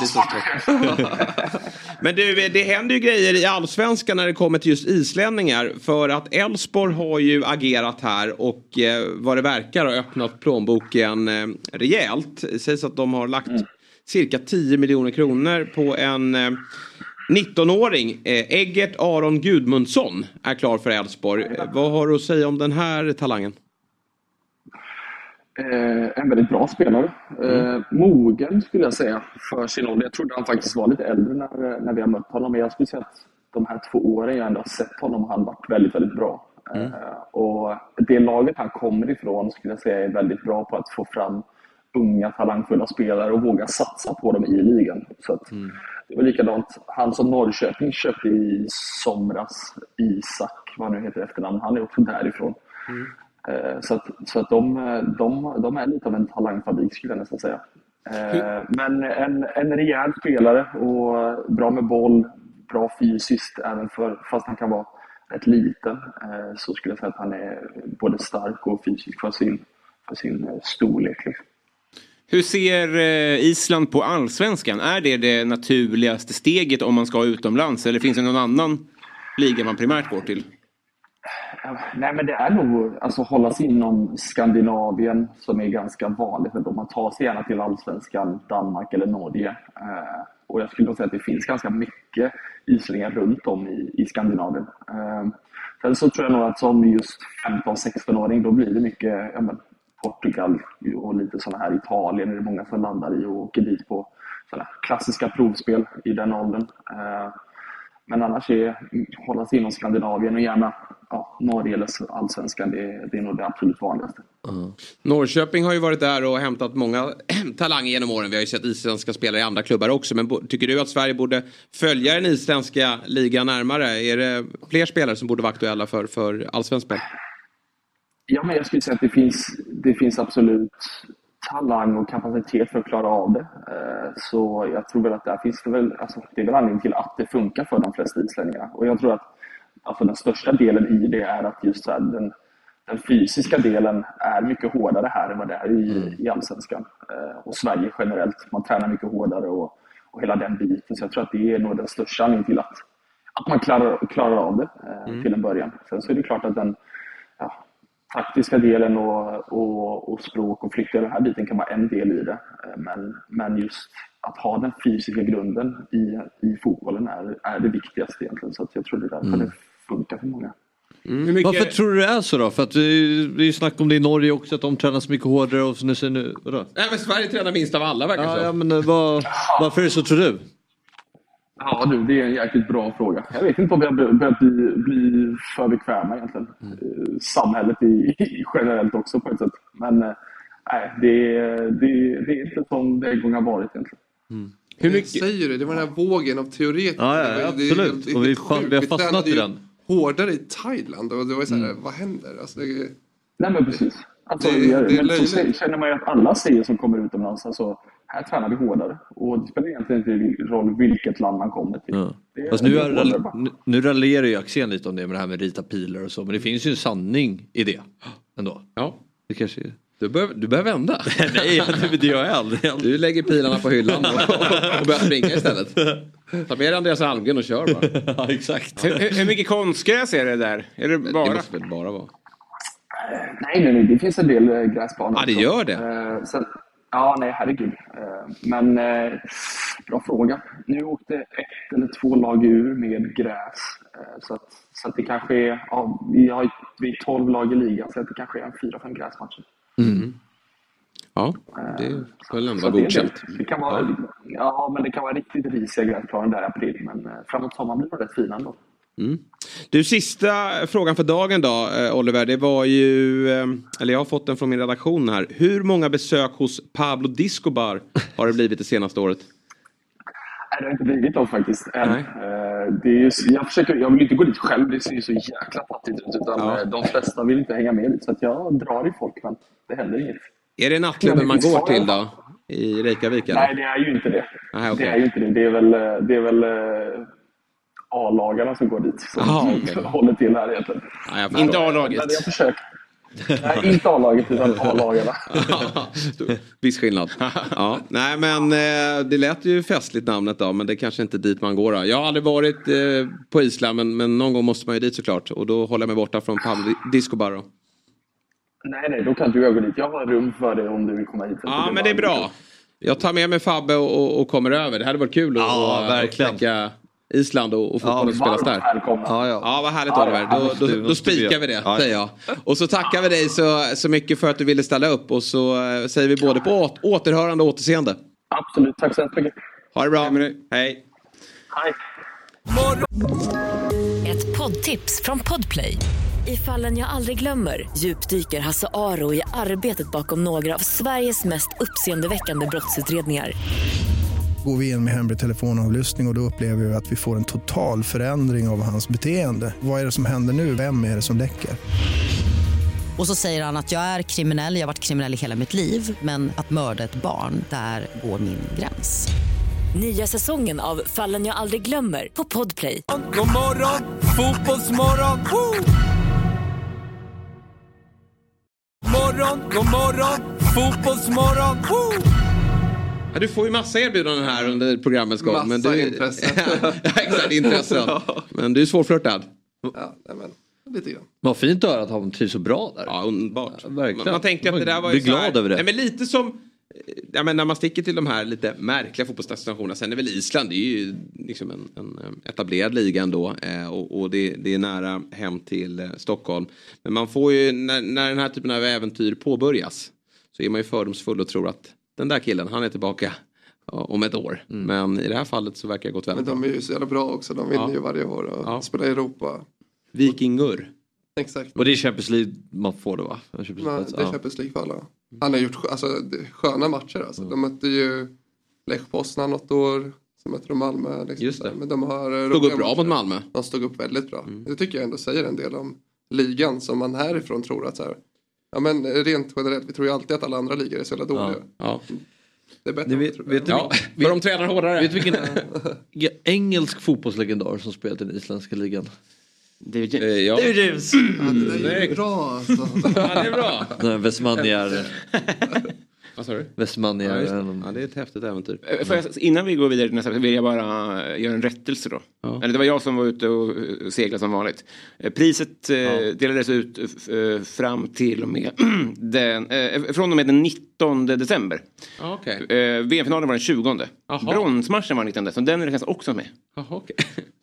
Men du, det händer ju grejer i Allsvenskan när det kommer till just islänningar. För att Elfsborg har ju agerat här och vad det verkar har öppnat plånboken rejält. Det sägs att de har lagt cirka 10 miljoner kronor på en 19-åring. Eggert Aron Gudmundsson är klar för Elfsborg. Vad har du att säga om den här talangen? En väldigt bra spelare. Mogen skulle jag säga för sin ålder. Jag trodde han faktiskt var lite äldre när vi har mött honom. Men jag skulle säga att de här 2 åren jag ändå har sett honom har han varit väldigt, väldigt bra. Och det laget han kommer ifrån skulle jag säga är väldigt bra på att få fram unga talangfulla spelare och våga satsa på dem i ligan. Så att det var likadant. Han som Norrköping köpte i somras, Isak, vad nu heter efternamn, han är också därifrån. Så att de är lite av en talangfabrik skulle jag nästan säga. Men en rejäl spelare och bra med boll, bra fysiskt även fast han kan vara rätt liten, så skulle jag säga att han är både stark och fysisk för sin storlek. Liksom. Hur ser Island på Allsvenskan? Är det naturligaste steget om man ska utomlands? Eller finns det någon annan liga man primärt går till? Nej, men det är nog alltså hålla sig inom Skandinavien som är ganska vanligt. Att man tar sig gärna till Allsvenskan, Danmark eller Norge. Och jag skulle nog säga att det finns ganska mycket islänningar runt om i Skandinavien. Sen så tror jag nog att som just 15-16-åring då blir det mycket Portugal och lite sådana här Italien är det många som landar i och åker dit på sådana klassiska provspel i den åldern. Men annars hålla sig inom Skandinavien och gärna Norge eller Allsvenskan, det är nog det absolut vanligaste. Norrköping har ju varit där och hämtat många talanger genom åren. Vi har ju sett isländska spelare i andra klubbar också. Men tycker du att Sverige borde följa den isländska ligan närmare? Är det fler spelare som borde vara aktuella för allsvensk spel? Ja, men jag skulle säga att det finns absolut talang och kapacitet för att klara av det. Så jag tror väl att där finns det väl, alltså, det är väl anledningen till att det funkar för de flesta islänningarna. Och jag tror att alltså, den största delen i det är att just så här, den fysiska delen är mycket hårdare här än vad det är i Allsvenskan. Och Sverige generellt. Man tränar mycket hårdare och hela den biten. Så jag tror att det är nog den största anledningen till att man klarar av det till en början. Sen så är det klart att den taktiska delen och språk och flytta den här biten kan vara en del i det. Men just att ha den fysiska grunden i fotbollen är det viktigaste egentligen. Så att jag tror det är därför det funkar för många. Varför tror du det är så då? För att det är ju snack om det i Norge också, att de tränar så mycket hårdare och nu vadå? Nej, men Sverige tränar minst av alla verkar så. Ja, men varför är det så, tror du? Ja du, det är en jäkligt bra fråga. Jag vet inte om vi har börjat bli för bekväma egentligen. Samhället generellt också på ett sätt. Men nej, det är inte som det en gång har varit egentligen. Hur mycket säger du? Det var den här vågen av teoretiker. Ja, absolut. Och vi har fastnat i den. Hårdare i Thailand. Och det var så här, vad händer? Alltså, Nej men precis. Alltså, så känner man ju att alla serier som kommer utomlands, alltså, här tränar vi hårdare. Och det spelar egentligen inte roll vilket land man kommer till. Ja. Fast nu raljerar ju Axén lite om det med det här med rita pilar och så. Men det finns ju en sanning i det ändå. Ja. Det kanske är... Du bör vända. Nej, det gör jag aldrig. Du lägger pilarna på hyllan och börjar springa istället. Ta med Andreas Almgren och kör bara. Ja, exakt. Hur mycket konstgräs är det där? Är det bara? Det måste väl bara vara. Nej, det finns en del gräsbanor. Ja, det gör det. Sen, nej, herregud. Men bra fråga. Nu åkte 1 eller 2 lag ur med gräs. Så att det kanske är, vi är 12 lag i ligan, så att det kanske är 4-5 gräsmatcher. Ja, det får väl ändå vara godkänt. Det kan vara, men det kan vara riktigt risiga gräsplaner där i april. Men framåt sommaren blir det rätt fina ändå. Du, sista frågan för dagen då, Oliver. Det var ju, eller jag har fått den från min redaktion här. Hur många besök hos Pablo Discobar har det blivit det senaste året? Nej, det har inte blivit dem faktiskt än. Det är jag vill inte gå dit själv, det ser ju så jäkla fattigt ut. Utan de flesta vill inte hänga med dit, så att jag drar i folk, men det händer inget. Är det nattklubben man går till då? I Reykjavik? Eller? Nej, det är ju inte det. Aha, okay. Det är ju inte det. Det är väl A-lagarna som går dit. Som håller till här egentligen. Inte A-laget. Men jag försöker. Nej, inte A-laget utan A-lagarna. Viss skillnad. Ja. Nej, men det lät ju festligt namnet då. Men det är kanske inte dit man går då. Jag har aldrig varit på Island, men någon gång måste man ju dit såklart. Och då håller jag mig borta från Pablo Discobar då. Nej, då kan du gå dit. Jag har rum för dig om du vill komma hit. Ja, men det är bra. Jag tar med mig Fabbe och kommer över. Det hade varit kul att knäcka Island och fotbollen spelas där. Ja, vad härligt Oliver. Då spikar vi det, säger jag. Och så tackar vi dig så mycket för att du ville ställa upp. Och så säger vi både på återhörande och återseende. Absolut, tack så mycket. Ha det bra. Hej. Hej. Ett poddtips från Podplay. I Fallen jag aldrig glömmer djupdyker Hasse Aro i arbetet bakom några av Sveriges mest uppseendeväckande brottsutredningar. Går vi in med hemlig telefonavlyssning och då upplever vi att vi får en total förändring av hans beteende. Vad är det som händer nu? Vem är det som läcker? Och så säger han att jag är kriminell, jag har varit kriminell i hela mitt liv. Men att mörda ett barn, där går min gräns. Nya säsongen av Fallen jag aldrig glömmer på Podplay. God morgon, fotbollsmorgon. God morgon, fotbollsmorgon. Ja, du får ju massa erbjudanden här under programmets gång. Massa intressen. Exakt, intressen. Men du är svårflörtad. Ja, men lite grann. Vad fint att höra att han trivs så bra där. Ja, underbart. Ja, verkligen. Man tänkte att det där var ju så här, glad över det. Nej, men lite som när man sticker till de här lite märkliga fotbollsdestinationerna. Sen är väl Island, det är ju liksom en etablerad liga ändå. Och det är nära hem till Stockholm. Men man får ju, när den här typen av äventyr påbörjas, så är man ju fördomsfull och tror att den där killen, han är tillbaka om ett år. Men i det här fallet så verkar det gått väldigt bra. Men de är ju så jävla bra också. De vinner ju varje år och spelar i Europa. Vikingur. Exakt. Och det är Champions League man får det, va? Det är Champions League för alla. Han har gjort sköna matcher. Alltså. De mötte ju Lech Poznan något år. Så mötte de Malmö. Liksom. Just det. Men de har stod upp bra mot Malmö. De stod upp väldigt bra. Det tycker jag ändå säger en del om ligan. Som man härifrån tror att så här. Ja, men rent generellt, vi tror ju alltid att alla andra ligor är så jävla dåliga. Ja. Det är bättre. För de tränar hårdare. Vet du vilken engelsk fotbollslegendar som spelat i den isländska ligan? David James. Det är bra alltså. Ja, det är bra. Westmanier. Vad sa du? Westmanier. Ja, det är ett häftigt äventyr. Innan vi går vidare nästa vill jag bara göra en rättelse då. Ja. Eller det var jag som var ute och seglade som vanligt. Priset delades ut fram till och med från och med den 19 december. Okay. VM-finalen var den 20. Bronsmatchen var den 19. Så den räknas också med. Okay.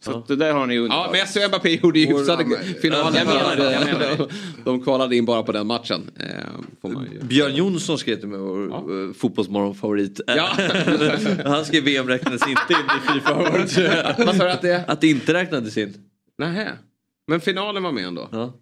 Så det där har ni undantag. Ja, Messi och Mbappé gjorde ju hyfsade finaler. Jag menar. De kvalade in bara på den matchen. Får man ju. Björn Jonsson skrev till mig, vår fotbollsmorgonfavorit. Ja. Han skrev VM räknades inte in i FIFA. Vad sa du att det? Att det inte räknades in. Nähä. Men finalen var med ändå. Ja.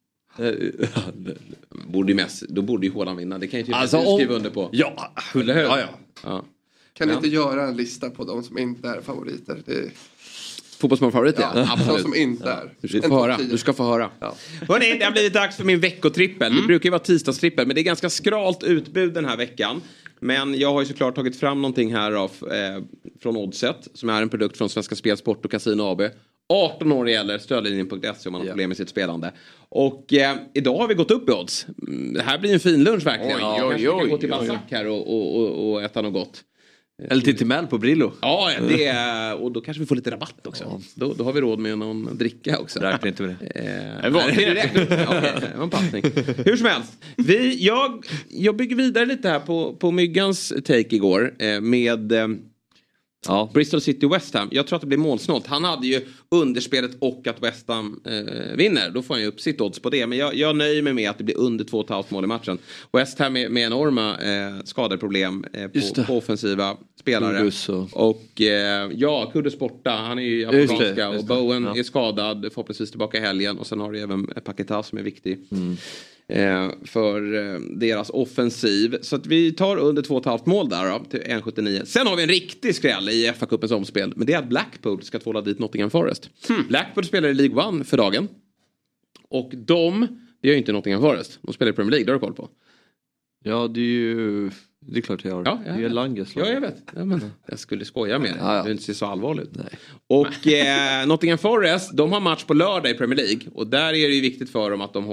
Då borde ju Haaland vinna. Det kan ju alltså, du skriva under på. Ja, eller hur? Ja. Kan ni inte göra en lista på de som inte är favoriter? Fotbollsmålfavorit, absolut. De som inte är. Du ska få höra. Ja. Hörrni, det har blivit dags för min veckotrippel. Det brukar ju vara tisdagstrippel, men det är ganska skralt utbud den här veckan. Men jag har ju såklart tagit fram någonting här från Oddset, som är en produkt från Svenska Spel, Sport och Casino AB. 18 år gäller, stödlinjen.se om man har problem med sitt spelande. Och idag har vi gått upp i odds. Det här blir en fin lunch verkligen. Kanske vi kan gå till Balzac här och äta något gott. Eller till Timell på Brillo. Ja, och då kanske vi får lite rabatt också. Då har vi råd med någon dricka också. Räknar inte med det. En passning. Hur som helst. Jag bygger vidare lite här på Myggans take igår med Bristol City West Ham. Jag tror att det blir målsnålt. Han hade ju underspelet och att West Ham vinner. Då får han ju upp sitt odds på det. Men jag nöjer mig med att det blir under 2,5 mål i matchen. West Ham med enorma skadeproblem på offensiva spelare. Och Kudus borta. Han är ju afrikanska. Och Bowen är skadad. Förhoppningsvis tillbaka i helgen. Och sen har du även Paquetá som är viktig. För deras offensiv. Så att vi tar under 2,5 mål där då, till 1,79. Sen har vi en riktig skräll i FA-cupens omspel. Men det är att Blackpool ska tvåla dit Nottingham Forest. Blackpool spelar i League 1 för dagen. Och det gör ju inte Nottingham Forest. De spelar i Premier League, det har du koll på. Ja, det är klart jag har. Ja, det är Langes. Ja, jag vet. Jag skulle skoja med det. Ja. Det inte ser så allvarligt. Nej. Och Nottingham Forest, de har match på lördag i Premier League. Och där är det ju viktigt för dem att de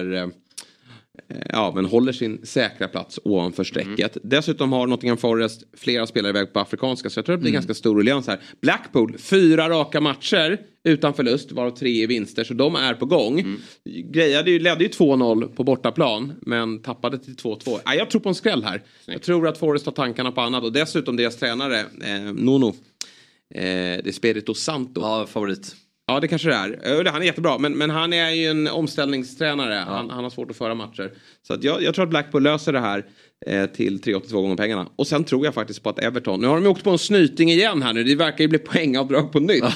håller sin säkra plats ovanför strecket. Dessutom har Nottingham Forest flera spelare iväg på afrikanska, så jag tror det blir ganska stor ruljans här. Blackpool, 4 raka matcher utan förlust, varav 3 i vinster, så de är på gång. Ledde ju 2-0 på bortaplan, men tappade till 2-2. Jag tror på en skräll här. Jag tror att Forest har tankarna på annat, och dessutom deras tränare Nuno det är Spirito Santo. Ja, favorit. Ja, det kanske det är. Han är jättebra. Men han är ju en omställningstränare. Han har svårt att föra matcher. Så att jag tror att Blackpool löser det här till 3,82 gånger pengarna. Och sen tror jag faktiskt på att Everton. Nu har de ju åkt på en snyting igen här nu. Det verkar ju bli poängavdrag på nytt.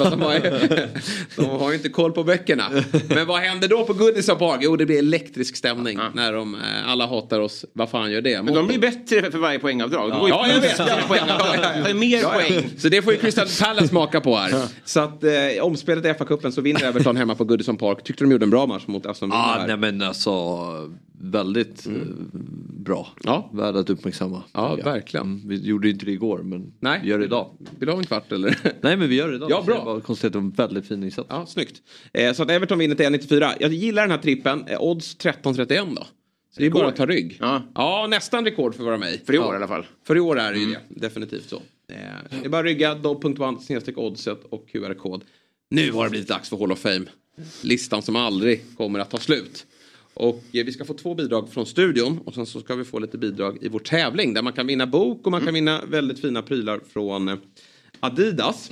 De har ju inte koll på böckerna. Men vad händer då på Goodison Park? Jo, det blir elektrisk stämning. När alla hatar oss. Vad fan gör det? Men de blir bättre för varje poängavdrag. Ja, jag vet. Mer poäng. Så det får ju Crystal Palace smaka på här. Så att omspelet i FA-cupen så vinner Everton hemma på Goodison Park. Tyckte de gjorde en bra match mot Aston Villa här. Nej, men alltså väldigt bra. Ja. Värd att uppmärksamma. Ja, verkligen. Vi gjorde inte det igår, men vi gör det idag. Vill du ha en kvart eller? Nej, men vi gör det idag. Ja, bra. Det var konstigt, en väldigt fin insats. Ja, snyggt. Så att Everton vinner till 1,94. Jag gillar den här trippen. Odds 13,31 då. Så det är bara att ta rygg. Ja, nästan rekord för att vara med. För i år i alla fall. För i år är det ju det. Definitivt så. Det är bara rygga dobb.1/oddset och QR-kod. Nu har det blivit dags för Hall of Fame. Listan som aldrig kommer att ta slut. Och vi ska få 2 bidrag från studion. Och sen så ska vi få lite bidrag i vår tävling. Där man kan vinna bok och man kan vinna väldigt fina prylar från Adidas.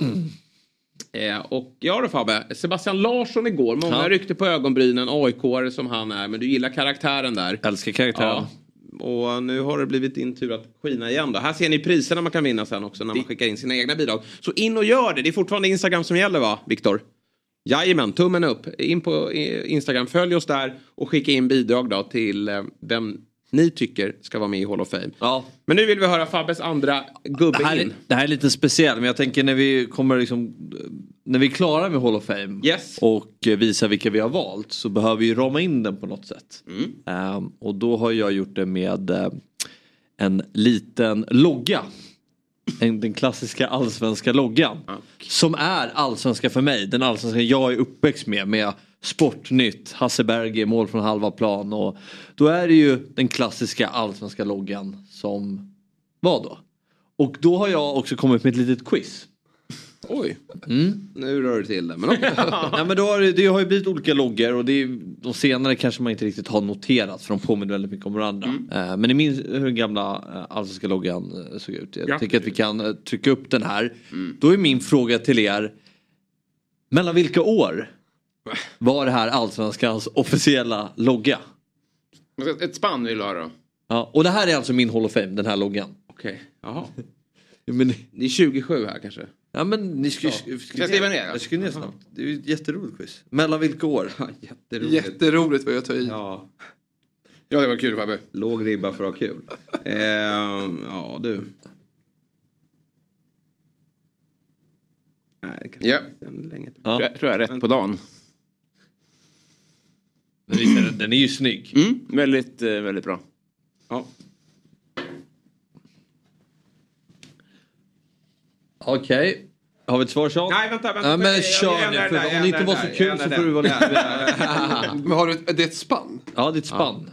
Och ja då Fabbe, Sebastian Larsson igår. Många ryckte på ögonbrynen, AIK som han är. Men du gillar karaktären där. Älskar karaktären. Ja. Och nu har det blivit din tur att skina igen då. Här ser ni priserna man kan vinna sen också när man skickar in sina egna bidrag. Så in och gör det. Det är fortfarande Instagram som gäller, va, Viktor? Jajamän, tummen upp. In på Instagram, följ oss där och skicka in bidrag då till vem ni tycker ska vara med i Hall of Fame. Ja. Men nu vill vi höra Fabbes andra gubbe in. Det här är lite speciellt, men jag tänker när vi kommer när vi är klara med Hall of Fame och visar vilka vi har valt, så behöver vi rama in den på något sätt. Och då har jag gjort det med en liten logga. Den klassiska allsvenska loggan. Som är allsvenska för mig. Den allsvenska jag är uppväxt med Sportnytt, Hasse Berger, mål från halva plan. Och då är det ju den klassiska allsvenska loggan som var då. Och då har jag också kommit med ett litet quiz. Oj, nu rör du till det. Men ja, men det har ju blivit olika loggor. Och de senare kanske man inte riktigt har noterat. För de påminner väldigt mycket om varandra. Men ni minns hur den gamla allsvenska loggan såg ut. Jag tycker att vi kan trycka upp den här. Då är min fråga till er: Mellan vilka år var det här Allsvenskans officiella logga? Ett spann vill du ha då? Ja, och det här är alltså min Hall of Fame, den här loggan. Okej, jaha. Men, det är 27 här kanske. Ja men ni ska skriva ner. Jag skriver ner snabbt. Det är ju ett jätteroligt quiz. Mellan vilka år? Jätteroligt vad jag tar i. Ja. Ja, det var kul Fabbe. Låg ribba för att ha kul. Ja du. Nej, ja. Länge. Ja. Jag tror jag är rätt på dagen. Den är ju snygg. Väldigt, väldigt bra. Ja. Okej. Har vi ett svar, Sean? Nej, vänta. Ja, men kör nu. Om det inte var så kul så får du vara lite... Men har du det är ett spann? Ja, det är ett spann.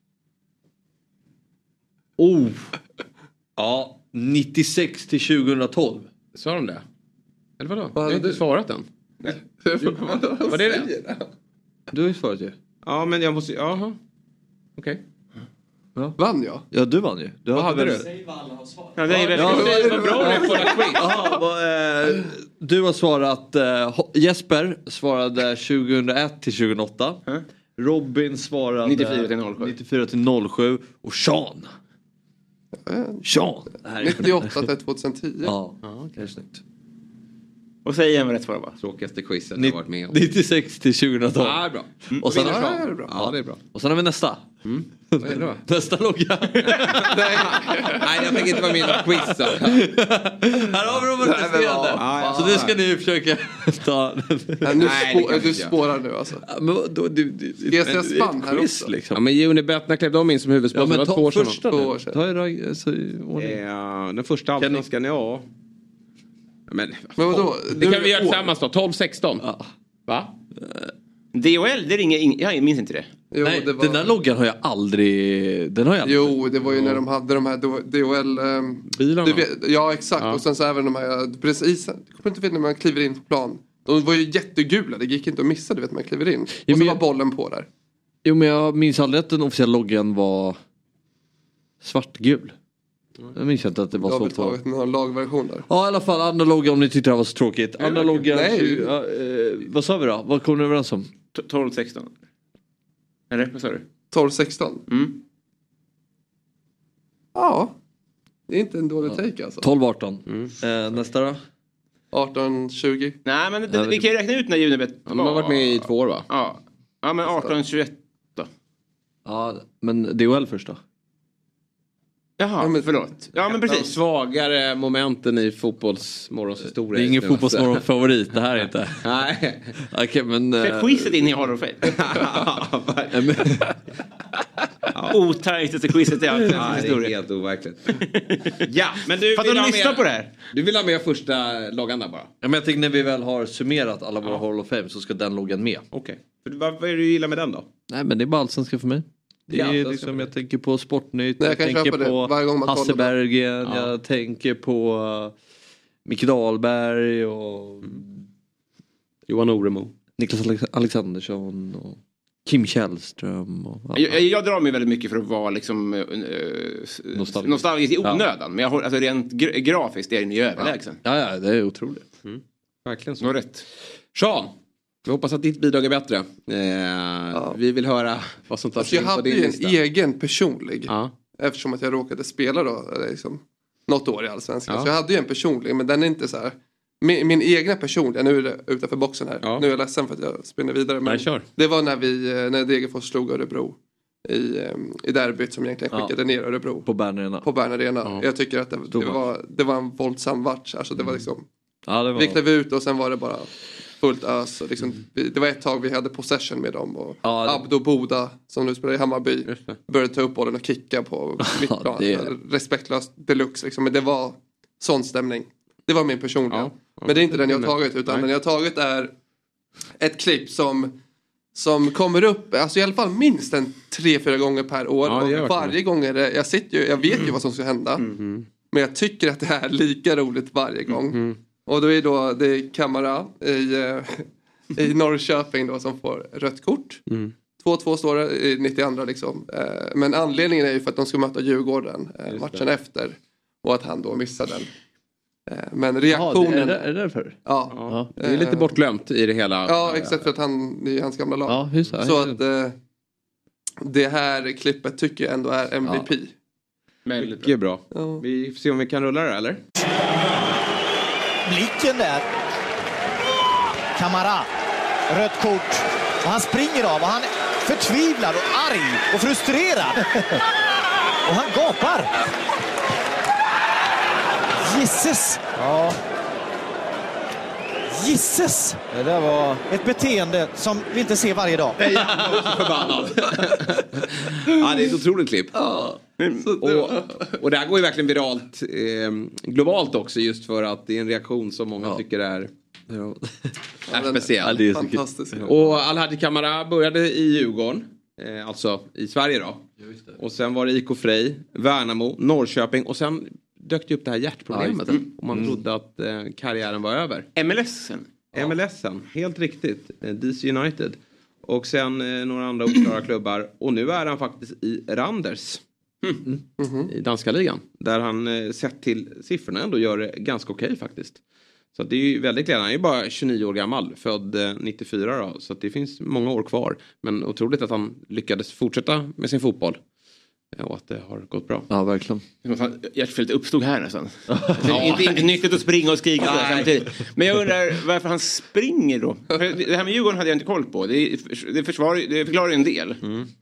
Ja, 96 till 2012. Sa de det? Eller vadå? Jag har inte svarat än. Vad är det? Du har ju svarat ju. Ja, men jag måste... Jaha. Okej. Ja. Vann jag? Ja, du vann ju. Vad hade du? Säg vad alla har svarat. Ja, det är väldigt bra det på det quiz. Du har svarat... Jesper svarade 2001 till 2008. Robin svarade... 94 till 07. 94 till 07. Och Sean. Sean. 98 till 2010. Ja, det är snyggt. Och säg igen vad rätt svar var. Tråkigaste quizet jag har varit med om. 96 till 2012. Ja, bra. Och sen, det är bra. Ja, det är bra. Och sen har vi nästa. Vad är det då? Nästa logga. Nej, jag tänker inte vara med i något quiz. Här har vi de resterande. Så nu ska ni försöka ta... Du spårar nu alltså. Jag ser spann här också. Liksom. Ja, men Unibet klev de in som huvudsponsor. Ja, men ta första den första allsvenskan, ja. Men vadå? Det kan vi göra tillsammans då. 12-16. Ja. Va? DHL, det ringer jag minns inte det. Jo, nej, det var... den där loggan har jag aldrig... Jo, det var ju när de hade de här DHL... bilarna. Ja, exakt. Ja. Och sen så även de här... Precis, jag kommer inte ihåg när man kliver in på plan. De var ju jättegula. Det gick inte att missa, du vet, när man kliver in. Och så var bollen på där. Jo, men jag minns aldrig att den officiella loggan var svartgul. Jag minns inte att det var så. Jag har någon lagversion där. Ja, i alla fall andra loggan om ni tyckte det var så tråkigt. Andra loggan... vad sa vi då? Vad kom ni överens om? 12-16. Eller vad sa du? 12-16? Ja. Det är inte en dålig take alltså. 12-18. Nästa då? 18-20. Nej, men vi kan ju räkna ut när Unibet de har varit med i 2 år, va? Ja, men 18-21 då. Ja, men DHL först då? Jaha, men förlåt. Ja, men precis. Svagare momenten i fotbollsmorgons historia. Det är ingen fotbollsmorgons favorit, det här är inte. Nej. Okej, men... För quizet in i Hall of Fame. Otajtaste quizet i all historia. Det är helt overkligt. Ja, men du vill ha med på det här. Du vill ha med första loggan där bara. Ja, men jag tänker när vi väl har summerat alla våra Hall of Fame så ska den loggan med. Okej. Vad är det du gillar med den då? Nej, men det är bara allsvenska för mig. Det är liksom, jag tänker på Sportnytt, nej, jag tänker på Hassebergen, jag tänker på Micke Dahlberg och Johan Oremo, Niklas Alexandersson och Kim Källström. Och, jag drar mig väldigt mycket för att vara liksom nostalgisk i onödan. Men alltså rent grafiskt är den ju överlägsen. Ja, det är otroligt. Verkligen så. Du har rätt. Sean, vi hoppas att ditt bidrag är bättre. Vi vill höra vad som tar alltså, jag hade ju en egen personlig. Eftersom att jag råkade spela då liksom, något år i Allsvenskan. Så jag hade ju en personlig, men den är inte så här. Min egna personliga, nu är det utanför boxen här. Nu är jag ledsen för att jag spinner vidare. Men det var när Degerfors slog Örebro i derbyt som egentligen skickade ner Örebro. På Bern Arena. Jag tycker att det var en våldsam match. Alltså det var liksom... Vi klev ut och sen var det bara fullt ös. Och liksom, det var ett tag vi hade possession med dem. Och Abdo Boda, som nu spelar i Hammarby, började ta upp bollen och kicka på mittplan. Respektlöst deluxe. Liksom. Men det var sån stämning. Det var min personliga. Men det är inte den jag har tagit. Utan den jag har tagit är ett klipp som kommer upp, alltså i alla fall minst 3-4 gånger per år. Och varje gång är det, jag vet ju vad som ska hända. Men jag tycker att det är lika roligt varje gång. Och då är det är Kamara i Norrköping då som får rött kort. 2-2 står det i 92 liksom. Men anledningen är ju för att de ska möta Djurgården matchen efter. Och att han då missar den. Men reaktionen... Är det därför? Ja. Det är lite bortglömt i det hela. Ja, exakt för att det är hans gamla lag. Ja, hur så att det här klippet tycker jag ändå är MVP. Mycket bra. Ja. Vi får se om vi kan rulla det, eller? Blicken där. Kamara. Rött kort. Och han springer av och han är förtvivlad och arg och frustrerad. Och han gapar. Jesus! Ja. Jesus! Det där var ett beteende som vi inte ser varje dag. Nej, jag är också förbannad. Ja, det är ett otroligt klipp. Ja. Och det här går ju verkligen viralt globalt också, just för att det är en reaktion som många tycker är speciell. Det är fantastiskt. Och Al-Hadi Kamara började i Djurgården, alltså i Sverige då. Och sen var det IK Frej, Värnamo, Norrköping och sen dök det upp det här hjärtproblemet. Och man trodde att karriären var över. MLSen, helt riktigt. DC United. Och sen några andra oklara klubbar. Och nu är han faktiskt i Randers. I danska ligan. Där han sett till siffrorna ändå gör det ganska okej faktiskt. Så det är ju väldigt glädjande. Han är ju bara 29 år gammal. Född 94 då. Så det finns många år kvar. Men otroligt att han lyckades fortsätta med sin fotboll. Och att det har gått bra. Ja, verkligen. Hjärtfelet uppstod här nästan. Inte nyttigt att springa och skrika samtidigt. Men jag undrar varför han springer då. Det här med Djurgården hade jag inte koll på. Det förklarar ju en del.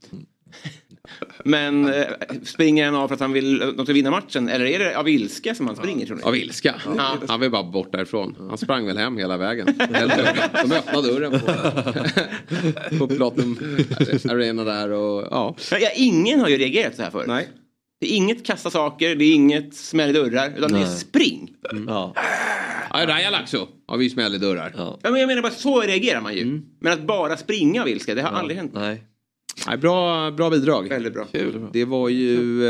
Men springer han av för att han vill vinna matchen? Eller är det av ilska som han springer, tror ni? Av ilska? Ja. Han vill bara bort därifrån. Han sprang väl hem hela vägen. De öppnade dörren på Platinum Arena där. Och, ja, ingen har ju reagerat så här förut. Nej. Det är inget kasta saker, det är inget smäll i dörrar. Utan det är spring. Ja, Raja Laxo har vi smäll i dörrar. Ja, men jag menar bara, så reagerar man ju. Men att bara springa av ilska, det har aldrig hänt. Nej. Nej, bra bidrag. Väldigt bra. Kul. Det var ju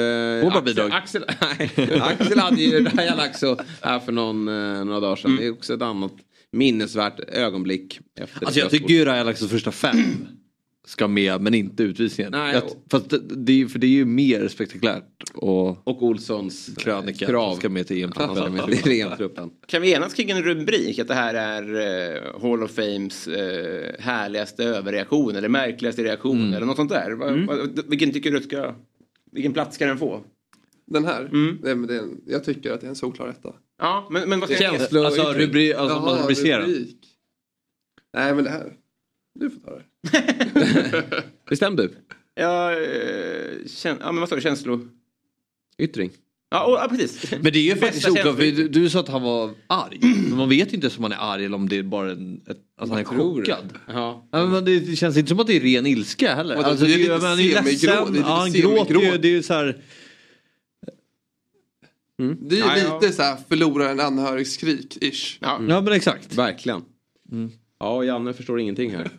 Axel hade ju Raja Laxo här för några dagar sedan. Det är också ett annat minnesvärt ögonblick. Alltså jag tycker ju Raja Laxos första 5 ska med, men inte utvisningen. Nej, för det är ju mer spektakulärt. Och Olssons krönika krav ska med till EM-truppen. Kan vi enas kring en rubrik att det här är Hall of Fames härligaste överreaktion eller märkligaste reaktion eller något sånt där? Vilken plats ska den få? Den här? Nej, men jag tycker att det är en solklar etta. Ja, men vad ska känslor? Alltså rubricera. Nej, men det här. Du får ta det. Bestäm du. Men vad sa du? Yttring. Ja, precis. Men det är ju faktiskt oklart. Du sa att han var arg. Men man vet inte om han är arg eller om det är bara att han är chockad. Ja. Men det känns inte som att det är ren ilska heller. Alltså, det är ledsen. Han gråter ju. Det är ju så här... Det är ju lite så här förlorar en anhörigskrik-ish. Ja, men exakt. Verkligen. Ja, Janne förstår ingenting här.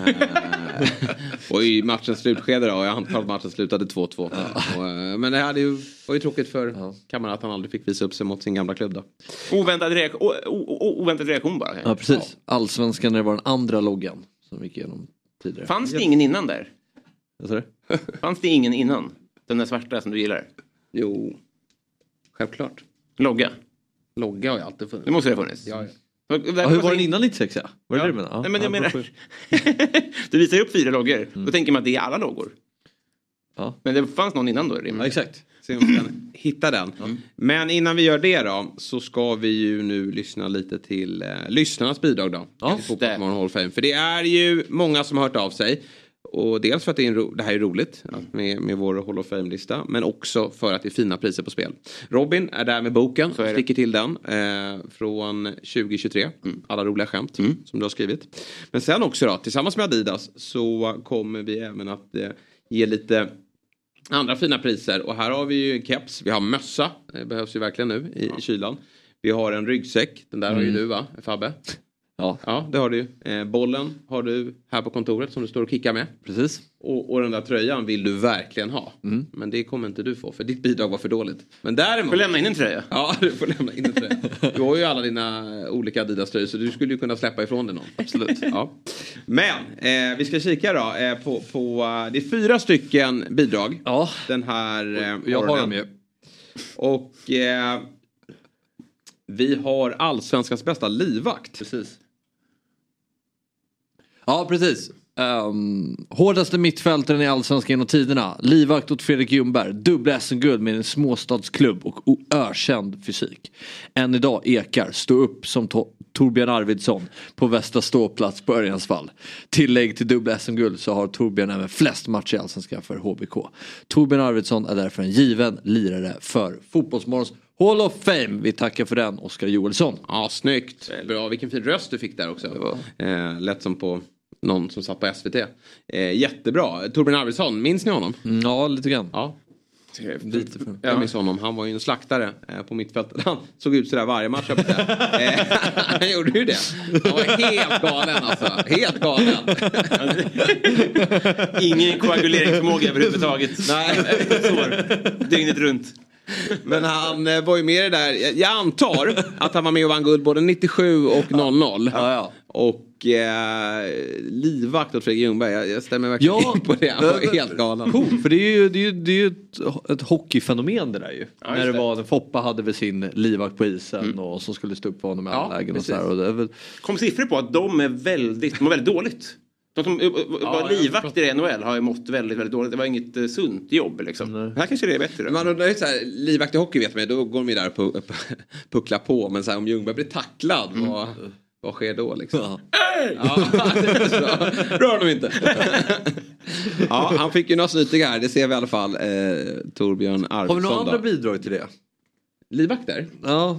Och i matchens slutskede då, jag antar att matchen slutade 2-2. Men det här var ju tråkigt för Kamara att han aldrig fick visa upp sig mot sin gamla klubb då. Oväntad reaktion bara. Ja, precis. Allsvenskan, när det var den andra loggan som gick igenom tidigare. Fanns det ingen innan där? Vad sa du? Fanns det ingen innan? Den där svarta som du gillar? Jo, självklart. Logga har ju alltid funnits. Det måste det ha funnits. Ja. Hur var den innan 96? Var det det du menar? Nej, men jag menar du visar upp 4 loggor. Då tänker man att det är alla loggor. Ja. Men det fanns någon innan då. Ja, exakt. Se om vi kan hitta den. Men innan vi gör det då, så ska vi ju nu lyssna lite till lyssnarnas bidrag då. Till Fotbollsmorgon Hall of Fame. För det är ju många som har hört av sig. Och dels för att det här är roligt med vår Hall of Fame-lista. Men också för att det är fina priser på spel. Robin är där med boken. Sticker till den från 2023. Alla roliga skämt som du har skrivit. Men sen också då, tillsammans med Adidas så kommer vi även att ge lite andra fina priser. Och här har vi ju keps. Vi har mössa. Det behövs ju verkligen nu i kylan. Vi har en ryggsäck. Den där har ju du, va, Fabbe? Ja, det har du. Bollen har du här på kontoret som du står och kickar med. Precis. Och den där tröjan vill du verkligen ha. Men det kommer inte du få, för ditt bidrag var för dåligt. Men däremot... Får lämna in en tröja. Ja, du får lämna in en tröja. Du har ju alla dina olika Adidas-tröjor, så du skulle ju kunna släppa ifrån dig någon. Absolut. Ja. Men vi ska kika då på det är 4 stycken bidrag. Ja. Den här jag har dem ju. Och... Vi har allsvenskans bästa livvakt. Precis. Ja, precis. Hårdaste mittfältaren i allsvenskan genom tiderna. Livvakt åt Fredrik Ljungberg. Dubbla SM-guld med en småstadsklubb och ökänd fysik. Än idag ekar stå upp som Torbjörn Arvidsson på Västra ståplats på Örjansvall. Tillägg till dubbla SM-guld så har Torbjörn även flest matcher i allsvenskan för HBK. Torbjörn Arvidsson är därför en given lirare för Fotbollsmorgons Hall of Fame. Vi tackar för den, Oskar Joelsson. Ja, snyggt. Bra, vilken fin röst du fick där också. Lätt som på någon som satt på SVT. Jättebra. Torbjörn Arvidsson, minns ni honom? Ja, lite grann. Ja. Jag minns honom. Han var ju en slaktare på mittfältet. Han såg ut sådär varje match. Han gjorde ju det. Han var helt galen alltså. Helt galen. Ingen koaguleringsförmåga överhuvudtaget. Nej. Dygnet runt. Men han var ju med i det där. Jag antar att han var med och vann guld både 97 och 00. Ja. Och livvakt åt Fredrik Ljungberg. Jag stämmer verkligen på det. Han var helt galen. Cool, för det är ju ett hockeyfenomen det där ju. Ja, när det var när Foppa hade väl sin livvakt på isen och som skulle stå upp på honom i alla lägen och så här. Och det är väl... Kom siffror på att de är väldigt dåligt. De som var livvakter i NHL har ju mått väldigt, väldigt dåligt. Det var inget sunt jobb liksom. Här kanske det är bättre. Man undrar så här, livvakt i hockey vet man, då går de ju där och pucklar på. Men så här, om Ljungberg blir tacklad, vad sker då liksom? Rör de inte. Ja, han fick ju några snytiga här, det ser vi i alla fall. Torbjörn Arvidsson. Har vi några andra bidrag till det? Livvakter? Ja.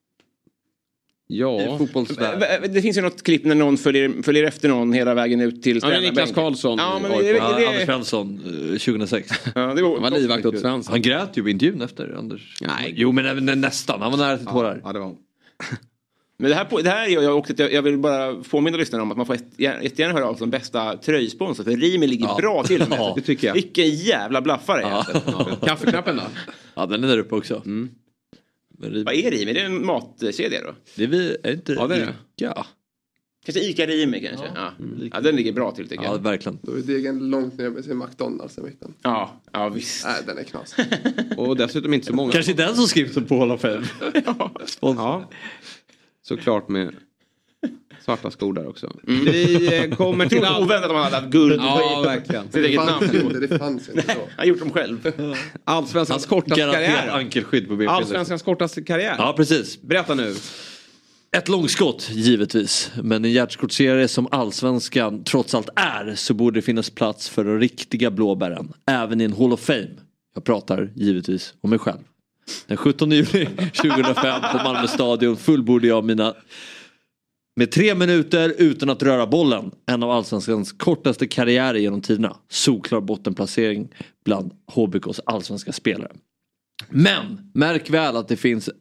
Ja. Det finns ju något klipp när någon följer efter någon hela vägen ut till Niklas Karlsson. Ja, men Anders Svensson 2006. Ja, det var livvakt åt Svensson. Han grät ju på intervjun efter Anders. Nej. Jo, men nästan. Han var nära till tårar. Ja, det var. Men det här gör jag också att jag vill bara påminna lyssnarna om att man får jättegärna höra av som bästa tröjsponsor. För Rimi ligger bra till med. Det tycker jag. Vilken jävla blaffare. Kaffeknappen då? Ja, den är där uppe också. Vad är Rimi? Det är en matkedja då? Det är inte Ica. Kanske Ica Rimi kanske. Ja, den ligger bra till tycker jag. Ja, verkligen. Då är degen långt ner med sin McDonalds i mitten. Ja, visst. Nej, den är knas. Och dessutom inte så många. Kanske den som skrivs på Hall of Fame. Ja. Såklart med svarta skor där också. Vi kommer till oväntat att man hade haft guld. Ja, verkligen. Det fanns inte så. Han har gjort dem själv. Allsvenskans kortaste karriär. Ankelskydd på BP. Allsvenskans kortaste karriär. Ja, precis. Berätta nu. Ett långskott, givetvis. Men en hjärtskottserie som Allsvenskan trots allt är, så borde det finnas plats för de riktiga blåbären. Även i en Hall of Fame. Jag pratar givetvis om mig själv. Den 17 juli 2005 på Malmö stadion fullbordade jag mina med 3 minuter utan att röra bollen. En av Allsvenskans kortaste karriärer genom tiderna. Solklar bottenplacering bland HBKs allsvenska spelare. Men märk väl att det finns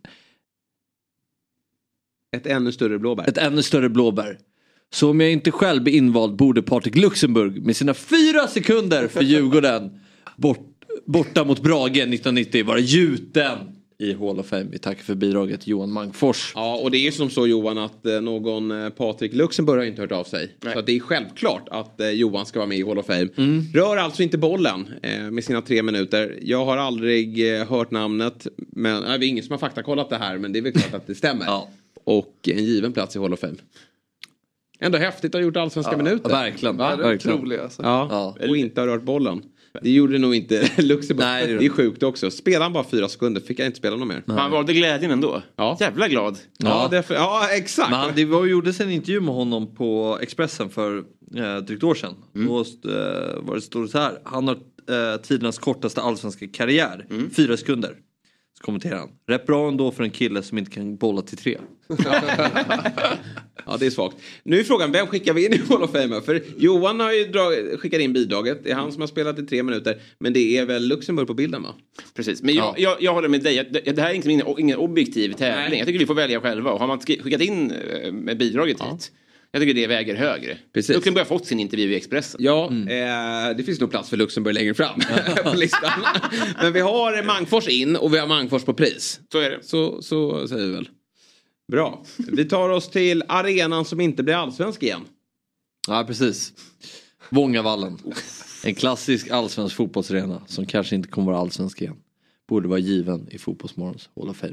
ett ännu större blåbär. Så om jag inte själv blir invald borde Patrik Luxemburg med sina 4 sekunder för Djurgården borta mot Brage 1990 vara gjuten i Hall of Fame. Vi tackar för bidraget Johan Mangfors. Ja, och det är som så Johan att någon Patrik Luxemburg har inte hört av sig. Nej. Så att det är självklart att Johan ska vara med i Hall of Fame. Rör alltså inte bollen med sina 3 minuter. Jag har aldrig hört namnet. Men det är ingen som har faktakollat det här, men det är väl klart att det stämmer. Ja. Och en given plats i Hall of Fame. Ändå häftigt att ha gjort allsvenska minuter. Verkligen. Verkligen. Alltså. Ja, och inte ha rört bollen. Det gjorde nog inte Luxemburg. Nej, det är sjukt också. Spelade han bara 4 sekunder fick jag inte spela någon mer. Nej. Han valde glädjen ändå. Ja. Jävla glad. Ja, exakt. Men det gjordes en intervju med honom på Expressen för drygt år sedan. Då var det stod så här. Han har tidernas kortaste allsvenska karriär. 4 sekunder. Så kommenterar han. Rätt bra ändå för en kille som inte kan bolla till 3. Ja, det är svagt. Nu är frågan, vem skickar vi in i Hall of Fame? För Johan har ju skickat in bidraget. Det är han som har spelat i 3 minuter. Men det är väl Luxemburg på bilden, va? Precis, men jag håller med dig. Det här är liksom ingen objektiv tävling. Nej. Jag tycker vi får välja själva. Och har man skickat in med bidraget hit, jag tycker det väger högre. Precis. Luxemburg har fått sin intervju i Expressen. Ja, det finns nog plats för Luxemburg längre fram på listan. Men vi har Mangfors in och vi har Mangfors på pris. Så är det. Så säger vi väl. Bra. Vi tar oss till arenan som inte blir allsvensk igen. Ja, precis. Vångavallen. En klassisk allsvensk fotbollsarena som kanske inte kommer vara allsvensk igen. Borde vara given i Fotbollsmorgons Hall of Fame.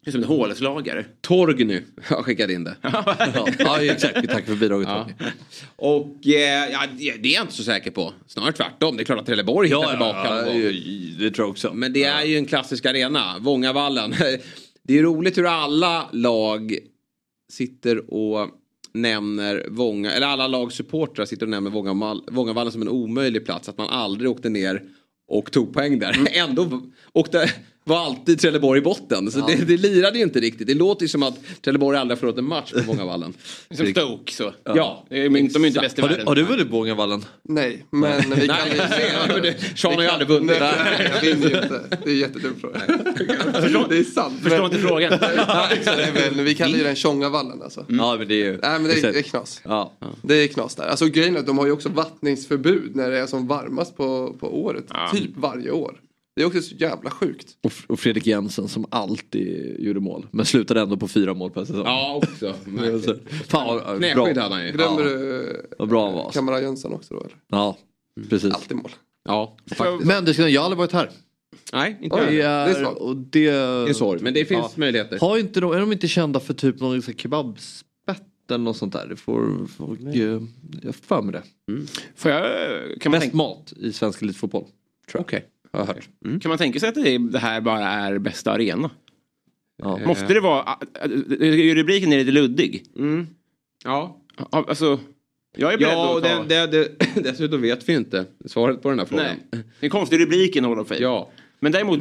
Det är som en håleslagare. Torgny har skickat in det. Ja, exakt. Vi tackar för bidraget. Ja. Och det är jag inte så säker på. Snarare tvärtom. Det är klart att Trelleborg hittar tillbaka. Det tror jag också. Men det är ju en klassisk arena. Vångavallen. Det är roligt hur alla lag sitter och nämner Vånga, eller alla lagsupportrar sitter och nämner Vångavallen som en omöjlig plats. Att man aldrig åkte ner och tog poäng där. Ändå var alltid Trelleborg i botten. Så det lirade ju inte riktigt. Det låter ju som att Trelleborg aldrig har förlorat en match på Vångavallen. Som Stoke så. Ja. De är inte bäst i världen. Har du vunnit på Vångavallen? Nej, men vi kan ju se. Sean har ju aldrig vunnit. Jag vinner ju inte. Det är jättedumt fråga. Det är sant. Förstår inte frågan. Men vi kallar ju den Tjongavallen alltså. Ja, men det är ju... Nej, men det är knas. Ja. Det är knas där. Alltså grejen är att de har ju också vattningsförbud när det är som varmast på året. Typ varje år. Det är också så jävla sjukt. Och Fredrik Jensen som alltid gjorde mål. Men slutade ändå på 4 mål per säsong. Ja, också. Fan, knäskydd hade han ju. Glömmer du bra han var. Kamara Jönsson också då? Eller? Ja, precis. Alltid mål. Ja, faktiskt. Men jag har aldrig varit här. Nej, inte det är och det är sorg, men det finns möjligheter. Är de inte kända för typ någon kebabspett eller något sånt där? Det får folk... Jag för mig det. Bäst mat i svensk elitfotboll. Okej. Kan man tänka sig att det här bara är bästa arena? Ja. Måste det vara... Rubriken är lite luddig. Ja. Alltså... Jag är beredd att ta... dessutom vet vi inte svaret på den här frågan. Nej. Det är en konstig rubriken Hall of Fame. Ja. Men däremot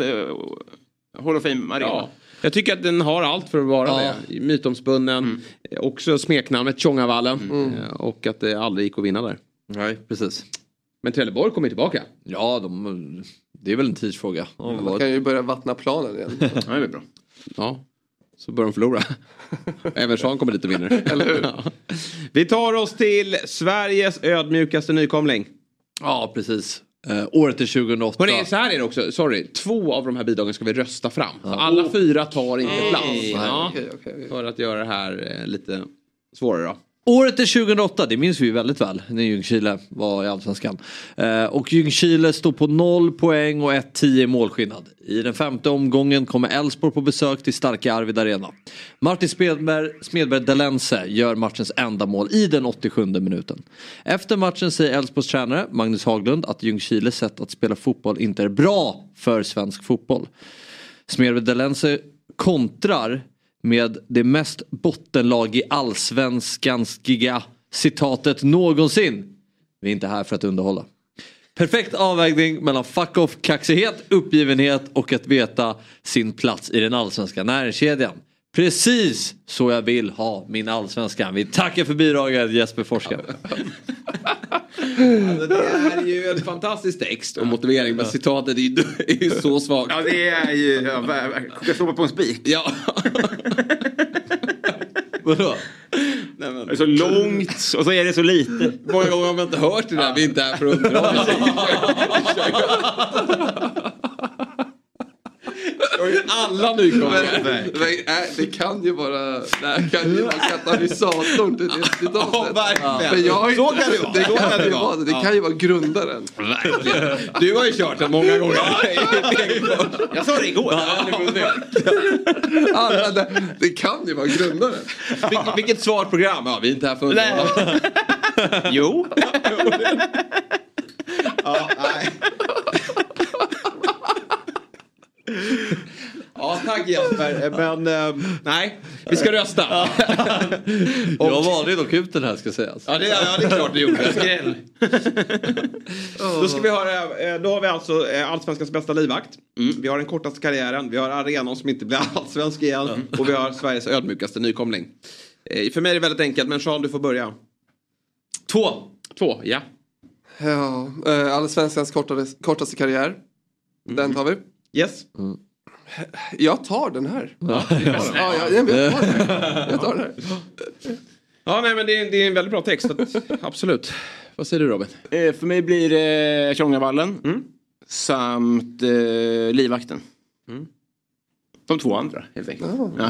Hall of Fame arena. Ja. Jag tycker att den har allt för att vara det. Mytomspunnen. Också smeknamnet Tjongavallen. Och att det aldrig gick att vinna där. Nej, precis. Men Trelleborg kommer tillbaka. Ja, det är väl en tidsfråga. Man kan ju börja vattna planen igen. Ja, det är bra. Ja, så börjar de förlora. Även Sean kommer dit och vinner. Eller hur? Ja. Vi tar oss till Sveriges ödmjukaste nykomling. Ja, precis. Året är 2008. Hörrni, så här är det också. Sorry. 2 av de här bidragen ska vi rösta fram. Så alla 4 tar inte plats. Ja. Okay. För att göra det här lite svårare då. Året är 2008, det minns vi ju väldigt väl när Ljungskile var i Allsvenskan. Och Ljungskile stod på 0 poäng och 1-10 målskillnad. I den 5:e omgången kommer Elfsborg på besök till starka Arvid Arena. Martin Smedberg Dalense gör matchens enda mål i den 87:e minuten. Efter matchen säger Elfsborgs tränare Magnus Haglund att Ljungskiles sätt att spela fotboll inte är bra för svensk fotboll. Smedberg Dalense kontrar med det mest bottenlag i allsvenskanskiga citatet någonsin. Vi är inte här för att underhålla. Perfekt avvägning mellan fuck off, kaxighet, uppgivenhet och att veta sin plats i den allsvenska näringskedjan. Precis så jag vill ha min allsvenska. Vi tackar för bidraget Jesper Forsgren. Alltså, det är ju en fantastisk text och motivering, men citatet är ju så svagt. Ja, det är ju... Jag står på en spik. Ja. Vadå? Det är så långt och så är det så lite. Många gånger har man inte hört det där. Vi är inte här för att undra. Alla nykomlingar. Det kan ju vara katalysatorn till det citatet. Verkligen. Så kan det vara. Det kan ju vara grundaren. Verkligen. Du har ju kört den många gånger. Jag sa det igår. Det kan ju vara grundaren. Vilket svart program. Ja, vi är inte här för att undra. Jo. Ja, nej. Ja, tack Jesper. Men nej, vi ska rösta. Jag valde dock ut den här, ska sägas. Ja, det är klart det gjorde. Skräll. Då ska vi höra, då har vi alltså Allsvenskans bästa livvakt. Vi har den kortaste karriären. Vi har arenan som inte blir allsvensk igen. Och vi har Sveriges ödmjukaste nykomling. För mig är det väldigt enkelt, men Sean, du får börja. 2, ja. Ja, Allsvenskans kortaste karriär. Den tar vi. Yes. Jag tar den här. Jag tar den här. Ja, nej, men det är en väldigt bra text. Absolut. Vad säger du, Robin? För mig blir det Tjongavallen samt livvakten. De 2 andra, helt enkelt. Ja.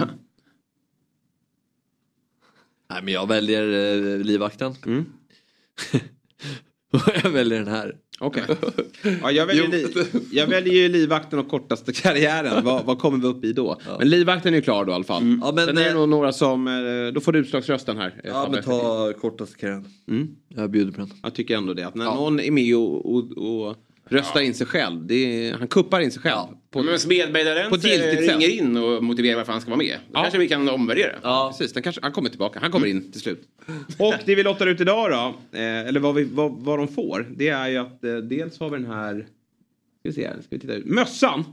Nej, men jag väljer livvakten. Jag väljer den här. Okej. Ja, jag väljer ju livvakten och kortaste karriären. Vad kommer vi upp i då? Ja. Men livvakten är ju klar då i alla fall. Ja, men, sen är det nog några som... Då får du utslagsrösten här. Ja, men ta kortaste karriären. Jag bjuder på den. Jag tycker ändå det. Att när någon är med och röstar in sig själv. Han kuppar in sig själv. Ja. Men Smedberg ringer in och motiverar varför han ska vara med. Då kanske vi kan omvärdera. Ja, precis. Han kommer tillbaka. Han kommer in till slut. Och det vi lottar ut idag då. Eller vad de får. Det är ju att dels har vi den här... Ska vi titta ut. Mössan.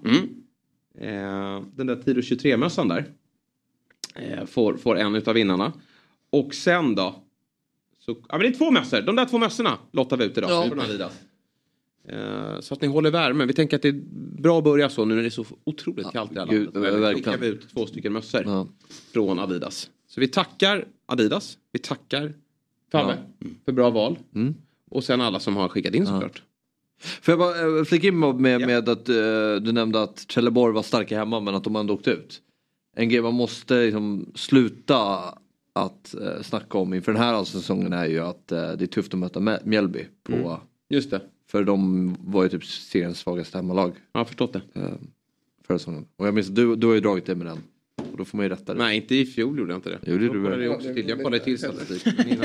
Den där Tiro 23-mössan där. Får en utav vinnarna. Och sen då. Men det är 2 mössor. De där 2 mössorna lottar vi ut idag. Ja. Från Adidas. Så att ni håller värmen. Vi tänker att det är bra att börja så nu när det är så otroligt kallt i alla landet. Vi skickar ut 2 stycken mössor från Adidas. Så vi tackar Adidas. Vi tackar Fabbe för bra val. Och sen alla som har skickat in såklart. Får jag bara flika in med att du nämnde att Trelleborg var starka hemma men att de ändå åkte ut. En grej man måste liksom sluta att snacka om inför den här säsongen är ju att det är tufft att möta Mjällby på... Just det. För de var ju typ seriens svagaste hemmalag. Ja, förstått det. Förra säsongen. Och jag minns att du har ju dragit det med den. Och då får man ju rätta det. Nej, inte i fjol gjorde jag inte det. Jag kollade till statistik.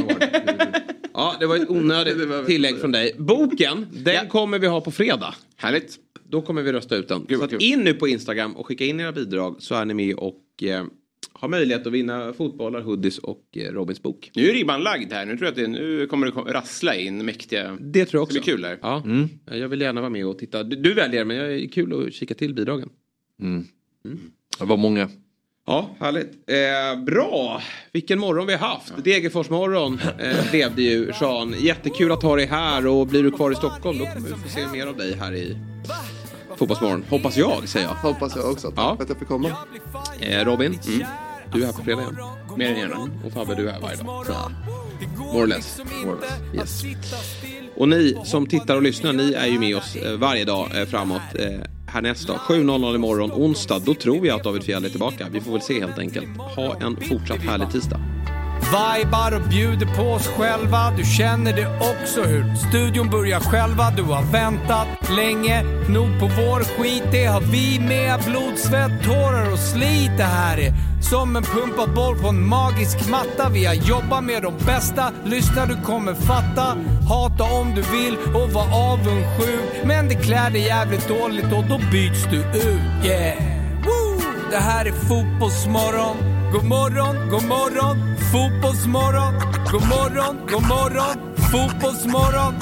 Ja, det var ett onödigt tillägg från dig. Boken, den kommer vi ha på fredag. Härligt. Då kommer vi rösta ut den. Så att in nu på Instagram och skicka in era bidrag så är ni med och har möjlighet att vinna fotbollar, hoodies och Robins bok. Nu är ribban lagd här. Nu tror jag att nu kommer det rassla in mäktiga... Det tror jag också. Det blir kul där. Ja. Jag vill gärna vara med och titta. Du väljer, men det är kul att kika till bidragen. Det var många. Ja, härligt. Bra. Vilken morgon vi har haft. Degerfors morgon blev det ju, Sean. Jättekul att ha dig här. Och blir du kvar i Stockholm då kommer vi få se mer av dig här i Fotbollsmorgon. Hoppas jag, säger jag. Hoppas jag också. Tack för att jag fick komma. Robin, du är här på fredag igen. Mer än gärna. Och Fabbe, du är här varje dag. More or less. Yes. Och ni som tittar och lyssnar, ni är ju med oss varje dag framåt. Härnäst då, 7.00 imorgon, onsdag. Då tror jag att David Fjäll är tillbaka. Vi får väl se helt enkelt. Ha en fortsatt härlig tisdag. Vibar och bjuder på oss själva. Du känner det också hur studion börjar själva. Du har väntat länge nog på vår skit. Det har vi med. Blod, svett, tårar och slit. Det här är som en pumpad boll på en magisk matta. Vi har jobbat med de bästa. Lyssna, du kommer fatta. Hata om du vill och var avundsjuk. Men det klär dig jävligt dåligt och då byts du ut. Yeah. Woo! Det här är Fotbollsmorgon. God morgon, god morgon, Fotbollsmorgon. God morgon, god morgon, Fotbollsmorgon.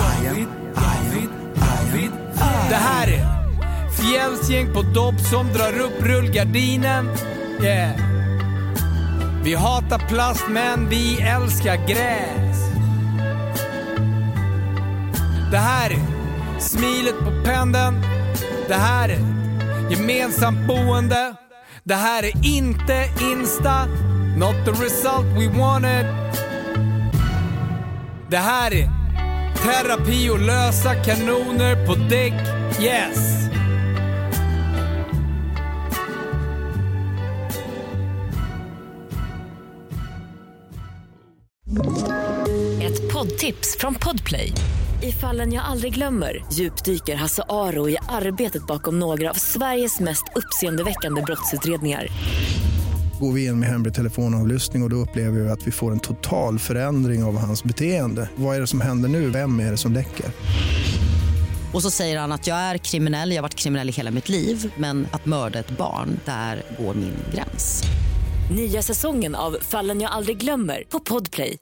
Det här är Fjällsgäng på dobb som drar upp rullgardinen. Yeah. Vi hatar plast men vi älskar gräs. Det här är smilet på pendeln. Det här är gemensamt boende. Det här är inte Insta, not the result we wanted. Det här är terapi och lösa kanoner på däck, yes. Ett poddtips från Podplay. I Fallen jag aldrig glömmer djupdyker Hasse Aro i arbetet bakom några av Sveriges mest uppseendeväckande brottsutredningar. Går vi in med hemlig telefonavlyssning och då upplever vi att vi får en total förändring av hans beteende. Vad är det som händer nu? Vem är det som läcker? Och så säger han att jag är kriminell, jag har varit kriminell i hela mitt liv. Men att mörda ett barn, där går min gräns. Nya säsongen av Fallen jag aldrig glömmer på Podplay.